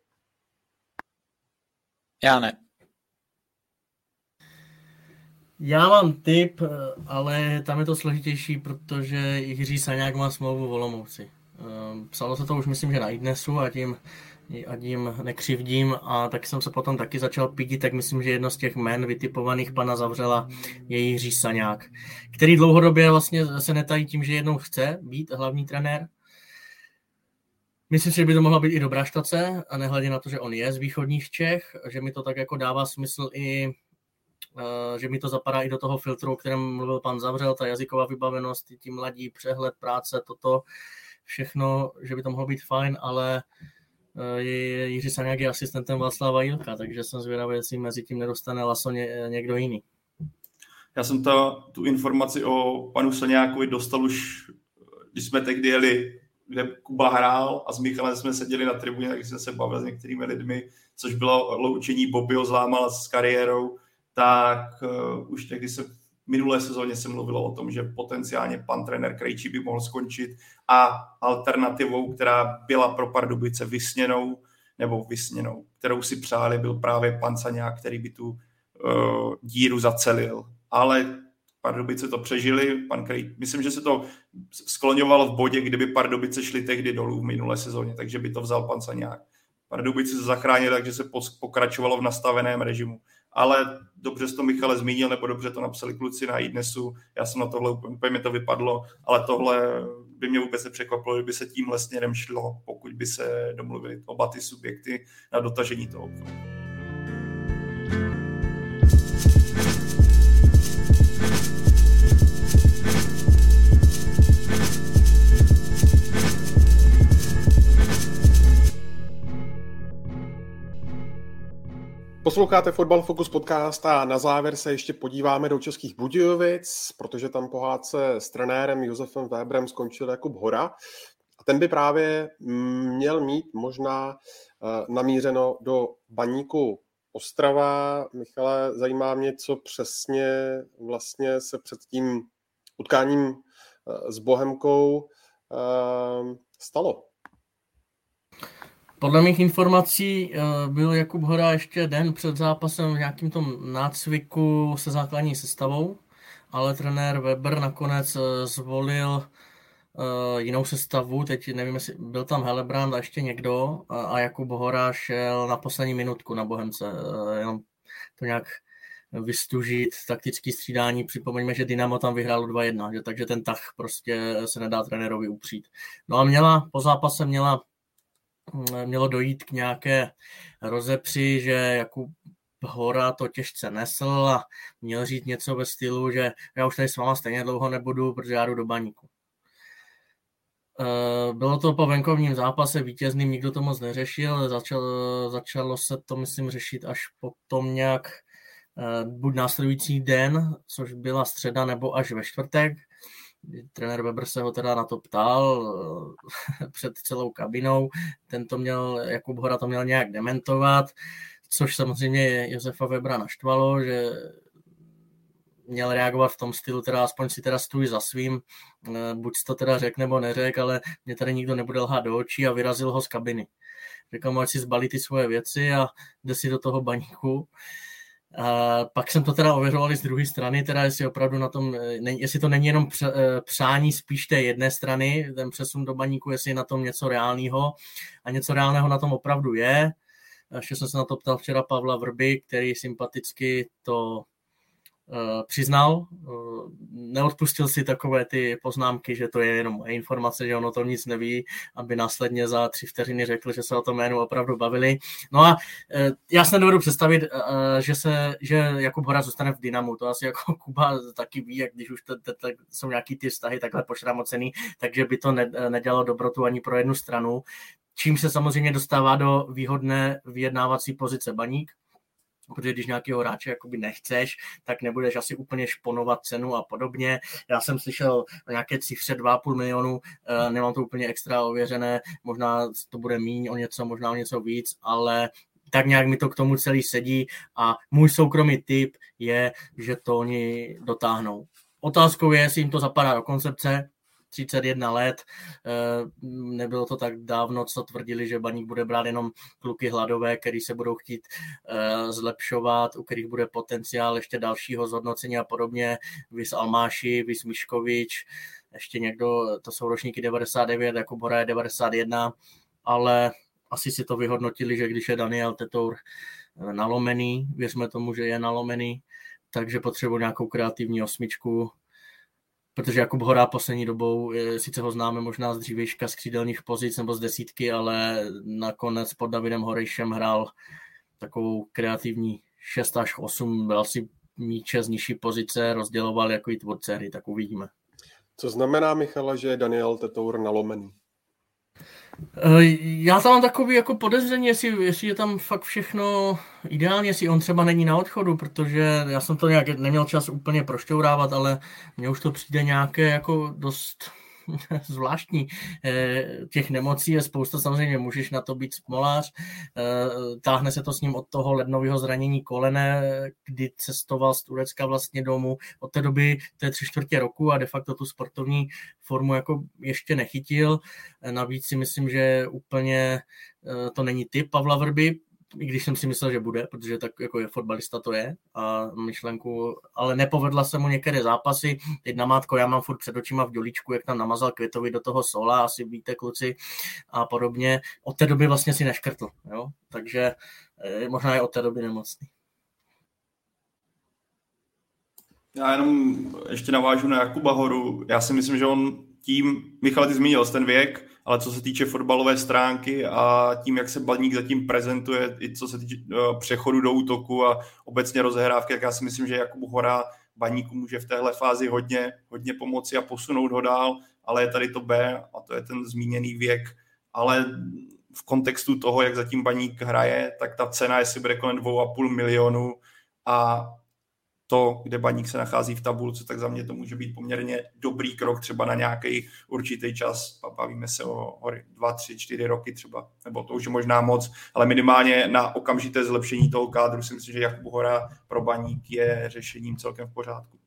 Já ne. Já mám tip, ale tam je to složitější, protože Jiří Saňák má smlouvu v Olomouci. Psalo se to už, myslím, že na iDnesu a tím, a tím nekřivdím a tak jsem se potom taky začal pídit, tak myslím, že jedno z těch jmen vytipovaných pana Zavřela je Jiří Saňák, který dlouhodobě vlastně se netají tím, že jednou chce být hlavní trenér. Myslím si, že by to mohla být i dobrá štace a nehledě na to, že on je z východních Čech, že mi to tak jako dává smysl i že mi to zapadá i do toho filtru, o kterém mluvil pan Zavřel, ta jazyková vybavenost, ti mladí, přehled, práce, toto, všechno, že by to mohlo být fajn, ale Jiří Saňák je asistentem Václava Jílka, takže jsem zvědavý, jestli mezi tím nedostane laso ně, někdo jiný. Já jsem ta, tu informaci o panu Saňákovi dostal už, když jsme tehdy jeli, kde Kuba hrál a s Michalem jsme seděli na tribuně, takže jsem se bavil s některými lidmi, což bylo loučení Bobbyho zlámal s kariérou, tak uh, už tehdy se v minulé sezóně se mluvilo o tom, že potenciálně pan trenér Krejčí by mohl skončit a alternativou, která byla pro Pardubice vysněnou, nebo vysněnou, kterou si přáli, byl právě pan Saňák, který by tu uh, díru zacelil. Ale Pardubice to přežili, pan Krejčí, myslím, že se to skloňovalo v bodě, kdyby Pardubice šli tehdy dolů v minulé sezóně, takže by to vzal pan Saňák. Pardubice se zachránili, takže se pokračovalo v nastaveném režimu. Ale dobře jsi to, Michale, zmínil, nebo dobře to napsali kluci na iDnesu, já jsem na tohle, úplně mi to vypadlo, ale tohle by mě vůbec nepřekvapilo, kdyby se tímhle směrem šlo, pokud by se domluvili oba ty subjekty na dotažení toho. Posloucháte Fotbal Focus podcast a na závěr se ještě podíváme do Českých Budějovic, protože tam pohádce s trenérem Josefem Weberem skončil Jakub Hora. A ten by právě měl mít možná namířeno do Baníku Ostrava. Michale, zajímá mě, co přesně vlastně se před tím utkáním s Bohemkou stalo. Podle mých informací byl Jakub Hora ještě den před zápasem v nějakým tom nácviku se základní sestavou, ale trenér Weber nakonec zvolil jinou sestavu, teď nevím, jestli byl tam Helebrand a ještě někdo a Jakub Hora šel na poslední minutku na Bohemce, jenom to nějak vystužit, taktický střídání, připomeňme, že Dynamo tam vyhrálo dva jedna, že, takže ten tah prostě se nedá trenérovi upřít. No a měla, po zápase měla mělo dojít k nějaké rozepři, že Jakub Hora to těžce nesl a měl říct něco ve stylu, že já už tady s váma stejně dlouho nebudu, protože já jdu do Baníku. Bylo to po venkovním zápase vítězným, nikdo to moc neřešil, začalo, začalo se to, myslím, řešit až potom nějak buď následující den, což byla středa, nebo až ve čtvrtek. Trenér Weber se ho teda na to ptal před celou kabinou, ten to měl, Jakub Hora to měl nějak dementovat, což samozřejmě Josefa Webera naštvalo, že měl reagovat v tom stylu, teda aspoň si teda stůj za svým, buď to teda řek nebo neřek, ale mě tady nikdo nebude lhát do očí a vyrazil ho z kabiny. Řekl mu, ať si zbalí ty svoje věci a jde si do toho Baníku. A pak jsem to teda ověřoval i z druhé strany, teda jestli opravdu na tom, jestli to není jenom přání spíš té jedné strany, ten přesun do Baníku, jestli je na tom něco reálného a něco reálného na tom opravdu je. Ještě jsem se na to ptal včera Pavla Vrby, který sympaticky to přiznal, neodpustil si takové ty poznámky, že to je jenom moje informace, že on o tom nic neví, aby následně za tři vteřiny řekl, že se o tom jménu opravdu bavili. No a já se nedovedu představit, že, se, že Jakub Hora zůstane v Dynamu. To asi jako Kuba taky ví, jak když už to, to, to jsou nějaký ty vztahy takhle pošramocený, takže by to ne, nedělalo dobrotu ani pro jednu stranu. Čím se samozřejmě dostává do výhodné vyjednávací pozice Baník, protože když nějakého hráče jakoby nechceš, tak nebudeš asi úplně šponovat cenu a podobně. Já jsem slyšel nějaké cifře dva a půl milionu, nemám to úplně extra ověřené, možná to bude míň o něco, možná o něco víc, ale tak nějak mi to k tomu celý sedí a můj soukromý tip je, že to oni dotáhnou. Otázkou je, jestli jim to zapadá do koncepce, třicet jedna let, nebylo to tak dávno, co tvrdili, že Baník bude brát jenom kluky hladové, který se budou chtít zlepšovat, u kterých bude potenciál ještě dalšího zhodnocení a podobně, vys Almáši, vys Miškovič, ještě někdo, to jsou ročníky devadesát devět, Jakub Hora je devadesát jedna, ale asi si to vyhodnotili, že když je Daniel Tetour nalomený, věřme tomu, že je nalomený, takže potřebuji nějakou kreativní osmičku, protože Jakub Hora poslední dobou, sice ho známe možná z dřívějška z křídelních pozic nebo z desítky, ale nakonec pod Davidem Horejšem hrál takovou kreativní šest až osm, bral si míče z nižší pozice, rozděloval jako i tvůrce hry, tak uvidíme. Co znamená, Michala, že je Daniel Tetour nalomený? Já tam mám takový jako podezření, jestli, jestli je tam fakt všechno ideálně, jestli on třeba není na odchodu, protože já jsem to nějak neměl čas úplně prošťourávat, ale mně už to přijde nějaké jako dost zvláštní. Těch nemocí je spousta, samozřejmě můžeš na to být smolář, táhne se to s ním od toho lednového zranění kolene, kdy cestoval z Turecka vlastně domů, od té doby to je tři čtvrtě roku a de facto tu sportovní formu jako ještě nechytil, navíc si myslím, že úplně to není typ Pavla Vrby, i když jsem si myslel, že bude, protože tak jako je fotbalista to je a myšlenku, ale nepovedla se mu některé zápasy, teď namátko já mám furt před očima v dělíčku, jak tam namazal Květovi do toho sola, asi víte kluci a podobně, od té doby vlastně si neškrtl, jo? Takže možná je od té doby nemocný. Já jenom ještě navážu na Jakuba Horu, já si myslím, že on tím, Michal, ty zmínil ten věk, ale co se týče fotbalové stránky a tím, jak se Baník zatím prezentuje, i co se týče uh, přechodu do útoku a obecně rozehrávky, tak já si myslím, že Jakub Hora Baníku může v téhle fázi hodně, hodně pomoci a posunout ho dál, ale je tady to B a to je ten zmíněný věk, ale v kontextu toho, jak zatím Baník hraje, tak ta cena, jestli bude kolem dvou a půl milionu a to, kde Baník se nachází v tabulce, tak za mě to může být poměrně dobrý krok třeba na nějaký určitý čas. Bavíme se o dva, tři, čtyři roky třeba, nebo to už je možná moc, ale minimálně na okamžité zlepšení toho kádru si myslím, že Jakub Hora pro Baník je řešením celkem v pořádku.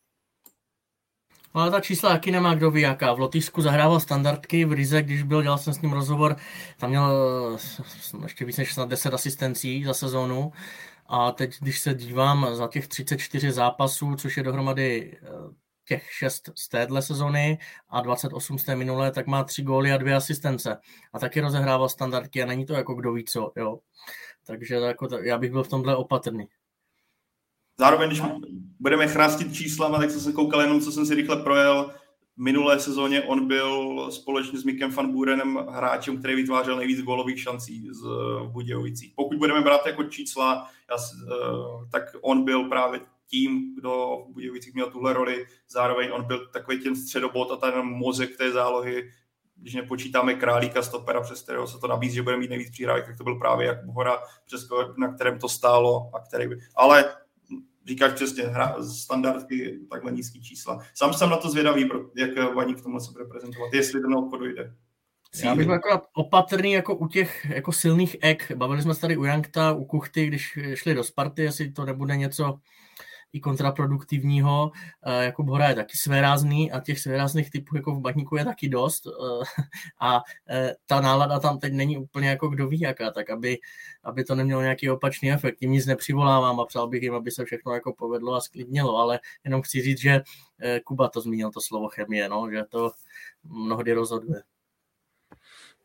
Ale ta čísla taky nemá kdo ví jaká. V Lotyšsku zahrával standardky, v Rize, když byl, dělal jsem s ním rozhovor, tam měl ještě víc než snad deset asistencí za sezónu. A teď, když se dívám za těch třicet čtyři zápasů, což je dohromady těch šest z téhle sezony a dvacet osm z té minulé, tak má tři góly a dvě asistence. A taky rozehrával standardky a není to jako kdo ví co, jo. Takže jako, já bych byl v tomhle opatrný. Zároveň, když budeme chrástit číslama, tak jsem se koukal jenom, co jsem si rychle projel. V minulé sezóně on byl společně s Mikem van Burenem hráčem, který vytvářel nejvíc gólových šancí z Budějovicích. Pokud budeme brát jako čísla, tak on byl právě tím, kdo v Budějovicích měl tuhle roli. Zároveň on byl takový ten středobod a ten mozek té zálohy. Když nepočítáme Králíka, stopera, přes kterého se to nabízí, že bude mít nejvíc přihrávek, tak to byl právě Jakub Hora, přes na kterém to stálo. A který by... Ale říkáš přesně, hra, standardky, takhle nízký čísla. Sám jsem na to zvědavý, jak Baník k tomu se bude prezentovat, jestli ten obchod dojde. Já bych byl akorát opatrný jako u těch jako silných ek. Bavili jsme se tady u Jankta, u Kuchty, když šli do Sparty, jestli to nebude něco i kontraproduktivního. Jakub Hora je taky svérázný a těch svérázných typů jako v Baníku je taky dost a ta nálada tam teď není úplně jako kdo ví jaká, tak aby, aby to nemělo nějaký opačný efekt. Tím nic nepřivolávám a přál bych jim, aby se všechno jako povedlo a sklidnilo, ale jenom chci říct, že Kuba to zmínil, to slovo chemie, no, že to mnohdy rozhoduje.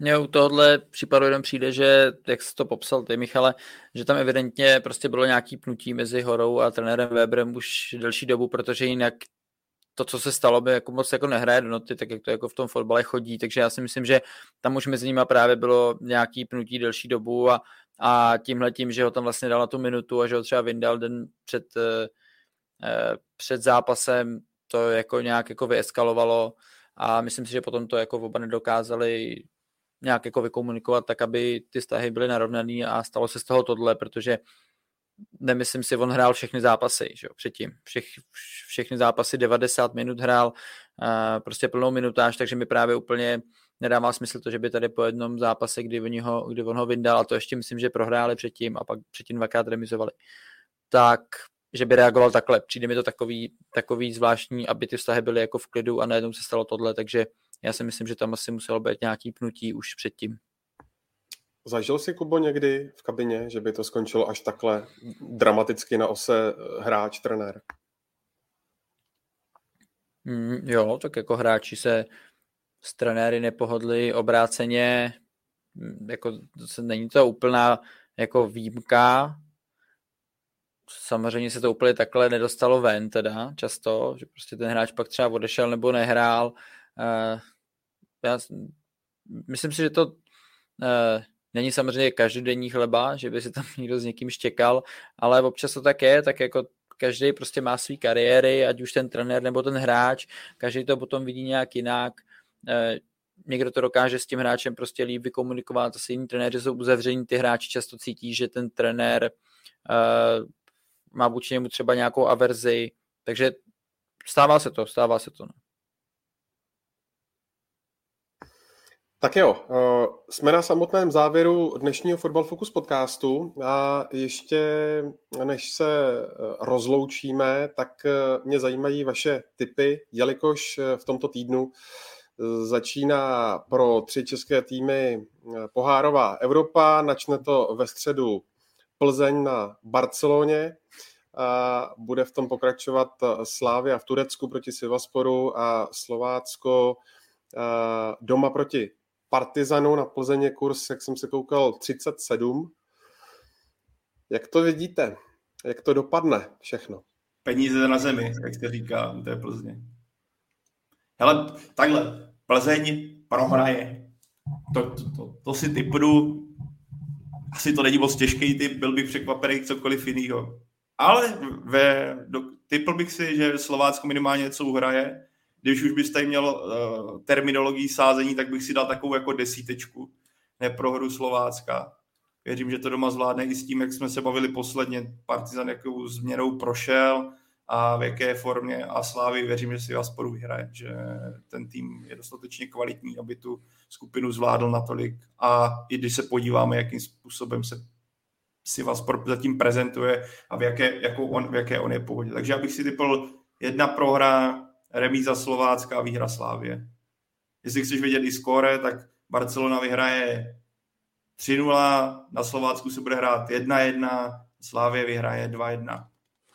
Mně u tohohle případu jenom přijde, že, jak jsi to popsal ty, Michale, že tam evidentně prostě bylo nějaký pnutí mezi Horou a trenérem Weberem už delší dobu, protože jinak to, co se stalo, by jako moc jako nehraje do noty, tak jak to jako v tom fotbale chodí, takže já si myslím, že tam už mezi nimi právě bylo nějaký pnutí delší dobu a, a tímhletím, že ho tam vlastně dal na tu minutu a že ho třeba vyndal den před, eh, před zápasem, to jako nějak jako vyeskalovalo a myslím si, že potom to jako oba nedokázali nějak jako vykomunikovat tak, aby ty vztahy byly narovnaný a stalo se z toho tohle, protože nemyslím si, on hrál všechny zápasy, že jo, předtím. Všech, všechny zápasy devadesát minut hrál, uh, prostě plnou minutáž, takže mi právě úplně nedává smysl to, že by tady po jednom zápase, kdy, oni ho, kdy on ho vyndal, a to ještě myslím, že prohráli předtím a pak předtím dvakrát remizovali, tak, že by reagoval takhle. Přijde mi to takový, takový zvláštní, aby ty vztahy byly jako v klidu a najednou se stalo tohle, takže já si myslím, že tam asi muselo být nějaký pnutí už předtím. Zažil jsi, Kubo, někdy v kabině, že by to skončilo až takhle dramaticky na ose hráč, trenér? Mm, jo, tak jako hráči se s trenéry nepohodli obráceně, jako není to úplná jako výjimka. Samozřejmě se to úplně takhle nedostalo ven teda často, že prostě ten hráč pak třeba odešel nebo nehrál. Uh, já myslím si, že to uh, není samozřejmě každodenní chleba, že by si tam někdo s někým štěkal, ale občas to tak je, tak jako každý prostě má svý kariéry, ať už ten trenér nebo ten hráč, každý to potom vidí nějak jinak. Uh, někdo to dokáže s tím hráčem prostě líp vykomunikovat, zase jiní trenéři jsou uzavření, ty hráči často cítí, že ten trenér uh, má vůči němu třeba nějakou averzi, takže stává se to, stává se to. No. Tak jo, jsme na samotném závěru dnešního Fotbal Focus podcastu a ještě než se rozloučíme, tak mě zajímají vaše tipy, jelikož v tomto týdnu začíná pro tři české týmy pohárová Evropa, načne to ve středu Plzeň na Barceloně, a bude v tom pokračovat Slavia v Turecku proti Sivasporu a Slovácko doma proti Partizanu. Na Plzeň je kurz, jak jsem se koukal, třicet sedm. Jak to vidíte? Jak to dopadne všechno? Peníze na zemi, jak se říká u té Plzně. Hele, takhle, Plzeň prohraje. To, to, to, to si typnu, asi to není moc těžký typ, byl bych překvapený cokoliv jinýho. Ale ve, do, typl bych si, že Slovácko minimálně něco uhraje. Když už byste měl uh, terminologii sázení, tak bych si dal takovou jako desítečku, ne pro hru Slovácka. Věřím, že to doma zvládne i s tím, jak jsme se bavili posledně. Partizan jakou změnou prošel a v jaké formě a Slávy věřím, že si Sivasporu vyhraje, že ten tým je dostatečně kvalitní, aby tu skupinu zvládl natolik. A i když se podíváme, jakým způsobem se Sivaspor zatím prezentuje a v jaké, jakou on, v jaké on je pohodě. Takže já bych si typl jedna prohra, remíza Slovácka a výhra Slávie. Jestli chceš vědět i skóre, tak Barcelona vyhraje tři nula, na Slovácku se bude hrát jedna jedna, Slávie vyhraje dva jedna.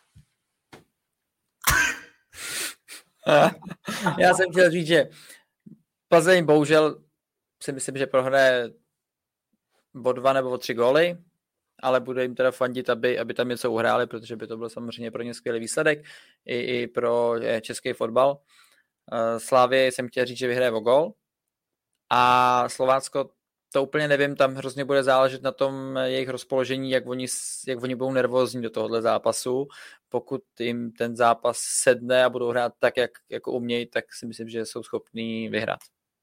Já jsem chtěl říct, že Plzeň bohužel si myslím, že prohraje o dva nebo o tři góly, ale bude jim teda fandit, aby, aby tam něco uhráli, protože by to byl samozřejmě pro ně skvělý výsledek i, i pro český fotbal. Slávě jsem chtěl říct, že vyhraje o gól a Slovácko to úplně nevím, tam hrozně bude záležet na tom jejich rozpoložení, jak oni, jak oni budou nervózní do tohohle zápasu. Pokud jim ten zápas sedne a budou hrát tak, jak jako umějí, tak si myslím, že jsou schopní vyhrát.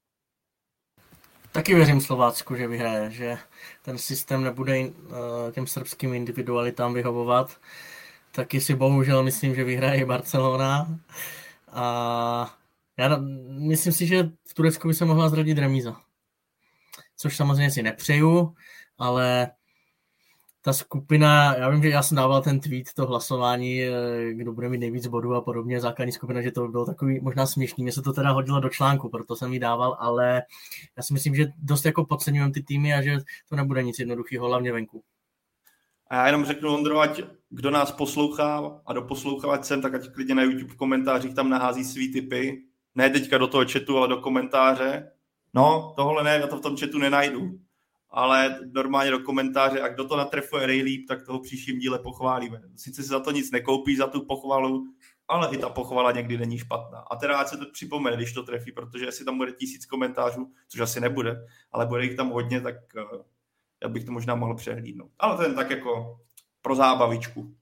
Taky věřím Slovácku, že vyhraje, že ten systém nebude těm srbským individualitám vyhovovat. Taky si bohužel myslím, že vyhraje Barcelona. A já myslím si, že v Turecku by se mohla zrodit remíza. Což samozřejmě si nepřeju, ale ta skupina, já vím, že já jsem dával ten tweet, to hlasování, kdo bude mít nejvíc bodů a podobně, základní skupina, že to bylo takový možná směšný. Mně se to teda hodilo do článku, proto jsem ji dával, ale já si myslím, že dost jako podceňujeme ty týmy a že to nebude nic jednoduchého, hlavně venku. A já jenom řeknu, Ondro, ať kdo nás poslouchá a doposlouchávat sem, tak ať klidně na YouTube v komentářích tam nahází svý tipy. Ne teďka do toho chatu, ale do komentáře. No, tohle ne, já to v tom chatu nenajdu. Ale normálně do komentáře, a kdo to natrefuje nejlíp, tak toho příštím díle pochválíme. Sice si za to nic nekoupí, za tu pochvalu, ale i ta pochvala někdy není špatná. A teda ať se to připomene, když to trefí, protože jestli tam bude tisíc komentářů, což asi nebude, ale bude jich tam hodně, tak uh, já bych to možná mohl přehlídnout. Ale to jen tak jako pro zábavičku.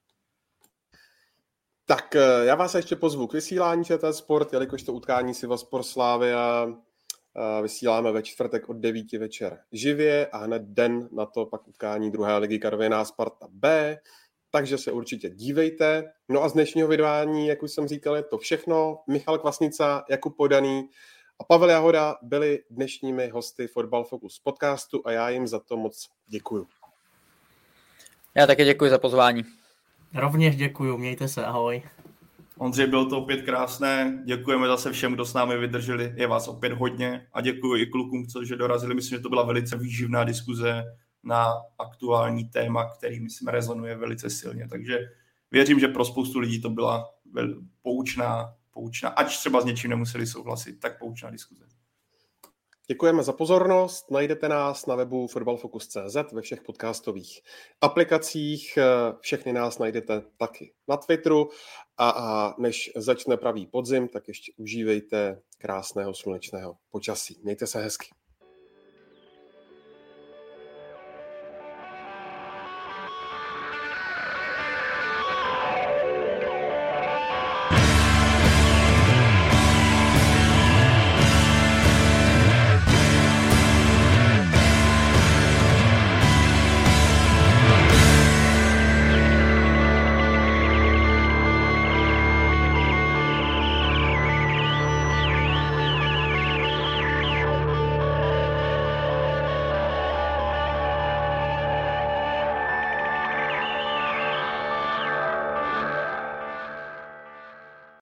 Tak já vás ještě pozvu k vysílání ČT Sport, jelikož to utkání Sivaspor Slavia vysíláme ve čtvrtek od devíti večer živě a hned den na to pak utkání druhé ligy Karviná Sparta B, takže se určitě dívejte. No a z dnešního vydání, jak už jsem říkal, je to všechno. Michal Kvasnica, Jakub Podaný a Pavel Jahoda byli dnešními hosty Fotbal Focus podcastu a já jim za to moc děkuju. Já také děkuji za pozvání. Rovněž děkuju, mějte se, ahoj. Ondřej, bylo to opět krásné, děkujeme zase všem, kdo s námi vydrželi, je vás opět hodně a děkuji i klukům, že dorazili, myslím, že to byla velice výživná diskuze na aktuální téma, který myslím rezonuje velice silně, takže věřím, že pro spoustu lidí to byla poučná, poučná, ač třeba s něčím nemuseli souhlasit, tak poučná diskuze. Děkujeme za pozornost, najdete nás na webu fotbalfocus tečka cé zet ve všech podcastových aplikacích, všechny nás najdete taky na Twitteru a, a než začne pravý podzim, tak ještě užívejte krásného slunečného počasí. Mějte se hezky.